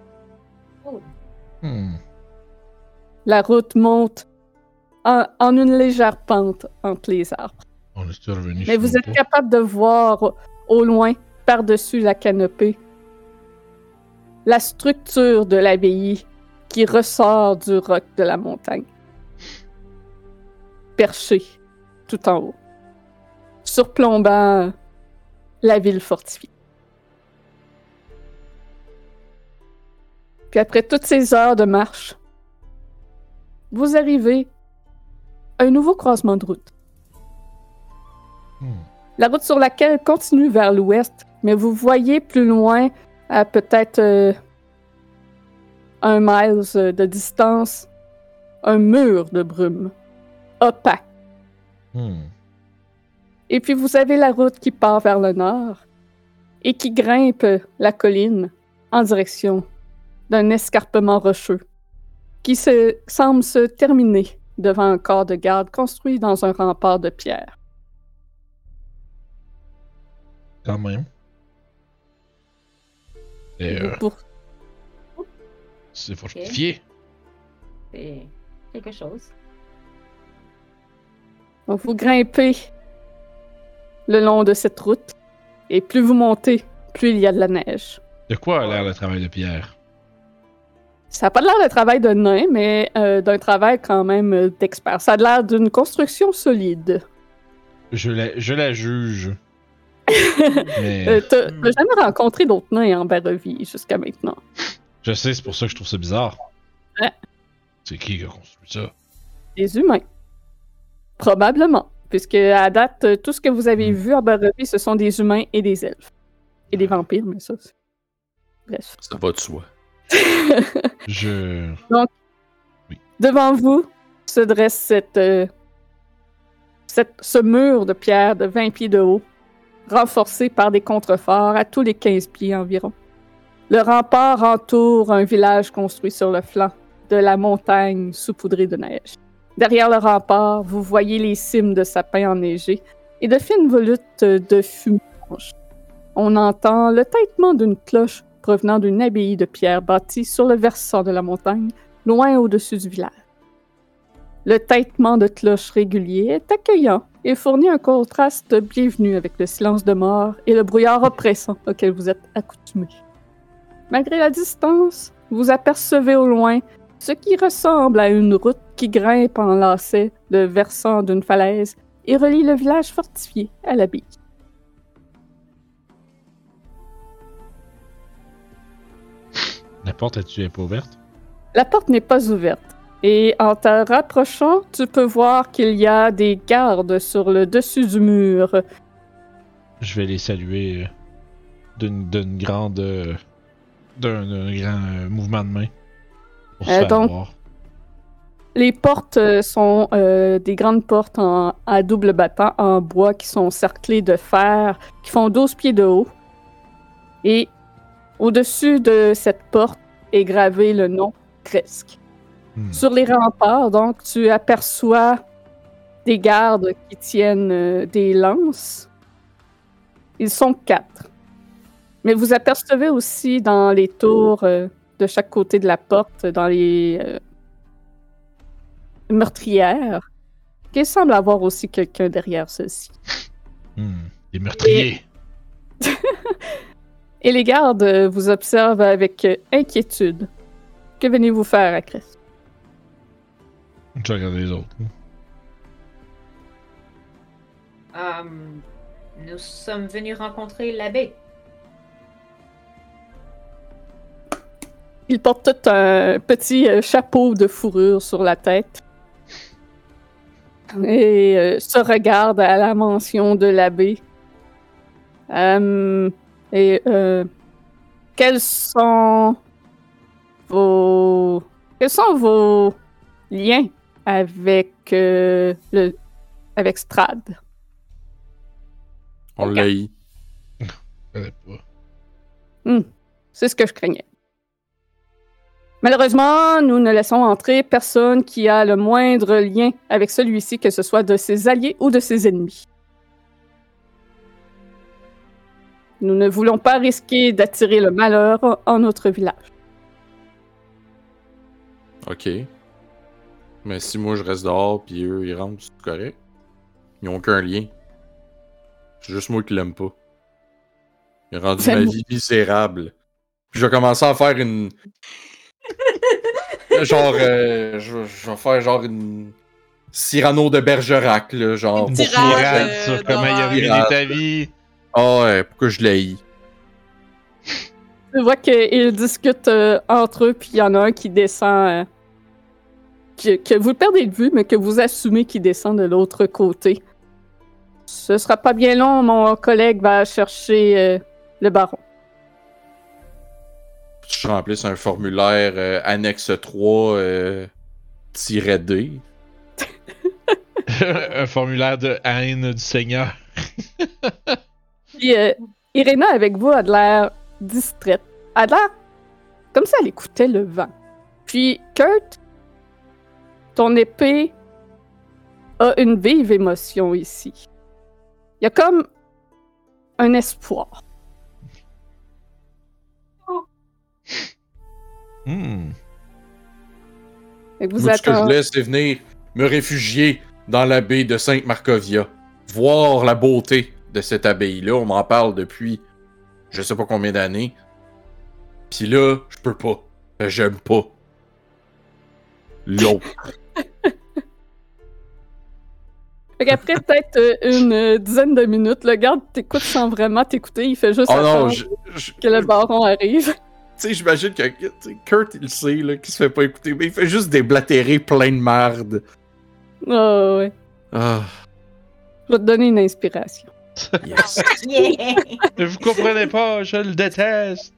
La route monte en une légère pente entre les arbres. On est revenu. Mais vous êtes capable de voir au loin, par-dessus la canopée, la structure de l'abbaye qui ressort du roc de la montagne. Perché tout en haut, surplombant la ville fortifiée. Puis après toutes ces heures de marche, vous arrivez à un nouveau croisement de route. La route sur laquelle continue vers l'ouest, mais vous voyez plus loin, à peut-être 1 mile de distance, un mur de brume opaque. Et puis vous avez la route qui part vers le nord et qui grimpe la colline en direction d'un escarpement rocheux qui semble se terminer devant un corps de garde construit dans un rempart de pierre. Quand même. Et c'est fortifié. C'est quelque chose. Donc vous grimpez le long de cette route et plus vous montez, plus il y a de la neige. De quoi a l'air le travail de Pierre? Ça n'a pas l'air de travail de nain, mais d'un travail quand même d'expert. Ça a l'air d'une construction solide. Je la juge. Mais... T'as jamais rencontré d'autres nains en Barovie jusqu'à maintenant. Je sais, c'est pour ça que je trouve ça bizarre. Ouais. C'est qui a construit ça? Des humains. Probablement. Puisque à date, tout ce que vous avez vu en Barovie, ce sont des humains et des elfes. Et des vampires, mais ça, c'est... Bref. Ça va de soi. Donc, oui. Devant vous se dresse ce mur de pierre de 20 pieds de haut, renforcé par des contreforts à tous les 15 pieds environ. Le rempart entoure un village construit sur le flanc de la montagne saupoudrée de neige. Derrière le rempart, vous voyez les cimes de sapins enneigés et de fines volutes de fumée blanche. On entend le tintement d'une cloche provenant d'une abbaye de pierre bâtie sur le versant de la montagne, loin au-dessus du village. Le tintement de cloche régulier est accueillant et fournit un contraste bienvenu avec le silence de mort et le brouillard oppressant auquel vous êtes accoutumés. Malgré la distance, vous apercevez au loin ce qui ressemble à une route qui grimpe en lacet le versant d'une falaise et relie le village fortifié à l'abbaye. La porte est-tu pas ouverte? La porte n'est pas ouverte. Et en te rapprochant, tu peux voir qu'il y a des gardes sur le dessus du mur. Je vais les saluer d'un grand mouvement de main. Pour se faire donc, voir. Les portes sont des grandes portes à double battant en bois qui sont cerclées de fer, qui font 12 pieds de haut. Et au-dessus de cette porte est gravé le nom Kresk. Sur les remparts, donc, tu aperçois des gardes qui tiennent des lances. Ils sont 4. Mais vous apercevez aussi dans les tours de chaque côté de la porte, dans les meurtrières, qu'il semble avoir aussi quelqu'un derrière ceci. Des meurtriers! Et les gardes vous observent avec inquiétude. Que venez-vous faire à Kresk? Je regarde les autres. Nous sommes venus rencontrer l'abbé. Il porte tout un petit chapeau de fourrure sur la tête. Et se regarde à la mention de l'abbé. Quels sont vos liens avec avec Strad? On l'a eu. Je connais pas. C'est ce que je craignais. Malheureusement, nous ne laissons entrer personne qui a le moindre lien avec celui-ci, que ce soit de ses alliés ou de ses ennemis. Nous ne voulons pas risquer d'attirer le malheur en notre village. Ok. Mais si moi je reste dehors puis eux ils rentrent, c'est correct. Ils ont aucun lien. C'est juste moi qui l'aime pas. Il a rendu ma vie misérable. Puis je vais commencer à faire une. Genre, je vais faire genre une Cyrano de Bergerac, là, genre. Une Pour tirade, pirate sur comment il a ruiné pirate. ta vie. Ah ouais, pourquoi je l'ai. Tu vois qu'ils discutent entre eux, puis il y en a un qui descend, que vous perdez de vue, mais que vous assumez qu'il descend de l'autre côté. Ce sera pas bien long, mon collègue va chercher le baron. Je remplisse un formulaire annexe 3 -D. Un formulaire de haine du Seigneur. Puis Irena, avec vous, a de l'air distraite. A de l'air comme si elle écoutait le vent. Puis Kurt, ton épée a une vive émotion ici. Il y a comme un espoir. Et vous Moi, tout ce que je attendez. voulais, c'est venir me réfugier dans l'abbaye de Sainte-Marcovia. Voir la beauté de cette abbaye-là. On m'en parle depuis je sais pas combien d'années. Pis là, je peux pas. J'aime pas. L'eau. Fait qu'après peut-être une dizaine de minutes, le garde t'écoute sans vraiment t'écouter. Il fait juste Oh non, attendre que le baron arrive. Tu sais, j'imagine que Kurt, il sait, là, qu'il se fait pas écouter, mais il fait juste déblatérer plein de merde. Oh, ouais. Ah, Je vais te donner une inspiration. yes. Yeah! Mais vous comprenez pas, je le déteste.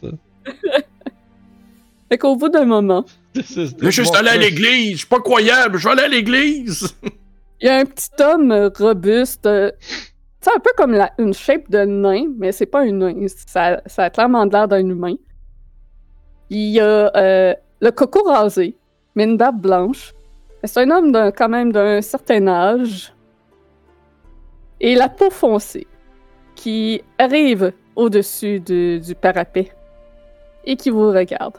Fait qu'au bout d'un moment, Là, je suis allé à l'église, je suis pas croyable, je vais aller à l'église. il y a un petit homme robuste. C'est un peu comme une shape de nain, mais c'est pas un nain. Ça a clairement l'air d'un humain. Il y a le coco rasé, mais une barbe blanche. C'est un homme quand même d'un certain âge. Et la peau foncée, qui arrive au-dessus du parapet et qui vous regarde.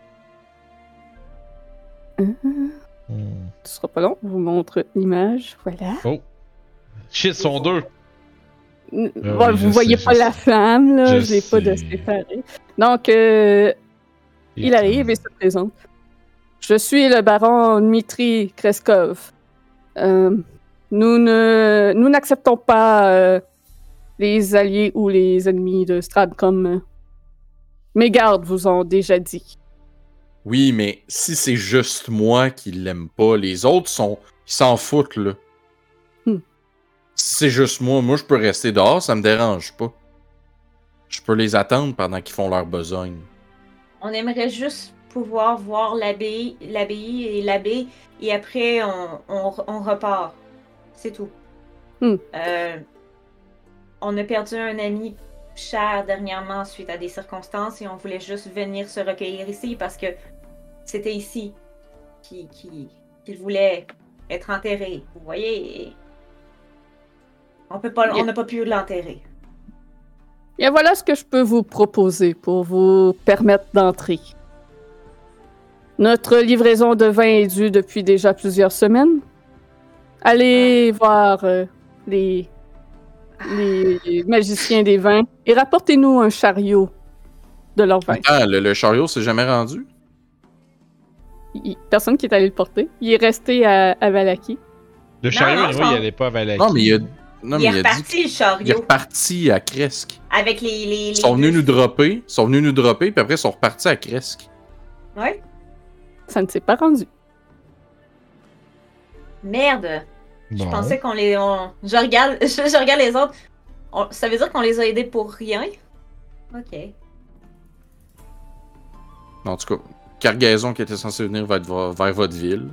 Ce sera pas long, je vous montre l'image. Voilà. Shit, sont deux. Ouais, oui, vous voyez pas la flamme, là. Je l'ai pas de sais. séparer. Donc, il arrive et se présente. Je suis le baron Dmitri Kreskov. Nous n'acceptons pas les alliés ou les ennemis de Strad comme mes gardes vous ont déjà dit. Oui, mais si c'est juste moi qui l'aime pas, les autres ils s'en foutent, là. Si c'est juste moi, je peux rester dehors, ça me dérange pas. Je peux les attendre pendant qu'ils font leur besogne. On aimerait juste pouvoir voir l'abbaye et l'abbé, et après on repart. C'est tout. On a perdu un ami cher dernièrement suite à des circonstances et on voulait juste venir se recueillir ici parce que c'était ici qu'il voulait être enterré. Vous voyez? On n'a pas pu l'enterrer. Et voilà ce que je peux vous proposer pour vous permettre d'entrer. Notre livraison de vin est due depuis déjà plusieurs semaines. Allez voir les magiciens des vins et rapportez-nous un chariot de leur vin. Attends, le chariot s'est jamais rendu? Personne qui est allé le porter. Il est resté à Valaki. Le chariot, non, anyway, il allait pas à Valaki. Non, mais Non, il mais est il a dit reparti, le qu'il est chariot. reparti à Cresque. Avec les Ils sont venus deux- nous dropper. Ils sont venus nous dropper, puis après, ils sont repartis à Cresque. Ouais. Ça ne s'est pas rendu. Merde. Je Bon. pensais qu'on les. Je regarde, je regarde les autres. Ça veut dire qu'on les a aidés pour rien? Ok. En tout cas, cargaison qui était censée venir vers votre ville.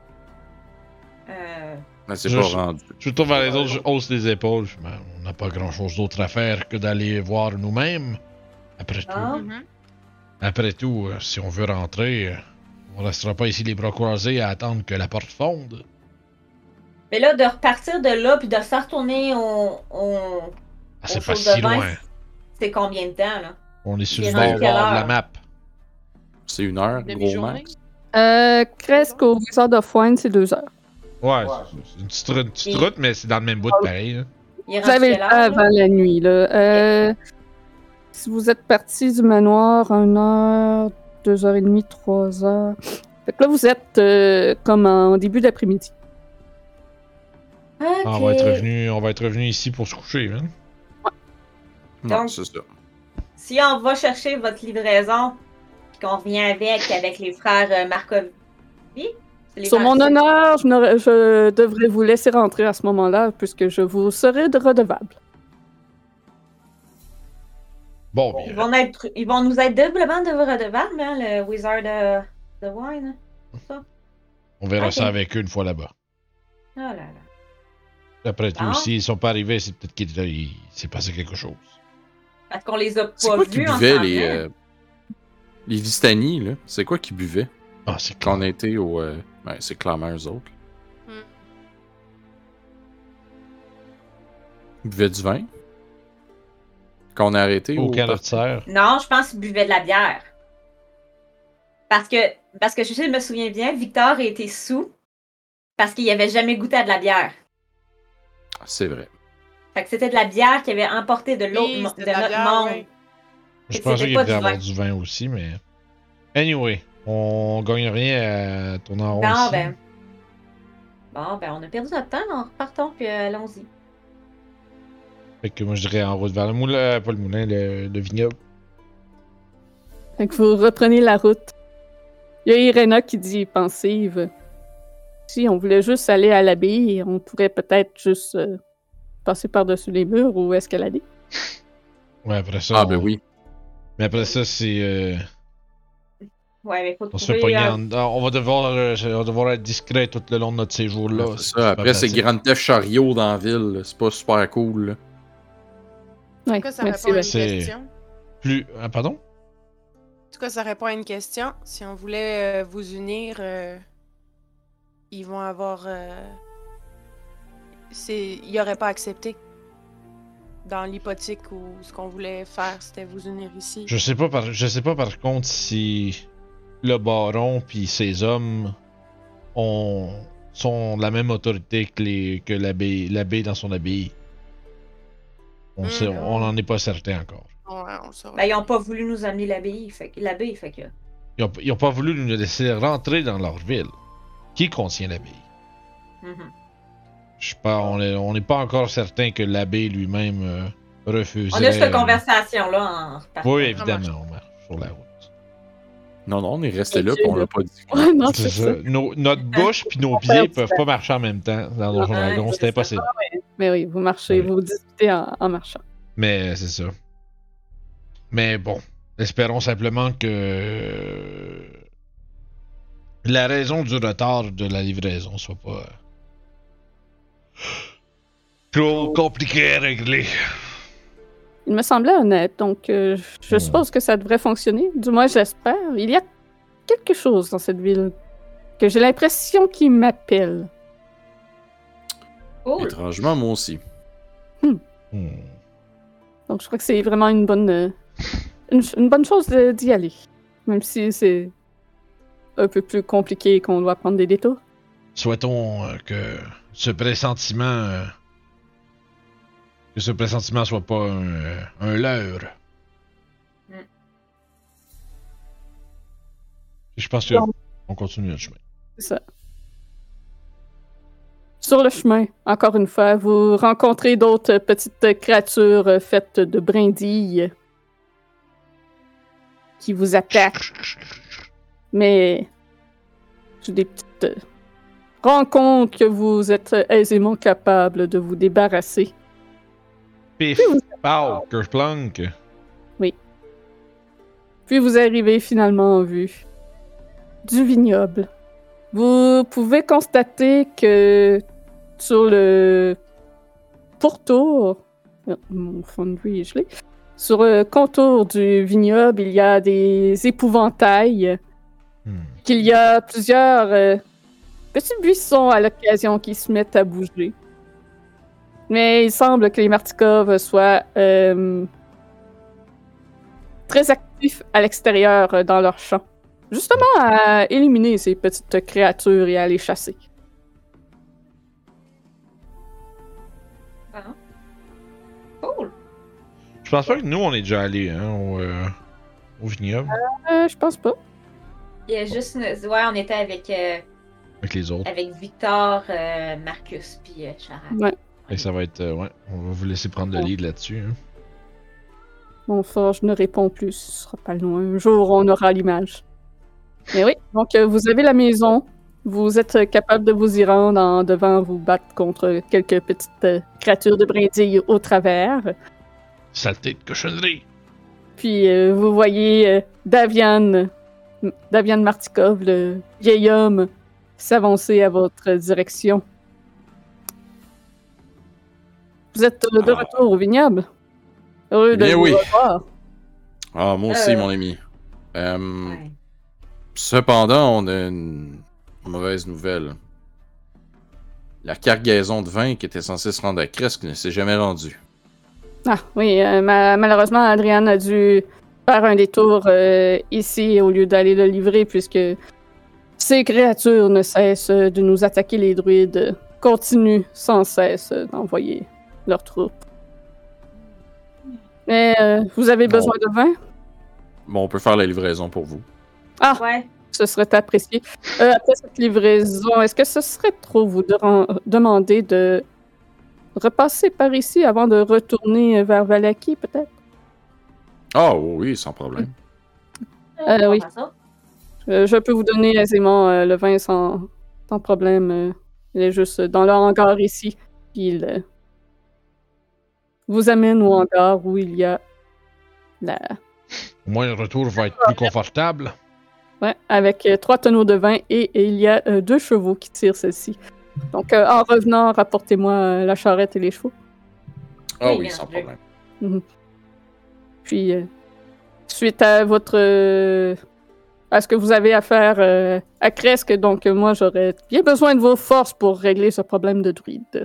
Mais c'est Je- pas rendu. Je me tourne vers les autres, je hausse les épaules. Je fais, ben, on n'a pas grand chose d'autre à faire que d'aller voir nous-mêmes. Après tout. Ah. Après tout, si on veut rentrer, on restera pas ici les bras croisés à attendre que la porte fonde. Mais là, de repartir de là puis de se retourner Ah, c'est Aux pas choses de si vin, loin. c'est combien de temps, là? On est sur Il le est rendu bord quelle nord de la heure? map. C'est 1 heure, Une gros demi-journée? max. Cresque au Wizard of Wine, c'est 2 heures. Ouais, c'est une petite Et- route, mais c'est dans le même bout, pareil. Hein. Il est Vous rendu avez le quelle temps heure, avant là? la nuit, là. Si vous êtes parti du manoir, 1 heure, 2h30, 3 heures. Fait que là, vous êtes comme en début d'après-midi. Ok. On va être revenu ici pour se coucher. Hein. Non, Donc- c'est ça. Si on va chercher votre livraison, puis qu'on revient avec les frères Markovi. c'est les Sur frères- mon c'est- honneur, je devrais vous laisser rentrer à ce moment-là, puisque je vous serai redevable. Bon, Ils bien. vont nous être doublement redevables, hein, le Wizard de Wine. On verra Ok. ça avec eux une fois là-bas. Oh là là. Après tout, Bon. s'ils sont pas arrivés, c'est peut-être qu'il s'est passé quelque chose. Parce qu'on les a C'est pas quoi qui vus en buvait s'en les Vistani, là? C'est quoi qui buvait Ah, c'est quand clair. on a été au. Ben, c'est clairement eux autres. Hmm. Ils buvaient du vin. Quand on a arrêté au. Aucun adversaire. Non, je pense qu'ils buvaient de la bière. Parce que je me souviens bien, Victor a été sous parce qu'il avait jamais goûté à de la bière. C'est vrai. Fait que c'était de la bière qu'il avait emporté de l'autre Oui, de c'était de la notre bière, monde. ouais. Je Et pensais c'était qu'il pas devait du avoir vin. du vin aussi, mais. Anyway, on gagne rien à tourner en rond Non, ici. ben. Bon, ben, on a perdu notre temps, alors repartons, puis allons-y. Fait que moi, je dirais en route vers le moulin, pas le moulin, le vignoble. Fait que vous reprenez la route. Il y a Irena qui dit pensive. Si on voulait juste aller à l'abbaye, on pourrait peut-être juste passer par-dessus les murs ou escalader. Ouais, après ça. Ah, ben oui. Mais après ça, c'est. Ouais, mais faut On se fait trouver. pogner en. On va devoir être discret tout le long de notre séjour là. Ouais, c'est ça. Après, c'est Grand Theft Chariot dans la ville. Là. C'est pas super cool. Là. Ouais, En tout cas, ça merci, répond à une C'est- question. Plus. Ah, pardon? En tout cas, ça répond à une question. Si on voulait vous unir, ils vont avoir. Ils n'auraient pas accepté. Dans l'hypothèque où ce qu'on voulait faire, c'était vous unir ici. Je sais pas par contre si le baron puis ses hommes sont de la même autorité que l'abbé dans son abbaye. On en est pas certain encore. Ouais, on le saura. Ben, ils ont pas voulu nous amener l'abbaye, fait que. Ils ont pas voulu nous laisser rentrer dans leur ville, qui contient l'abbaye. Mhm. Je sais pas, on n'est pas encore certain que l'abbé lui-même refuserait. On a eu cette conversation-là en repartant. Oui, évidemment, on marche sur la route. Non, on est resté Et là, tu, puis on là. l'a pas dit. Ouais, non, C'est c'est ça. ça. Notre bouche puis nos pieds peuvent pas marcher en même temps dans Donjon Ouais, Dragon, c'est c'est ça. impossible. Mais oui, vous marchez, Oui. vous discutez en marchant. Mais c'est ça. Mais bon, espérons simplement que la raison du retard de la livraison soit pas trop compliquée à régler. Il me semblait honnête, donc je Hmm. suppose que ça devrait fonctionner. Du moins, j'espère. Il y a quelque chose dans cette ville que j'ai l'impression qu'il m'appelle. Cool. Étrangement, moi aussi. Hmm. Donc, je crois que c'est vraiment une bonne chose d'y aller. Même si c'est un peu plus compliqué et qu'on doit prendre des détours. Souhaitons que ce pressentiment soit pas un leurre. Mm. Et je pense que Non. on continue notre chemin. C'est ça. Sur le chemin, encore une fois, vous rencontrez d'autres petites créatures faites de brindilles qui vous attaquent. Mais c'est des petites rencontres que vous êtes aisément capable de vous débarrasser. Pif, pow, kerplunk. Puis vous arrivez finalement en vue du vignoble. Vous pouvez constater que sur le pourtour, mon fonderie est gelé, sur le contour du vignoble, il y a des épouvantails, qu'il y a plusieurs petits buissons à l'occasion qui se mettent à bouger. Mais il semble que les Martikov soient très actifs à l'extérieur dans leur champ. Justement à éliminer ces petites créatures et à les chasser. Ah. Cool. Je pense pas que nous, on est déjà allés hein, au vignoble. Je pense pas. Il y a juste ouais, on était avec Avec les autres. avec Victor, Marcus puis Charan. Ouais. Et ça va être. Ouais, on va vous laisser prendre le lead là-dessus. Hein. Mon forge ne répond plus, ce sera pas loin. Un jour, on aura l'image. Mais oui, donc vous avez la maison. Vous êtes capable de vous y rendre en devant vous battre contre quelques petites créatures de brindilles au travers. Saleté de cochonnerie! Puis vous voyez Davian Martikov, le vieil homme, s'avancer à votre direction. Vous êtes de retour au vignoble. Heureux de vous revoir. Ah, moi aussi, mon ami. Ouais. Cependant, on a une mauvaise nouvelle. La cargaison de vin qui était censée se rendre à Kresk ne s'est jamais rendue. Ah oui, malheureusement, Adrian a dû faire un détour ici au lieu d'aller le livrer puisque ces créatures ne cessent de nous attaquer. Les druides continuent sans cesse d'envoyer leurs troupes. Mais vous avez besoin de vin? Bon, on peut faire la livraison pour vous. Ah, Ouais. ce serait apprécié. Après cette livraison, est-ce que ce serait trop vous demander de repasser par ici avant de retourner vers Vallaki, peut-être? Ah oui, sans problème. Oui. Comment ça? Je peux vous donner aisément le vin sans problème. Il est juste dans le hangar ici. Puis il vous amène au hangar où il y a la... Au moins, le retour va être plus confortable. Ouais, avec 3 tonneaux de vin et il y a 2 chevaux qui tirent celle-ci. Donc, en revenant, rapportez-moi la charrette et les chevaux. Ah Oui, oui, bien sans sûr. problème. Puis, suite à votre... à ce que vous avez à faire à Kresk, donc moi, j'aurais bien besoin de vos forces pour régler ce problème de druide.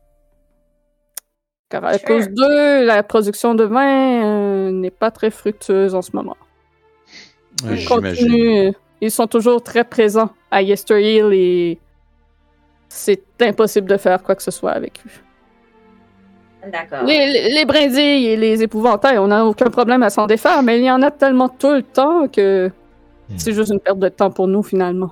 Car à cause d'eux, la production de vin n'est pas très fructueuse en ce moment. Ils J'imagine. continuent, ils sont toujours très présents à Yester Hill et c'est impossible de faire quoi que ce soit avec eux. D'accord. Les brindilles et les épouvantails, on n'a aucun problème à s'en défaire, mais il y en a tellement tout le temps que c'est juste une perte de temps pour nous, finalement.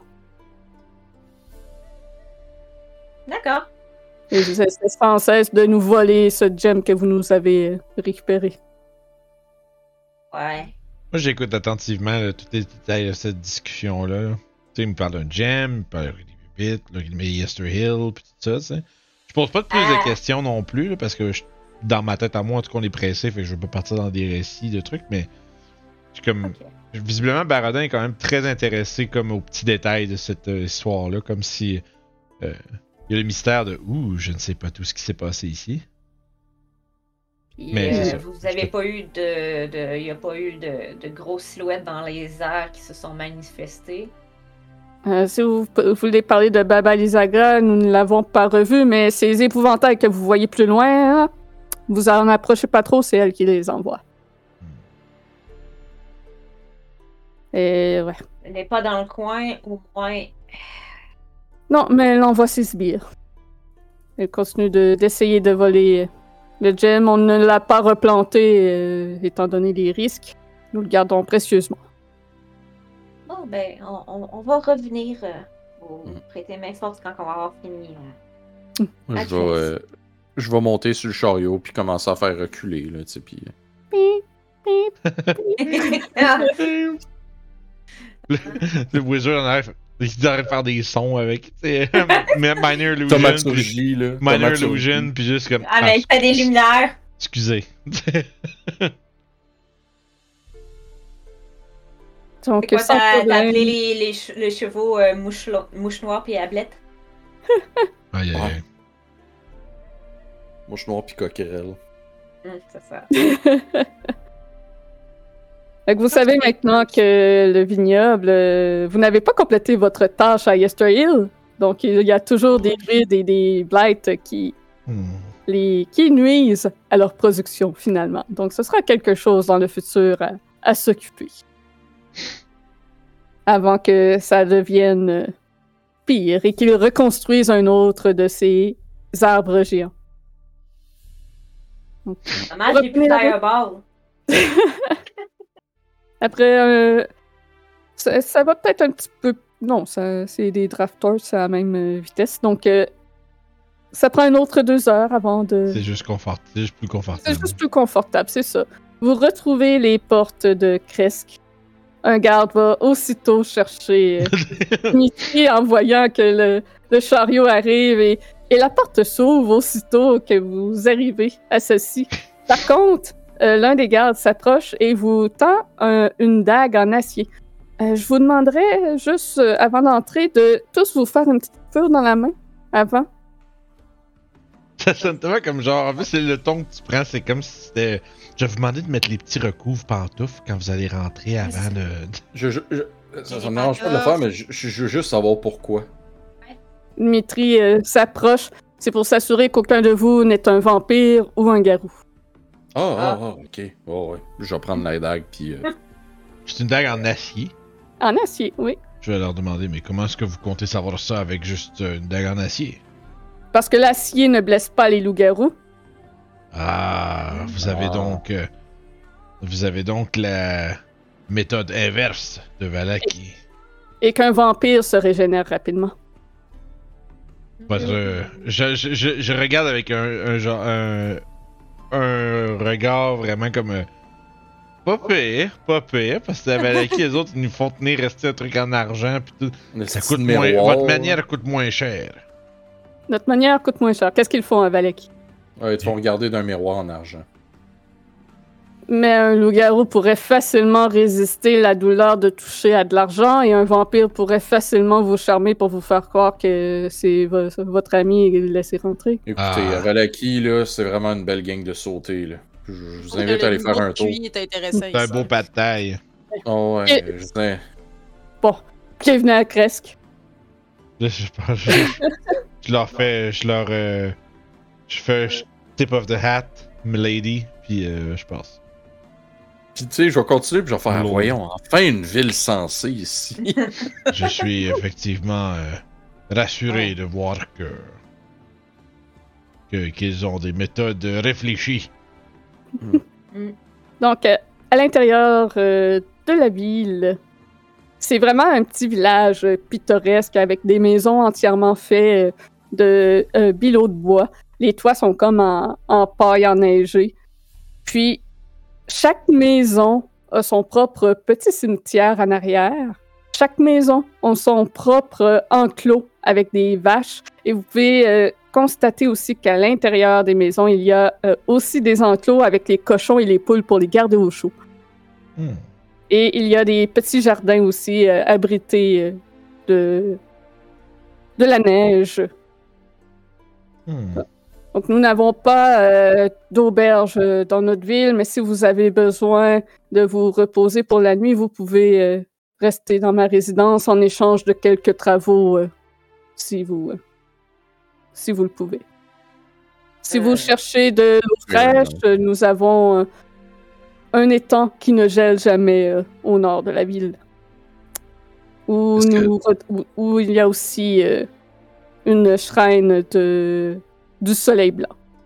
D'accord. Et c'est sans cesse de nous voler ce gem que vous nous avez récupéré. Ouais. Moi, j'écoute attentivement là, tous les détails de cette discussion-là. Tu sais, il me parle d'un gem, il me parle des pépites, là, il met Yester Hill, pis tout ça, tu sais. Je pose pas de plus de questions non plus, là, parce que dans ma tête à moi, en tout cas, on est pressé, fait que je veux pas partir dans des récits de trucs, mais je suis comme... Ok. Visiblement, Baradin est quand même très intéressé comme aux petits détails de cette histoire-là, comme si... il y a le mystère de « Ouh, je ne sais pas tout ce qui s'est passé ici. » Puis, Mais c'est ça. vous avez pas eu il y a pas eu de grosses silhouettes dans les airs qui se sont manifestées. Si vous voulez parler de Baba Lysagra, nous ne l'avons pas revu, mais ces épouvantails que vous voyez plus loin, vous en approchez pas trop, c'est elle qui les envoie. Et ouais. Elle n'est pas dans le coin, au moins. Non, mais elle envoie ses sbires. Elle continue d'essayer de voler le gem. On ne l'a pas replanté, étant donné les risques. Nous le gardons précieusement. Bon, ben, on va revenir vous prêter main forte quand on va avoir fini Moi, je vais monter sur le chariot puis commencer à faire reculer, là, tu sais, puis... Le wizard en arrière, il arrête de faire des sons avec, tu sais, Minor Illusion. Thaumaturgie, là. Minor Illusion, puis juste comme. Ah, mais il fait des lumières. Excusez. Donc, C'est quoi, sans t'as problème. appelé les chevaux mouche noire puis ablette? Aïe, aïe, aïe. Mouche noire puis coquerelle. C'est ça. Fait que vous savez maintenant que le vignoble, vous n'avez pas complété votre tâche à Yester Hill. Donc, il y a toujours des druides et des blights qui nuisent à leur production, finalement. Donc, ce sera quelque chose dans le futur à s'occuper. Avant que ça devienne pire et qu'ils reconstruisent un autre de ces arbres géants. Donc, Dommage, j'ai plus Fireball. après, ça va peut-être un petit peu... Non, c'est des drafters, c'est à la même vitesse. Donc, ça prend une autre 2 heures avant de... C'est juste confortable. C'est juste plus confortable. C'est juste plus confortable, c'est ça. Vous retrouvez les portes de Kresk. Un garde va aussitôt chercher Mitri en voyant que le chariot arrive et la porte s'ouvre aussitôt que vous arrivez à celle-ci. Par contre, l'un des gardes s'approche et vous tend une dague en acier. Je vous demanderais juste, avant d'entrer, de tous vous faire une petite fure dans la main, avant. Ça sonne tellement comme genre, en fait, c'est le ton que tu prends, c'est comme si c'était... Je vais vous demander de mettre les petits recouvres pantoufles quand vous allez rentrer avant de... Ça me dérange pas de le faire, mais je veux juste savoir pourquoi. Mitri s'approche. C'est pour s'assurer qu'aucun de vous n'est un vampire ou un garou. Ok. Oh, ouais. Je vais prendre la dague, puis... C'est une dague en acier. En acier, oui. Je vais leur demander, mais comment est-ce que vous comptez savoir ça avec juste une dague en acier? Parce que l'acier ne blesse pas les loups-garous. Ah, vous avez donc la méthode inverse de Vallaki. Et qu'un vampire se régénère rapidement. Je regarde avec un regard vraiment comme pas pire, parce que Vallaki, les autres, ils nous font tenir rester un truc en argent pis tout. Ça coûte moins, votre manière coûte moins cher. Notre manière coûte moins cher. Qu'est-ce qu'ils font à Vallaki? Ouais, ils te font regarder d'un miroir en argent. Mais un loup-garou pourrait facilement résister la douleur de toucher à de l'argent et un vampire pourrait facilement vous charmer pour vous faire croire que c'est votre ami et le laisser rentrer. Écoutez, Vallaki, là, c'est vraiment une belle gang de sauter, là. Je vous invite à aller faire un tour. C'est un beau pas de taille. Oh ouais, Et... je sais. Bon, bienvenue à Kresk. Je leur fais, je fais tip of the hat, milady, puis je passe. Puis tu sais, je vais continuer, puis je vais faire, voyons, enfin une ville sensée ici. Je suis effectivement rassuré de voir qu'ils ont des méthodes réfléchies. Donc, à l'intérieur de la ville, c'est vraiment un petit village pittoresque avec des maisons entièrement faites de bilots de bois. Les toits sont comme en paille enneigée. Puis, chaque maison a son propre petit cimetière en arrière. Chaque maison a son propre enclos avec des vaches. Et vous pouvez constater aussi qu'à l'intérieur des maisons, il y a aussi des enclos avec les cochons et les poules pour les garder au chaud. Et il y a des petits jardins aussi abrités de la neige. Donc, nous n'avons pas d'auberge dans notre ville, mais si vous avez besoin de vous reposer pour la nuit, vous pouvez rester dans ma résidence en échange de quelques travaux, si vous le pouvez. Si vous cherchez de l'eau fraîche, nous avons un étang qui ne gèle jamais au nord de la ville. Où il y a aussi une shrine du soleil blanc.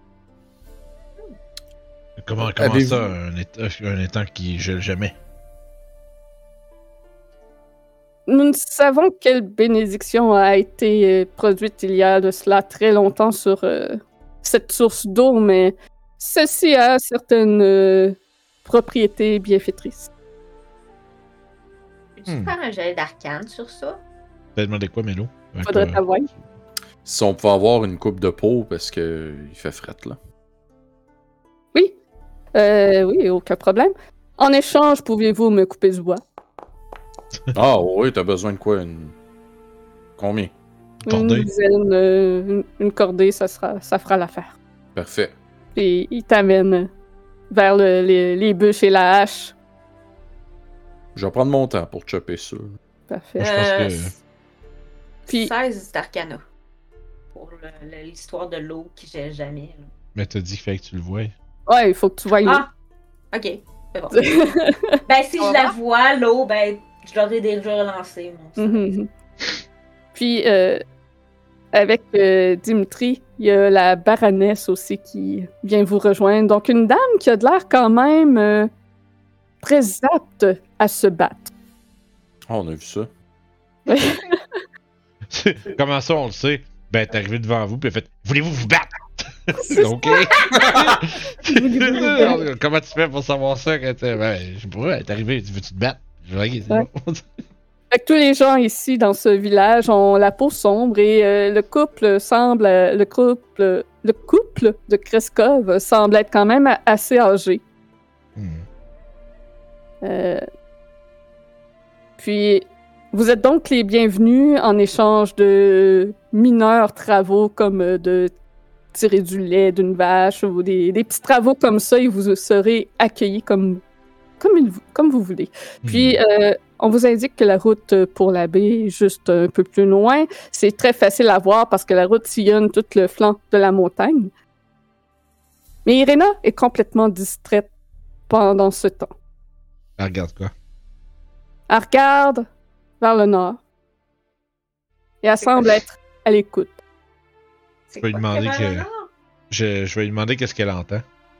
Comment ça, un étang qui gèle jamais? Nous ne savons quelle bénédiction a été produite il y a de cela très longtemps sur cette source d'eau, mais celle-ci a certaines propriétés bienfaitrices. Peux-tu faire un jet d'arcane sur ça? T'as demandé quoi, Mélo? Faudrait t'avoir. Si on pouvait avoir une coupe de peau, parce que il fait fret, là. Oui, aucun problème. En échange, pouvez-vous me couper ce bois? Ah oui, t'as besoin de quoi? Combien? Cordée. Une dizaine, une cordée, ça fera l'affaire. Parfait. Et il t'amène vers les bûches et la hache. Je vais prendre mon temps pour chopper ça. Parfait. Moi, je pense que... Puis, 16 d'arcana. Pour l'histoire de l'eau qui gèle jamais. Là. Mais t'as dit qu'il fallait que tu le voies. ouais, il faut que tu vois l'eau. Ah! Ok, c'est bon. Ben, si je la vois, l'eau, ben, je l'aurais déjà relancée. Mhm. Puis, avec Dimitri, il y a la baronesse aussi qui vient vous rejoindre. Donc, une dame qui a de l'air quand même très apte à se battre. Oh, on a vu ça. Comment ça, on le sait? Ben, t'es arrivé devant vous, puis elle fait « Voulez-vous vous battre? » OK. Comment tu fais pour savoir ça quand t'es... Ben, je sais pas, t'es arrivé, tu veux-tu te battre? Je dis, c'est Ouais. bon. Fait que tous les gens ici dans ce village ont la peau sombre et le couple de Kreskov semble être quand même assez âgé. Puis vous êtes donc les bienvenus en échange de mineurs travaux comme de tirer du lait d'une vache ou des petits travaux comme ça et vous serez accueillis comme vous voulez. Puis, on vous indique que la route pour la baie est juste un peu plus loin. C'est très facile à voir parce que la route sillonne tout le flanc de la montagne. Mais Irena est complètement distraite pendant ce temps. Ah, regarde quoi? Elle regarde vers le nord. Et elle semble être à l'écoute. Je vais lui demander je vais lui demander qu'est-ce qu'elle entend.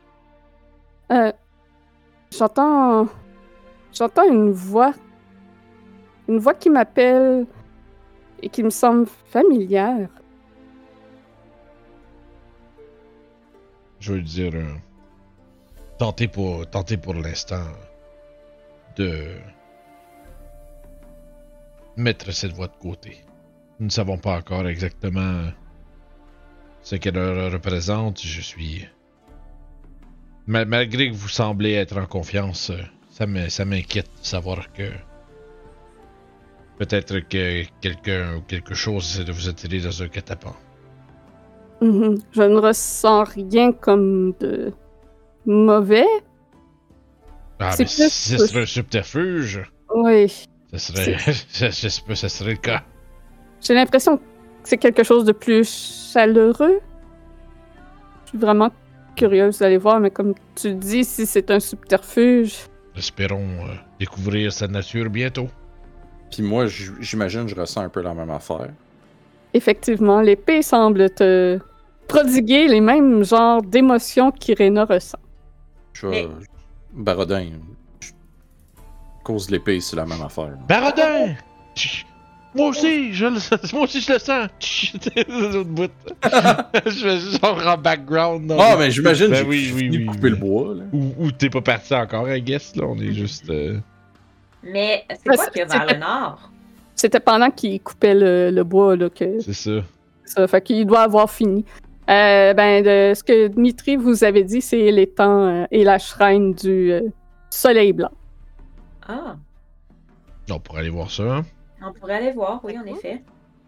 J'entends une voix qui m'appelle et qui me semble familière. Je vais lui dire tentez pour l'instant de mettre cette voix de côté. Nous ne savons pas encore exactement ce qu'elle représente. Je suis... Malgré que vous semblez être en confiance, ça m'inquiète de savoir que peut-être que quelqu'un ou quelque chose essaie de vous attirer dans un guet-apens. Je ne ressens rien comme de mauvais. Ah, C'est mais plus- si ce serait un subterfuge, Oui. ça serait le cas. J'ai l'impression que c'est quelque chose de plus chaleureux. Je suis vraiment curieuse d'aller voir, mais comme tu dis, si c'est un subterfuge... Espérons découvrir sa nature bientôt. Puis moi, j'imagine, je ressens un peu la même affaire. Effectivement, l'épée semble te prodiguer les mêmes genres d'émotions qu'Irena ressent. Je vais... Barodin. Cause de l'épée, c'est la même affaire. Barodin! Moi aussi, je le sens. L'autre bout. Je fais juste genre en background. Ah, mais j'imagine, Ben j'ai oui, fini oui, de oui, couper oui. le bois, là. Ou t'es pas parti encore, I guess, là. On est juste... Mais c'est Ouais, quoi qu'il y a vers le nord? C'était pendant qu'il coupait le bois là, que C'est ça. ça. Fait qu'il doit avoir fini. Ce que Dmitri vous avait dit, c'est l'étang et la shrine du soleil blanc. Ah, On pourrait aller voir ça, hein? on pourrait aller voir, oui, en effet.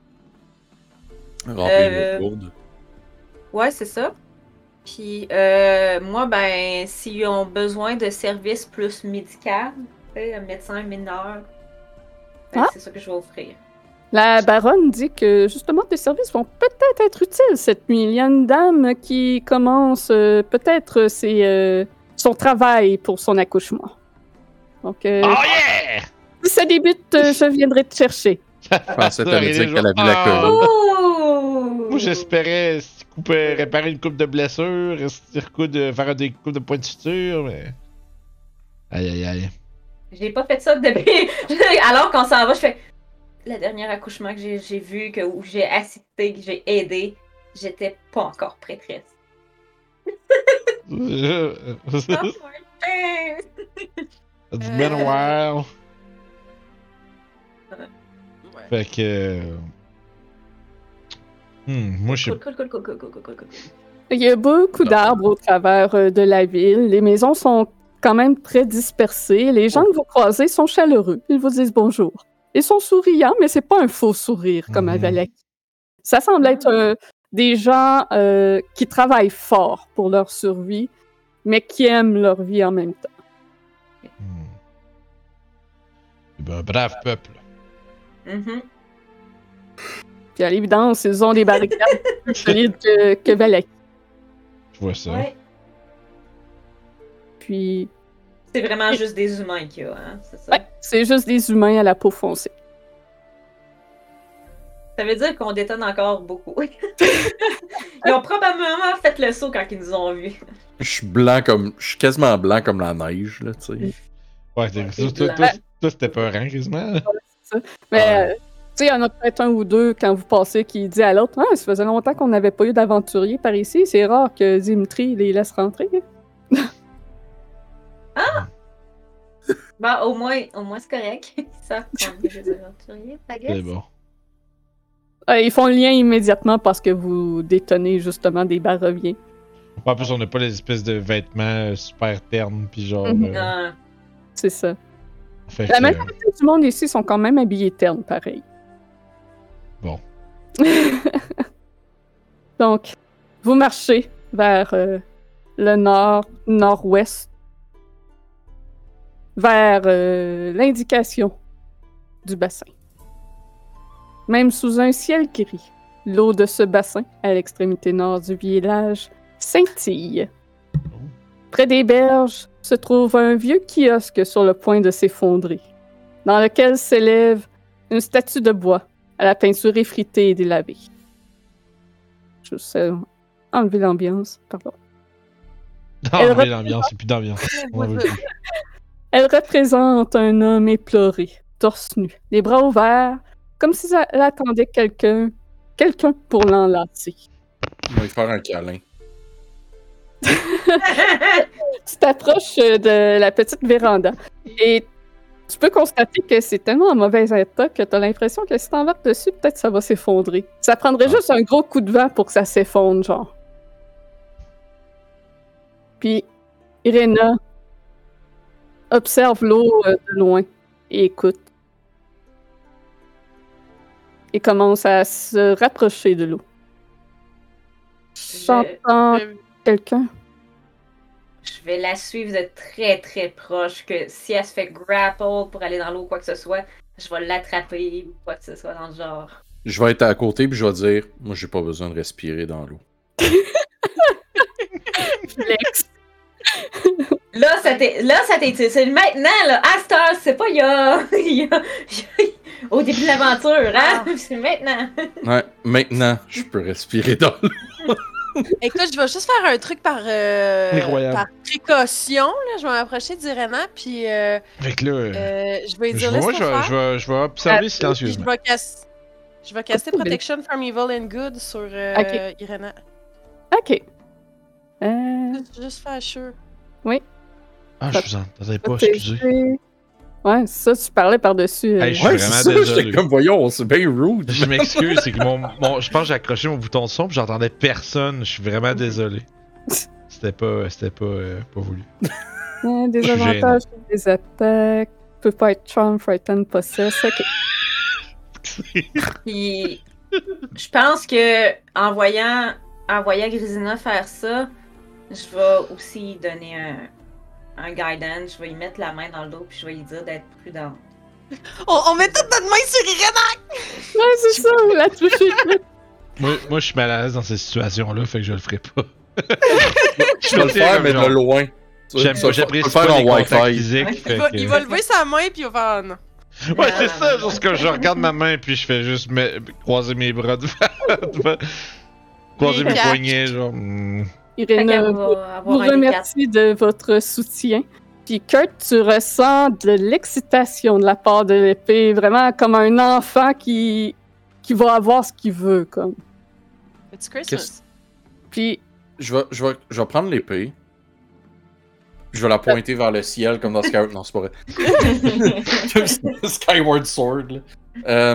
Remplir les gourdes. Ouais, c'est ça. Puis, moi, ben, s'ils ont besoin de services plus médicaux, un médecin mineur, ben, Ah. c'est ça que je vais offrir. La baronne dit que justement tes services vont peut-être être utiles cette nuit. Il y a une dame qui commence peut-être son travail pour son accouchement. Donc, Oh yeah! si ça débute, je viendrai te chercher. Je pensais que t'allais dire qu'elle avait la Ah! COVID. Oh! Moi, j'espérais réparer une coupe de blessures, faire des coupes de points de suture, mais... Aïe, aïe, aïe. J'ai pas fait ça depuis. Alors qu'on s'en va, je fais. le dernier accouchement que j'ai vu, où j'ai assisté, que j'ai aidé, j'étais pas encore prêtresse. It's been a while. Ouais. Fait que. Moi, je sais. Cool. Il y a beaucoup d'arbres au travers de la ville. Les maisons sont quand même très dispersées. Les gens que vous croisez sont chaleureux. Ils vous disent bonjour. Ils sont souriants, mais c'est pas un faux sourire comme à Valaki. Ça semble être des gens qui travaillent fort pour leur survie, mais qui aiment leur vie en même temps. Ben, brave peuple. Puis à l'évidence, ils ont des barricades plus solides que Valaki. Je vois ça. Ouais. Puis... C'est vraiment juste des humains qu'il y a, hein, c'est ça? Ouais, c'est juste des humains à la peau foncée. Ça veut dire qu'on détonne encore beaucoup. Ils ont probablement fait le saut quand ils nous ont vus. Je suis quasiment blanc comme la neige, là, tu sais. Ouais, toi, c'était peurant, quasiment. Mais, tu sais, il y en a peut-être un ou deux quand vous passez qui dit à l'autre « Ah, ça faisait longtemps qu'on n'avait pas eu d'aventuriers par ici. C'est rare que Dimitri les laisse rentrer. » Bah, au moins c'est correct. Ils savent qu'on est des aventuriers, I guess. C'est bon. Ils font le lien immédiatement parce que vous détonnez justement des bas-reviens. En plus, on n'a pas les espèces de vêtements super ternes, pis genre. Non. C'est ça. Fait La que, majorité du monde ici sont quand même habillés ternes, pareil. Bon. Donc, vous marchez vers le nord-ouest, vers l'indication du bassin. Même sous un ciel gris, l'eau de ce bassin, à l'extrémité nord du village, scintille. Près des berges se trouve un vieux kiosque sur le point de s'effondrer, dans lequel s'élève une statue de bois à la peinture effritée et délavée. Je sais enlever l'ambiance, pardon. enlever l'ambiance, et puis d'ambiance. On en veut plus. Elle représente un homme éploré, torse nu, les bras ouverts, comme si elle attendait quelqu'un pour l'enlacer. On va lui faire un câlin. Tu t'approches de la petite véranda et tu peux constater que c'est tellement en mauvais état que tu as l'impression que si t'embarques dessus, peut-être ça va s'effondrer. Ça prendrait juste un gros coup de vent pour que ça s'effondre, genre. Puis, Irena observe l'eau de loin et écoute. Et commence à se rapprocher de l'eau. J'entends quelqu'un. Je vais la suivre de très très proche, que si elle se fait grapple pour aller dans l'eau ou quoi que ce soit, je vais l'attraper ou quoi que ce soit dans le genre. Je vais être à côté puis je vais dire, moi j'ai pas besoin de respirer dans l'eau. Flex. Là, ça t'est c'est maintenant, là. À cette heure, c'est pas il y a au début de l'aventure, hein? C'est maintenant. Ouais, maintenant, je peux respirer dans l'eau. Écoute, je vais juste faire un truc par précaution. Là. Je vais m'approcher d'Irena, puis Fait que là, je vais lui dire laisse-moi faire. je vais observer silencieusement. Je vais caster Protection from Evil and Good sur Irena. Ok. Juste faire sûr. Oui. Ah, je vous entendais pas, excusez. Ouais, ça, tu parlais par-dessus. Hey, je suis Ouais, vraiment c'est ça, désolé. j'étais comme, voyons, c'est bien rude. Je m'excuse, c'est que je pense que j'ai accroché mon bouton de son puis j'entendais personne. Je suis vraiment désolé. C'était pas voulu. Des Je suis avantages, des attaques. Peut pas être Charm, Frighten, Possess. Ok. Puis, je pense que en voyant Grisina faire ça, je vais aussi donner un guidance. Je vais lui mettre la main dans le dos puis je vais lui dire d'être prudente. On met toute notre main sur Irena! Ouais, c'est ça, la toucher. Moi, je suis mal à l'aise dans ces situations-là, fait que je le ferai pas. Je vais le faire, mais de loin. J'apprécie pas les contacts physiques. Il va lever sa main puis il va faire non. Ouais, c'est ça, juste que je regarde ma main puis je fais juste croiser mes bras croiser mes poignets, genre. Irena vous remercie de votre soutien. Puis Kurt, tu ressens de l'excitation de la part de l'épée, vraiment comme un enfant qui va avoir ce qu'il veut, comme. It's Christmas. Puis Je vais prendre l'épée. Je vais la pointer vers le ciel comme dans Skyward... Non, c'est pas vrai. Skyward Sword, là.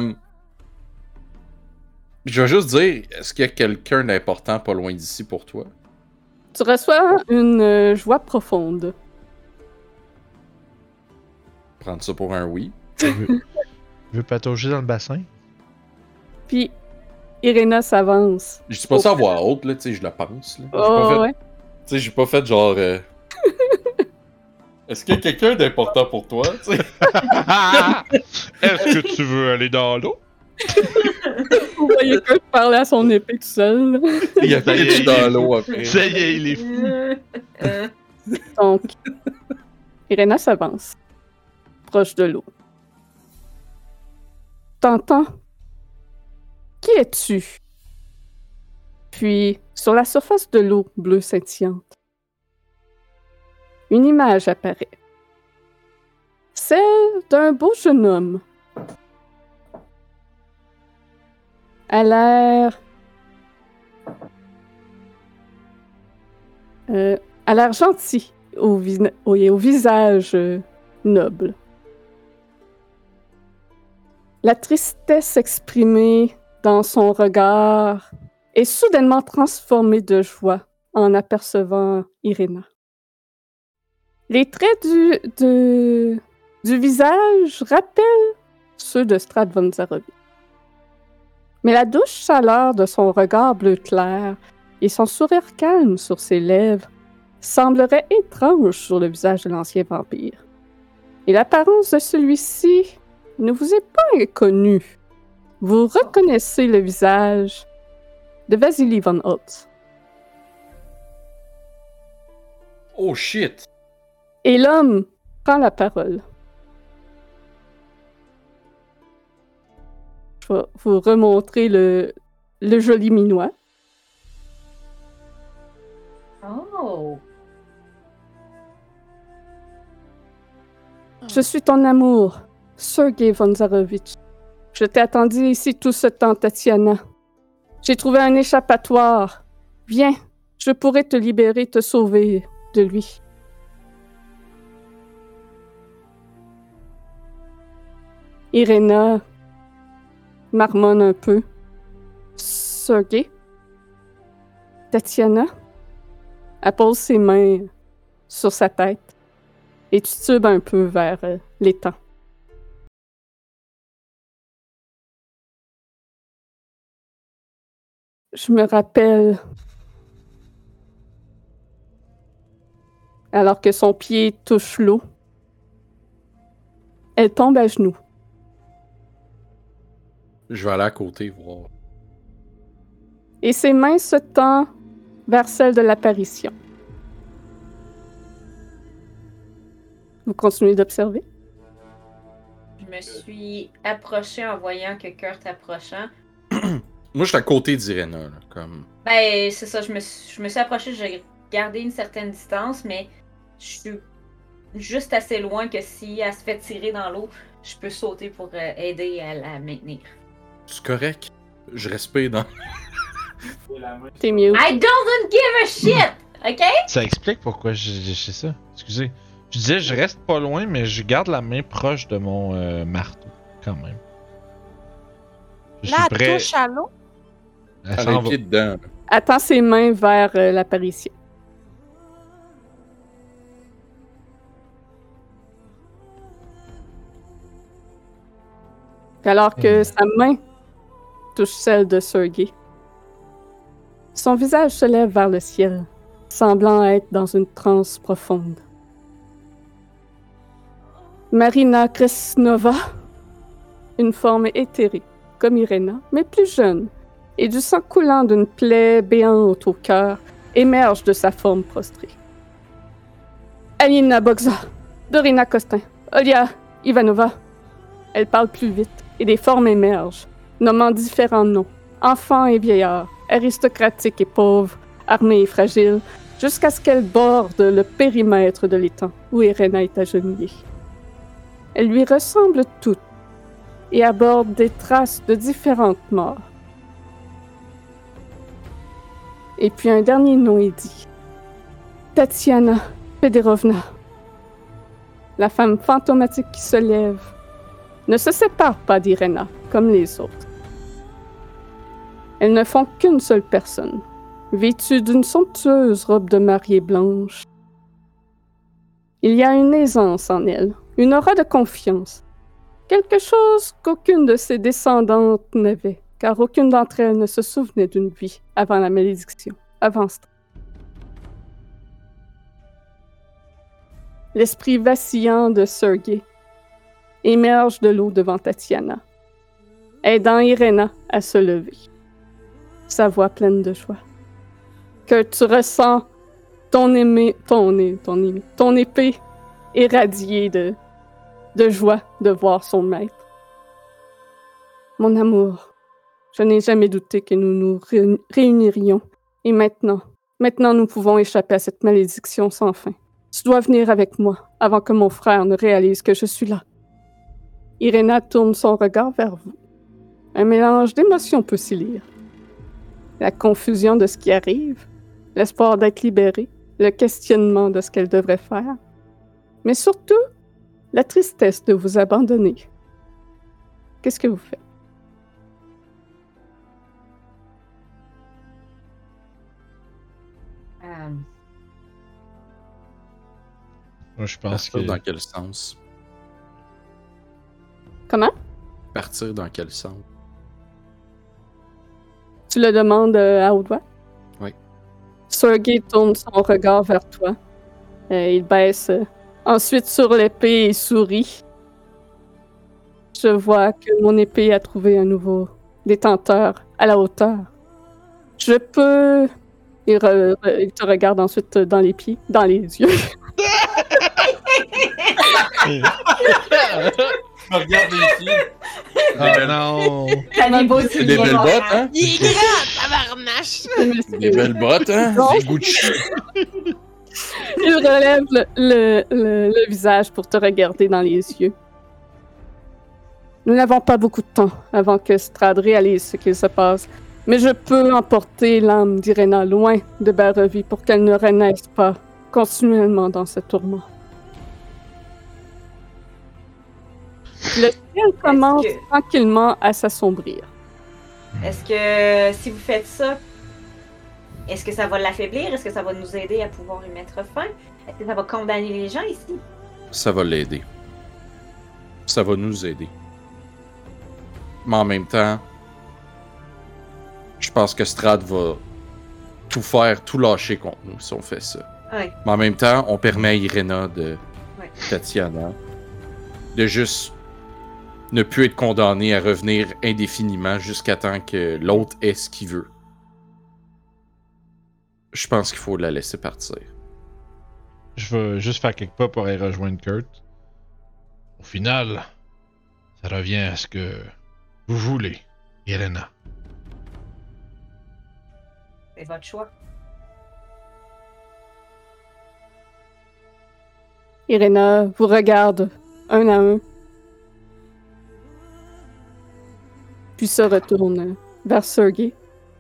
Je vais juste dire, est-ce qu'il y a quelqu'un d'important pas loin d'ici pour toi? tu reçois une joie profonde. Prendre ça pour un oui. Tu veux patauger dans le bassin? Puis Irena s'avance. Je dis pas ça à voix haute, là, tu sais, je le pense. Là. J'ai pas Oh, fait... ouais. Tu sais, j'ai pas fait genre... Est-ce qu'il y a quelqu'un d'important pour toi? Tu sais? Est-ce que tu veux aller dans l'eau? Vous voyez Kurt parler à son épée tout seul. Il a pitché dans l'eau après. Ça y est, il est fou. Donc, Irena s'avance, proche de l'eau. T'entends? Qui es-tu? Puis, sur la surface de l'eau bleue scintillante, une image apparaît. Celle d'un beau jeune homme. A l'air gentil, au visage noble. La tristesse exprimée dans son regard est soudainement transformée de joie en apercevant Irena. Les traits du visage rappellent ceux de Strahd von Zarovich. Mais la douce chaleur de son regard bleu clair et son sourire calme sur ses lèvres sembleraient étranges sur le visage de l'ancien vampire. Et l'apparence de celui-ci ne vous est pas inconnue. Vous reconnaissez le visage de Vasily von Holtz. Oh shit! Et l'homme prend la parole. Je vais vous remontrer le joli minois. Oh! Je suis ton amour, Sergei von Zarovich. Je t'ai attendu ici tout ce temps, Tatiana. J'ai trouvé un échappatoire. Viens, je pourrai te libérer, te sauver de lui. Irena marmonne un peu. Sergei? Tatiana? Elle pose ses mains sur sa tête et titube un peu vers l'étang. Je me rappelle, alors que son pied touche l'eau, elle tombe à genoux. Je vais aller à côté voir. Et ses mains se tendent vers celle de l'apparition. Vous continuez d'observer? Je me suis approchée en voyant que Kurt approchant. Moi, je suis à côté d'Irena, là, comme... Ben, c'est ça, je me suis approchée, j'ai gardé une certaine distance, mais je suis juste assez loin que si elle se fait tirer dans l'eau, je peux sauter pour aider à la maintenir. C'est correct. Je respire dans... T'es mieux. I don't give a shit! OK? Ça explique pourquoi j'ai ça. Excusez. Je disais, je reste pas loin, mais je garde la main proche de mon marteau, quand même. Je Là, suis elle prêt. touche à l'eau. Elle Elle a s'en les va. pieds dedans. là. Attends ses mains vers l'apparition. Puis alors que sa main touche celle de Sergei, son visage se lève vers le ciel, semblant être dans une transe profonde. Marina Kresnova, une forme éthérée, comme Irena, mais plus jeune, et du sang coulant d'une plaie béante au cœur, émerge de sa forme prostrée. Alina Bogza, Dorina Costin, Olia Ivanova. Elle parle plus vite, et des formes émergent, nommant différents noms, enfants et vieillards, aristocratiques et pauvres, armés et fragiles, jusqu'à ce qu'elle borde le périmètre de l'étang où Irena est agenouillée. Elles lui ressemblent toutes et abordent des traces de différentes morts. Et puis un dernier nom est dit. Tatiana Fedorovna. La femme fantomatique qui se lève ne se sépare pas d'Irena comme les autres. Elles ne font qu'une seule personne, vêtue d'une somptueuse robe de mariée blanche. Il y a une aisance en elle, une aura de confiance, quelque chose qu'aucune de ses descendantes n'avait, car aucune d'entre elles ne se souvenait d'une vie avant la malédiction, avant Strahd. L'esprit vacillant de Sergei émerge de l'eau devant Tatiana, aidant Irena à se lever. Sa voix pleine de joie. Que tu ressens ton épée irradiée de joie de voir son maître. Mon amour, je n'ai jamais douté que nous nous réunirions. Et maintenant nous pouvons échapper à cette malédiction sans fin. Tu dois venir avec moi avant que mon frère ne réalise que je suis là. Irena tourne son regard vers vous. Un mélange d'émotions peut s'y lire. La confusion de ce qui arrive, l'espoir d'être libérée, le questionnement de ce qu'elle devrait faire, mais surtout, la tristesse de vous abandonner. Qu'est-ce que vous faites? Moi, je pense que... Partir dans quel sens? Comment? Partir dans quel sens? Tu le demandes à haute voix? Oui. Sergei tourne son regard vers toi. Il baisse ensuite sur l'épée et sourit. Je vois que mon épée a trouvé un nouveau détenteur à la hauteur. Je peux... Il te regarde ensuite dans les pieds, dans les yeux. Regarde les filles. Ah non! C'est des belles bottes, hein? Il est grand, tabarnache! Des belles bottes, hein? Des Gucci. Il relève le visage pour te regarder dans les yeux. Nous n'avons pas beaucoup de temps avant que Strahd réalise ce qu'il se passe, mais je peux emporter l'âme d'Irena loin de Barovie pour qu'elle ne renaisse pas continuellement dans ce tourment. Le ciel commence tranquillement à s'assombrir. Est-ce que si vous faites ça, est-ce que ça va l'affaiblir? Est-ce que ça va nous aider à pouvoir y mettre fin? Est-ce que ça va condamner les gens ici? Ça va l'aider. Ça va nous aider. Mais en même temps, je pense que Strahd va tout faire, tout lâcher contre nous si on fait ça. Ouais. Mais en même temps, on permet à Irena Ouais. Tatiana, de juste ne plus être condamné à revenir indéfiniment jusqu'à temps que l'autre ait ce qu'il veut. Je pense qu'il faut la laisser partir. Je vais juste faire quelques pas pour aller rejoindre Kurt. Au final, ça revient à ce que vous voulez, Irena. C'est votre choix. Irena vous regarde un à un, puis se retourne vers Sergei.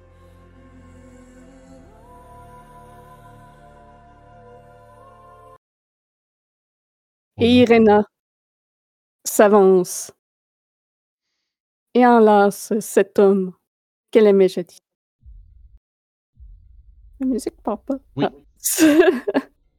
Et Irena s'avance et enlace cet homme qu'elle aimait jadis. La musique part pas. Oui. Ah.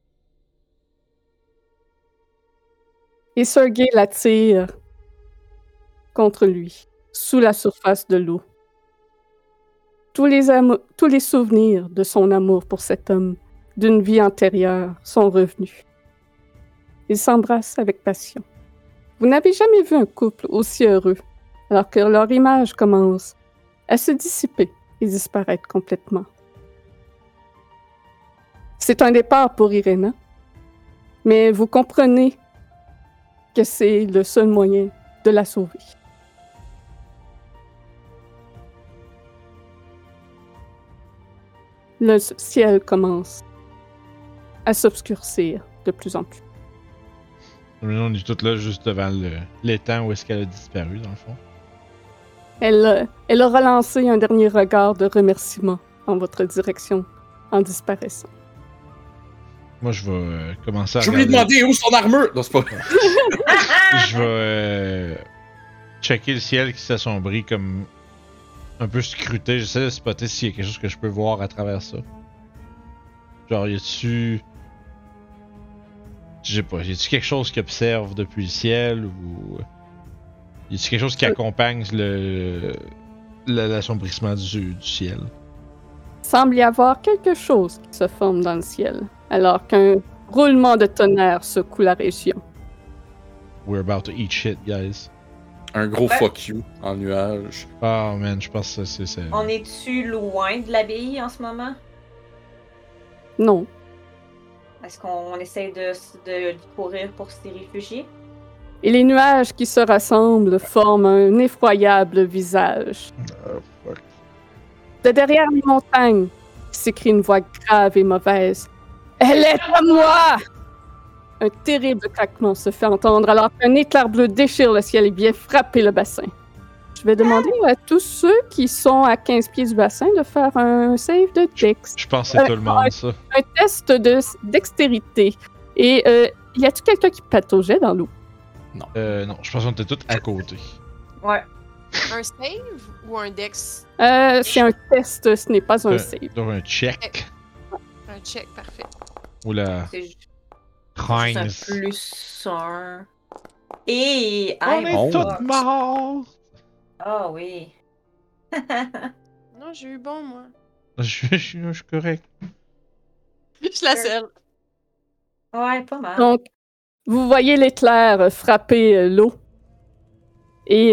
Et Sergei l'attire contre lui, sous la surface de l'eau. Tous les souvenirs de son amour pour cet homme, d'une vie antérieure, sont revenus. Ils s'embrassent avec passion. Vous n'avez jamais vu un couple aussi heureux, alors que leur image commence à se dissiper et disparaître complètement. C'est un départ pour Irena, mais vous comprenez que c'est le seul moyen de la sauver. Le ciel commence à s'obscurcir de plus en plus. On est tous là juste devant l'étang où est-ce qu'elle a disparu, dans le fond. Elle a relancé un dernier regard de remerciement en votre direction en disparaissant. Moi, je vais commencer à Je voulais regarder. demander où son armure! Non, c'est pas vrai. Je vais checker le ciel qui s'assombrit comme un peu scruté. J'essaie de spotter s'il y a quelque chose que je peux voir à travers ça. Genre, y a-tu... Je sais pas, y a-tu quelque chose qui observe depuis le ciel ou... Y a-tu quelque chose qui accompagne l'assombrissement du ciel? Semble y avoir quelque chose qui se forme dans le ciel, alors qu'un roulement de tonnerre secoue la région. We're about to eat shit, guys. Un gros fuck you en nuage. Oh man, je pense que c'est... On est-tu loin de l'abbaye en ce moment? Non. Est-ce qu'on essaie de courir pour s'y réfugier? Et les nuages qui se rassemblent forment un effroyable visage. Oh, fuck. De derrière les montagnes, s'écrie une voix grave et mauvaise. « Elle est à moi! » Un terrible craquement se fait entendre alors qu'un éclair bleu déchire le ciel et vient frapper le bassin. Je vais demander à tous ceux qui sont à 15 pieds du bassin de faire un save de Dex. Je pense que c'est tout le monde, ça. Un test de dextérité. Et y a-t-il quelqu'un qui pataugeait dans l'eau? Non, je pense qu'on était tous à côté. Ouais. Un save ou un dex? C'est un test, ce n'est pas un save. Donc un check. Un check, parfait. Ou la C'est juste Heinz. un plus 1. Et... On est bon. tous morts! Ah oui. Non, j'ai eu bon, moi. Je suis correct. Je suis la seule. Ouais, pas mal. Donc, vous voyez l'éclair frapper l'eau. Et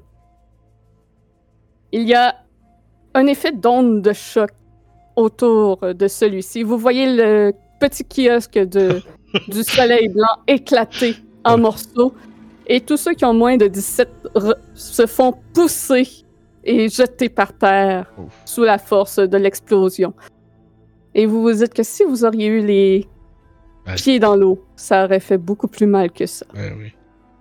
il y a un effet d'onde de choc autour de celui-ci. Vous voyez le petit kiosque du soleil blanc éclater en morceaux. Et tous ceux qui ont moins de 17 se font pousser et jeter par terre Ouf. sous la force de l'explosion. Et vous vous dites que si vous auriez eu les Ouais. pieds dans l'eau, ça aurait fait beaucoup plus mal que ça. Ouais, oui.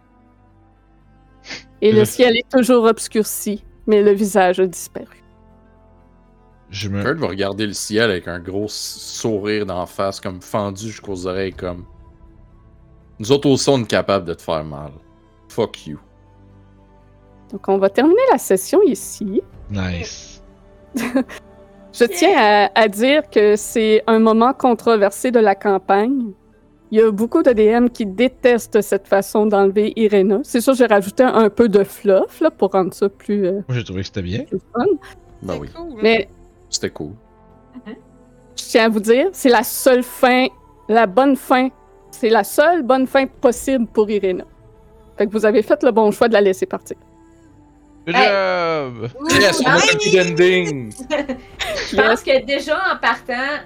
Et le Le- ciel est toujours obscurci, mais le visage a disparu. Je me... Kurt va regarder le ciel avec un gros sourire d'en face, comme fendu jusqu'aux oreilles, comme... Nous autres aussi, on est capables de te faire mal. Fuck you. Donc, on va terminer la session ici. Nice. Je tiens à dire que c'est un moment controversé de la campagne. Il y a beaucoup de DM qui détestent cette façon d'enlever Irena. C'est sûr, j'ai rajouté un peu de fluff là, pour rendre ça plus, Moi, j'ai trouvé que c'était bien. plus fun. Ben C'est oui, cool. Mais c'était cool. je tiens à vous dire, c'est la seule fin, la bonne fin. C'est la seule bonne fin possible pour Irena. Fait que vous avez fait le bon choix de la laisser partir. Good Hey. job! Yes, on a un good ending! Je pense que déjà, en partant,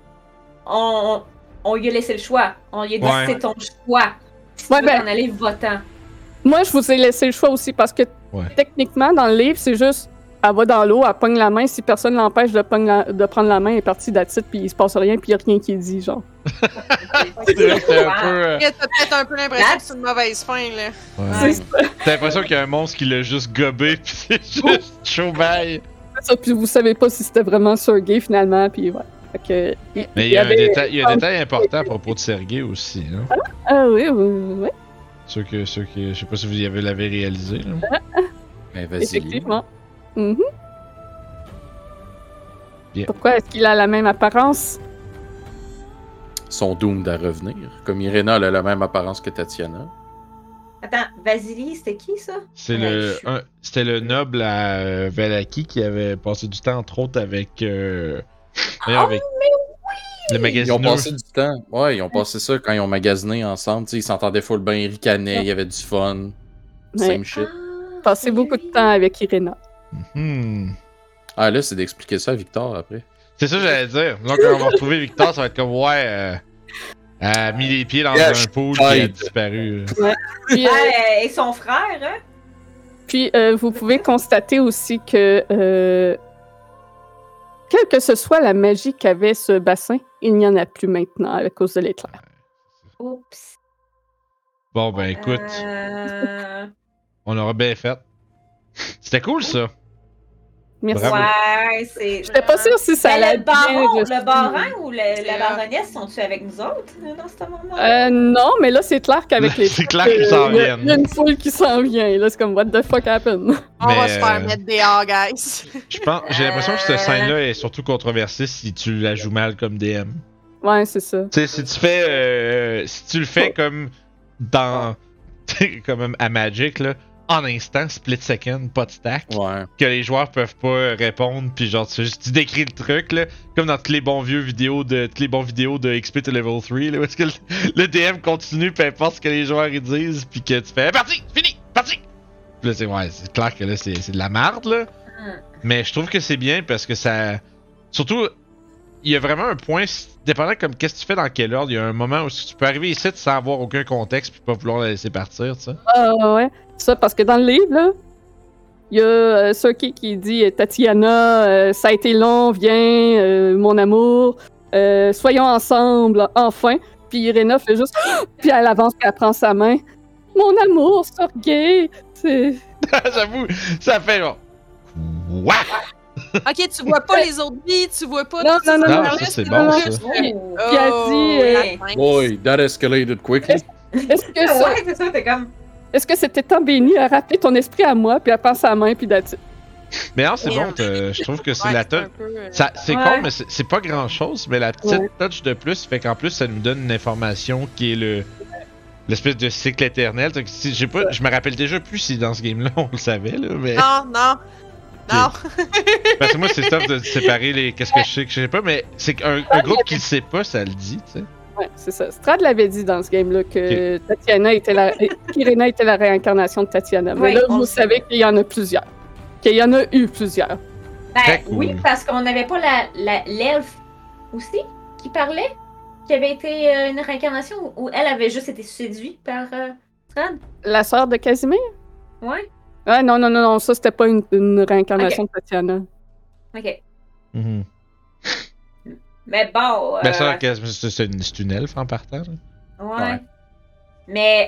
on lui a laissé le choix. On lui a dit, Ouais. c'est ton choix. Si Ouais, tu veux ben- t'en aller, va-t'en. Moi, je vous ai laissé le choix aussi parce que Ouais. techniquement, dans le livre, c'est juste elle va dans l'eau, elle pogne la main. Si personne l'empêche de prendre la main, elle est partie d'attitude, puis il se passe rien, puis il n'y a rien qui est dit, genre. C'est vrai que c'était un peu... T'as peut-être un peu l'impression que c'est une mauvaise fin, là. Ouais. C'est T'as l'impression qu'il y a un monstre qui l'a juste gobé, pis c'est juste chaud bye. ça, puis vous savez pas si c'était vraiment Sergei finalement, puis ouais. Fait que, Mais il y a un détail important à propos de Sergei aussi, hein. Ah oui, oui. Ceux que, je sais pas si vous l'avez réalisé, là. Ben vas-y. Effectivement. Mhm. Bien. Pourquoi est-ce qu'il a la même apparence? Sont doomed à revenir. Comme Irena, elle a la même apparence que Tatiana. Attends, Vasily, c'était qui ça? C'est Ouais, c'était le noble à Valaki qui avait passé du temps, entre autres, avec... avec le Ils ont magasineux. passé du temps. Ouais, ils ont passé ça quand ils ont magasiné ensemble. T'sais, ils s'entendaient full bien, ils ricanaient, il y avait du fun. Ouais. Same shit. Passé beaucoup de temps avec Irena. Hmm. Ah là, c'est d'expliquer ça à Victor après. C'est ça que j'allais dire. Donc, quand on va retrouver Victor, ça va être comme, ouais, elle a mis les pieds dans Yeah, un pool et elle a hide. disparu. Puis, Et son frère, hein? Puis, vous pouvez constater aussi que quelle que ce soit la magie qu'avait ce bassin, il n'y en a plus maintenant à cause de l'éclair. Oups. Bon, ben écoute, on aura bien fait. C'était cool ça. Merci. Bravo. Ouais, c'est. J'étais pas sûre si ça Mais allait le baron, bien. le baron ou la baronesse sont-tu avec nous autres dans ce moment? Non, mais là, c'est clair qu'avec les... C'est clair qu'ils s'en il y a viennent. une foule qui s'en vient. Là, c'est comme, what the fuck happened? On va Mais, se faire mettre dehors, guys. J'ai l'impression que cette scène-là est surtout controversée si tu la joues mal comme DM. Ouais, c'est ça. Tu sais, si tu fais. Si tu le fais comme dans. comme à Magic, là. En instant, split second, pas de stack. Ouais. Que les joueurs peuvent pas répondre, puis genre, tu décris le truc, là. Comme dans tous les bons vidéos de XP to Level 3, là. Où est-ce que le DM continue, peu importe ce que les joueurs ils disent, puis que tu fais parti, fini, parti! Puis là, c'est clair que là, c'est de la merde, là. Mais je trouve que c'est bien parce que ça. Surtout, il y a vraiment un point, dépendant comme qu'est-ce que tu fais dans quel ordre, il y a un moment où tu peux arriver ici sans avoir aucun contexte puis pas vouloir la laisser partir, tu sais. Ouais, ça, parce que dans le livre, là, il y a Serki qui dit Tatiana, ça a été long, viens, mon amour, soyons ensemble, enfin. Puis Irena fait juste. Puis elle avance, puis elle prend sa main. Mon amour, Sergei, c'est. J'avoue, ça fait genre. What? Ok, tu vois pas les autres vies, tu vois pas. Non, tout ça, non, non, là, ça, c'est pas bon, juste, ça. Puis elle dit, la fin. Boy, that escalated quickly. Est-ce que ça. Ouais, c'est ça, t'es comme. Est-ce que c'était temps béni à rappeler ton esprit à moi, puis elle prend sa main, puis that's it. Mais non, c'est bon, Merde. je trouve que c'est Ouais, la c'est un touch. peu, C'est Ouais. con, mais c'est pas grand chose, mais la petite Ouais. touch de plus fait qu'en plus ça nous donne une information qui est l'espèce de cycle éternel. Donc, je me rappelle déjà plus si dans ce game-là on le savait, là, mais. Non. Parce que moi, c'est tough de séparer les qu'est-ce que je sais pas, mais c'est qu'un groupe qui le sait pas, ça le dit, tu sais. Ouais, c'est ça. Strad l'avait dit dans ce game-là que Irena était la réincarnation de Tatiana. Mais Ouais, là, on vous le sait. savez qu'il y en a plusieurs. Qu'il y en a eu plusieurs. Ben Très cool. oui, parce qu'on n'avait pas l'elfe aussi qui parlait, qui avait été une réincarnation, ou elle avait juste été séduite par Strad. La sœur de Casimir? Ouais. Ah non, ça c'était pas une réincarnation de Tatiana. Ok. Mhm. Mais bon. Ben, ça, c'est une elfe en partant. Là. Ouais. Mais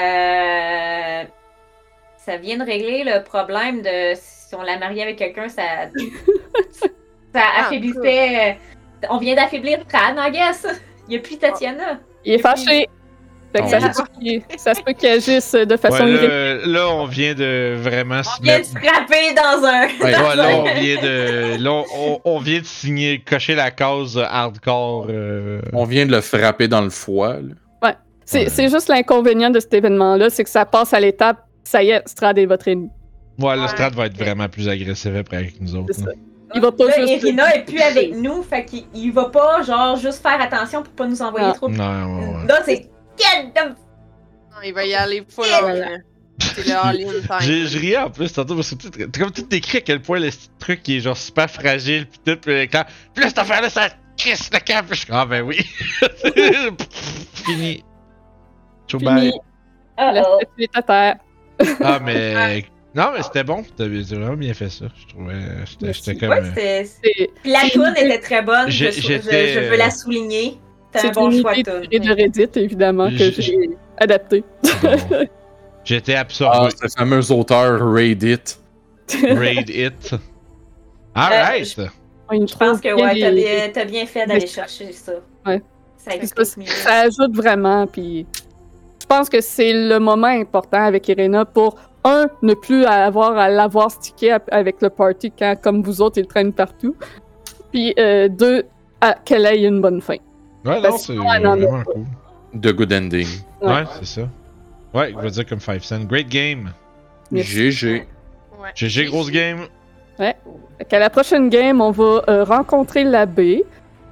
ça vient de régler le problème de si on la mariait avec quelqu'un, ça affaiblissait. On vient d'affaiblir Strad, I guess. Il n'y a plus Tatiana. Il est fâché. Fait que ça se peut qu'il agisse de façon Ouais, irrégulière. là, on vient de vraiment On se vient de mettre. scraper dans un. Ouais, Ouais, là, on vient de. Là, on vient de signer, cocher la case hardcore. On vient de le frapper dans le foie. Là. C'est juste l'inconvénient de cet événement-là, c'est que ça passe à l'étape, ça y est, Strad est votre ennemi. Ouais, le Ouais. strat va être vraiment plus agressif après avec nous autres. C'est là. ça. Il va pas Là, juste... Irina est plus avec nous, fait qu'il va pas, genre, juste faire attention pour pas nous envoyer Non. trop de. Non, ouais. Là, c'est. Get the. Non, il va y aller full on. là. C'est le all-in time. Je riais en plus tantôt parce que t'as comme tout décrit à quel point le petit truc qui est genre super fragile pis tout, pis quand. Pis là, cette affaire-là, ça crisse le camp, pis je suis comme, ah ben oui. Fini. Ciao, bye. Fini. La Uh-oh. statue est à terre. Ah, mais. Non, mais c'était bon. T'as vraiment bien fait ça. Je trouvais. J'étais comme. Ouais, c'était. C'est Puis la toune était très bonne, J'étais- je veux la souligner. C'est un c'est bon une choix de idée toune. tirée de Reddit, évidemment, que J- j'ai adapté. bon. J'étais Ah, absorbé. ce fameux auteur Reddit. Raid it. Alright. Je pense que ouais, t'as bien fait d'aller chercher ça. Ouais. Ça explique mieux. Ça ajoute vraiment, puis je pense que c'est le moment important avec Irena pour, ne plus avoir à l'avoir stické avec le party quand, comme vous autres, il traîne partout. Puis 2, qu'elle ait une bonne fin. Ouais, non, Parce c'est que sinon, elle en a vraiment pas. cool. The Good Ending. Ouais, c'est ça. Ouais, il va dire comme 5 cents. Great game. Merci. GG. Ouais. GG, grosse game. Fait qu'à la prochaine game, on va rencontrer l'abbé.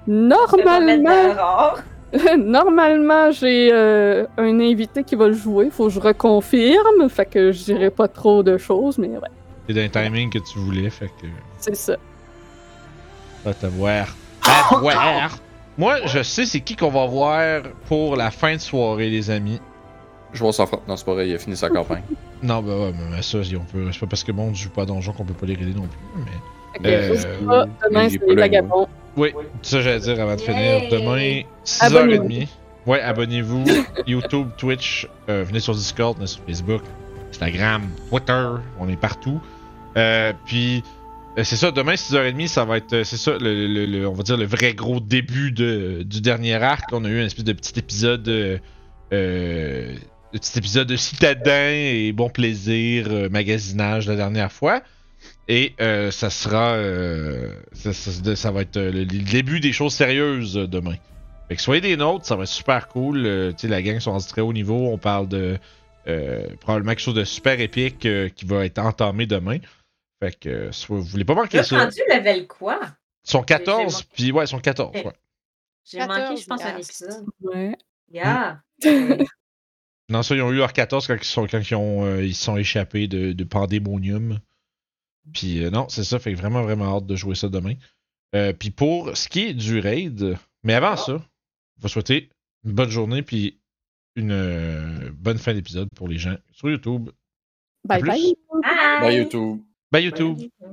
Normalement, j'ai un invité qui va le jouer. Faut que je reconfirme. Fait que je dirai pas trop de choses, mais ouais, C'est d'un timing que tu voulais, fait que. c'est ça. Va te voir. Va te voir. Moi, je sais c'est qui qu'on va voir pour la fin de soirée, les amis. Je vois ça frappe. Non, c'est pas vrai, il a fini sa campagne. Non, bah ouais, mais ça, on peut. C'est pas parce que le monde joue pas à donjon qu'on peut pas les raider non plus, mais. Ok, n'oubliez pas, demain, il est c'est pas les là, vagabonds. Oui, ça j'allais dire avant de finir. Yay! Demain, Abonnez-vous. 6h30. Ouais, abonnez-vous. YouTube, Twitch, venez sur Discord, venez sur Facebook, Instagram, Twitter, on est partout. Puis, c'est ça, demain, 6h30, ça va être, c'est ça, on va dire le vrai gros début du dernier arc. On a eu une espèce de petit épisode, de citadin et bon plaisir, magasinage la dernière fois. Et ça sera. Ça va être le début des choses sérieuses demain. Fait que soyez des nôtres, ça va être super cool. Tu sais, la gang sont rendus très haut niveau. On parle de probablement quelque chose de super épique qui va être entamé demain. Fait que vous voulez pas manquer Là, ça. rendu level quoi? Ils sont 14, manqué. puis ouais, ils sont 14. Ok. Ouais. J'ai manqué, je 14 pense, un gars. épisode. Ouais. Yeah! Non, ça, ils ont eu leur 14 quand ils sont échappés de Pandemonium. Puis non, c'est ça, fait que vraiment, vraiment hâte de jouer ça demain. Puis pour ce qui est du raid, mais avant ça, on va souhaiter une bonne journée puis une bonne fin d'épisode pour les gens sur YouTube. Bye plus. bye. Bye YouTube. Bye YouTube!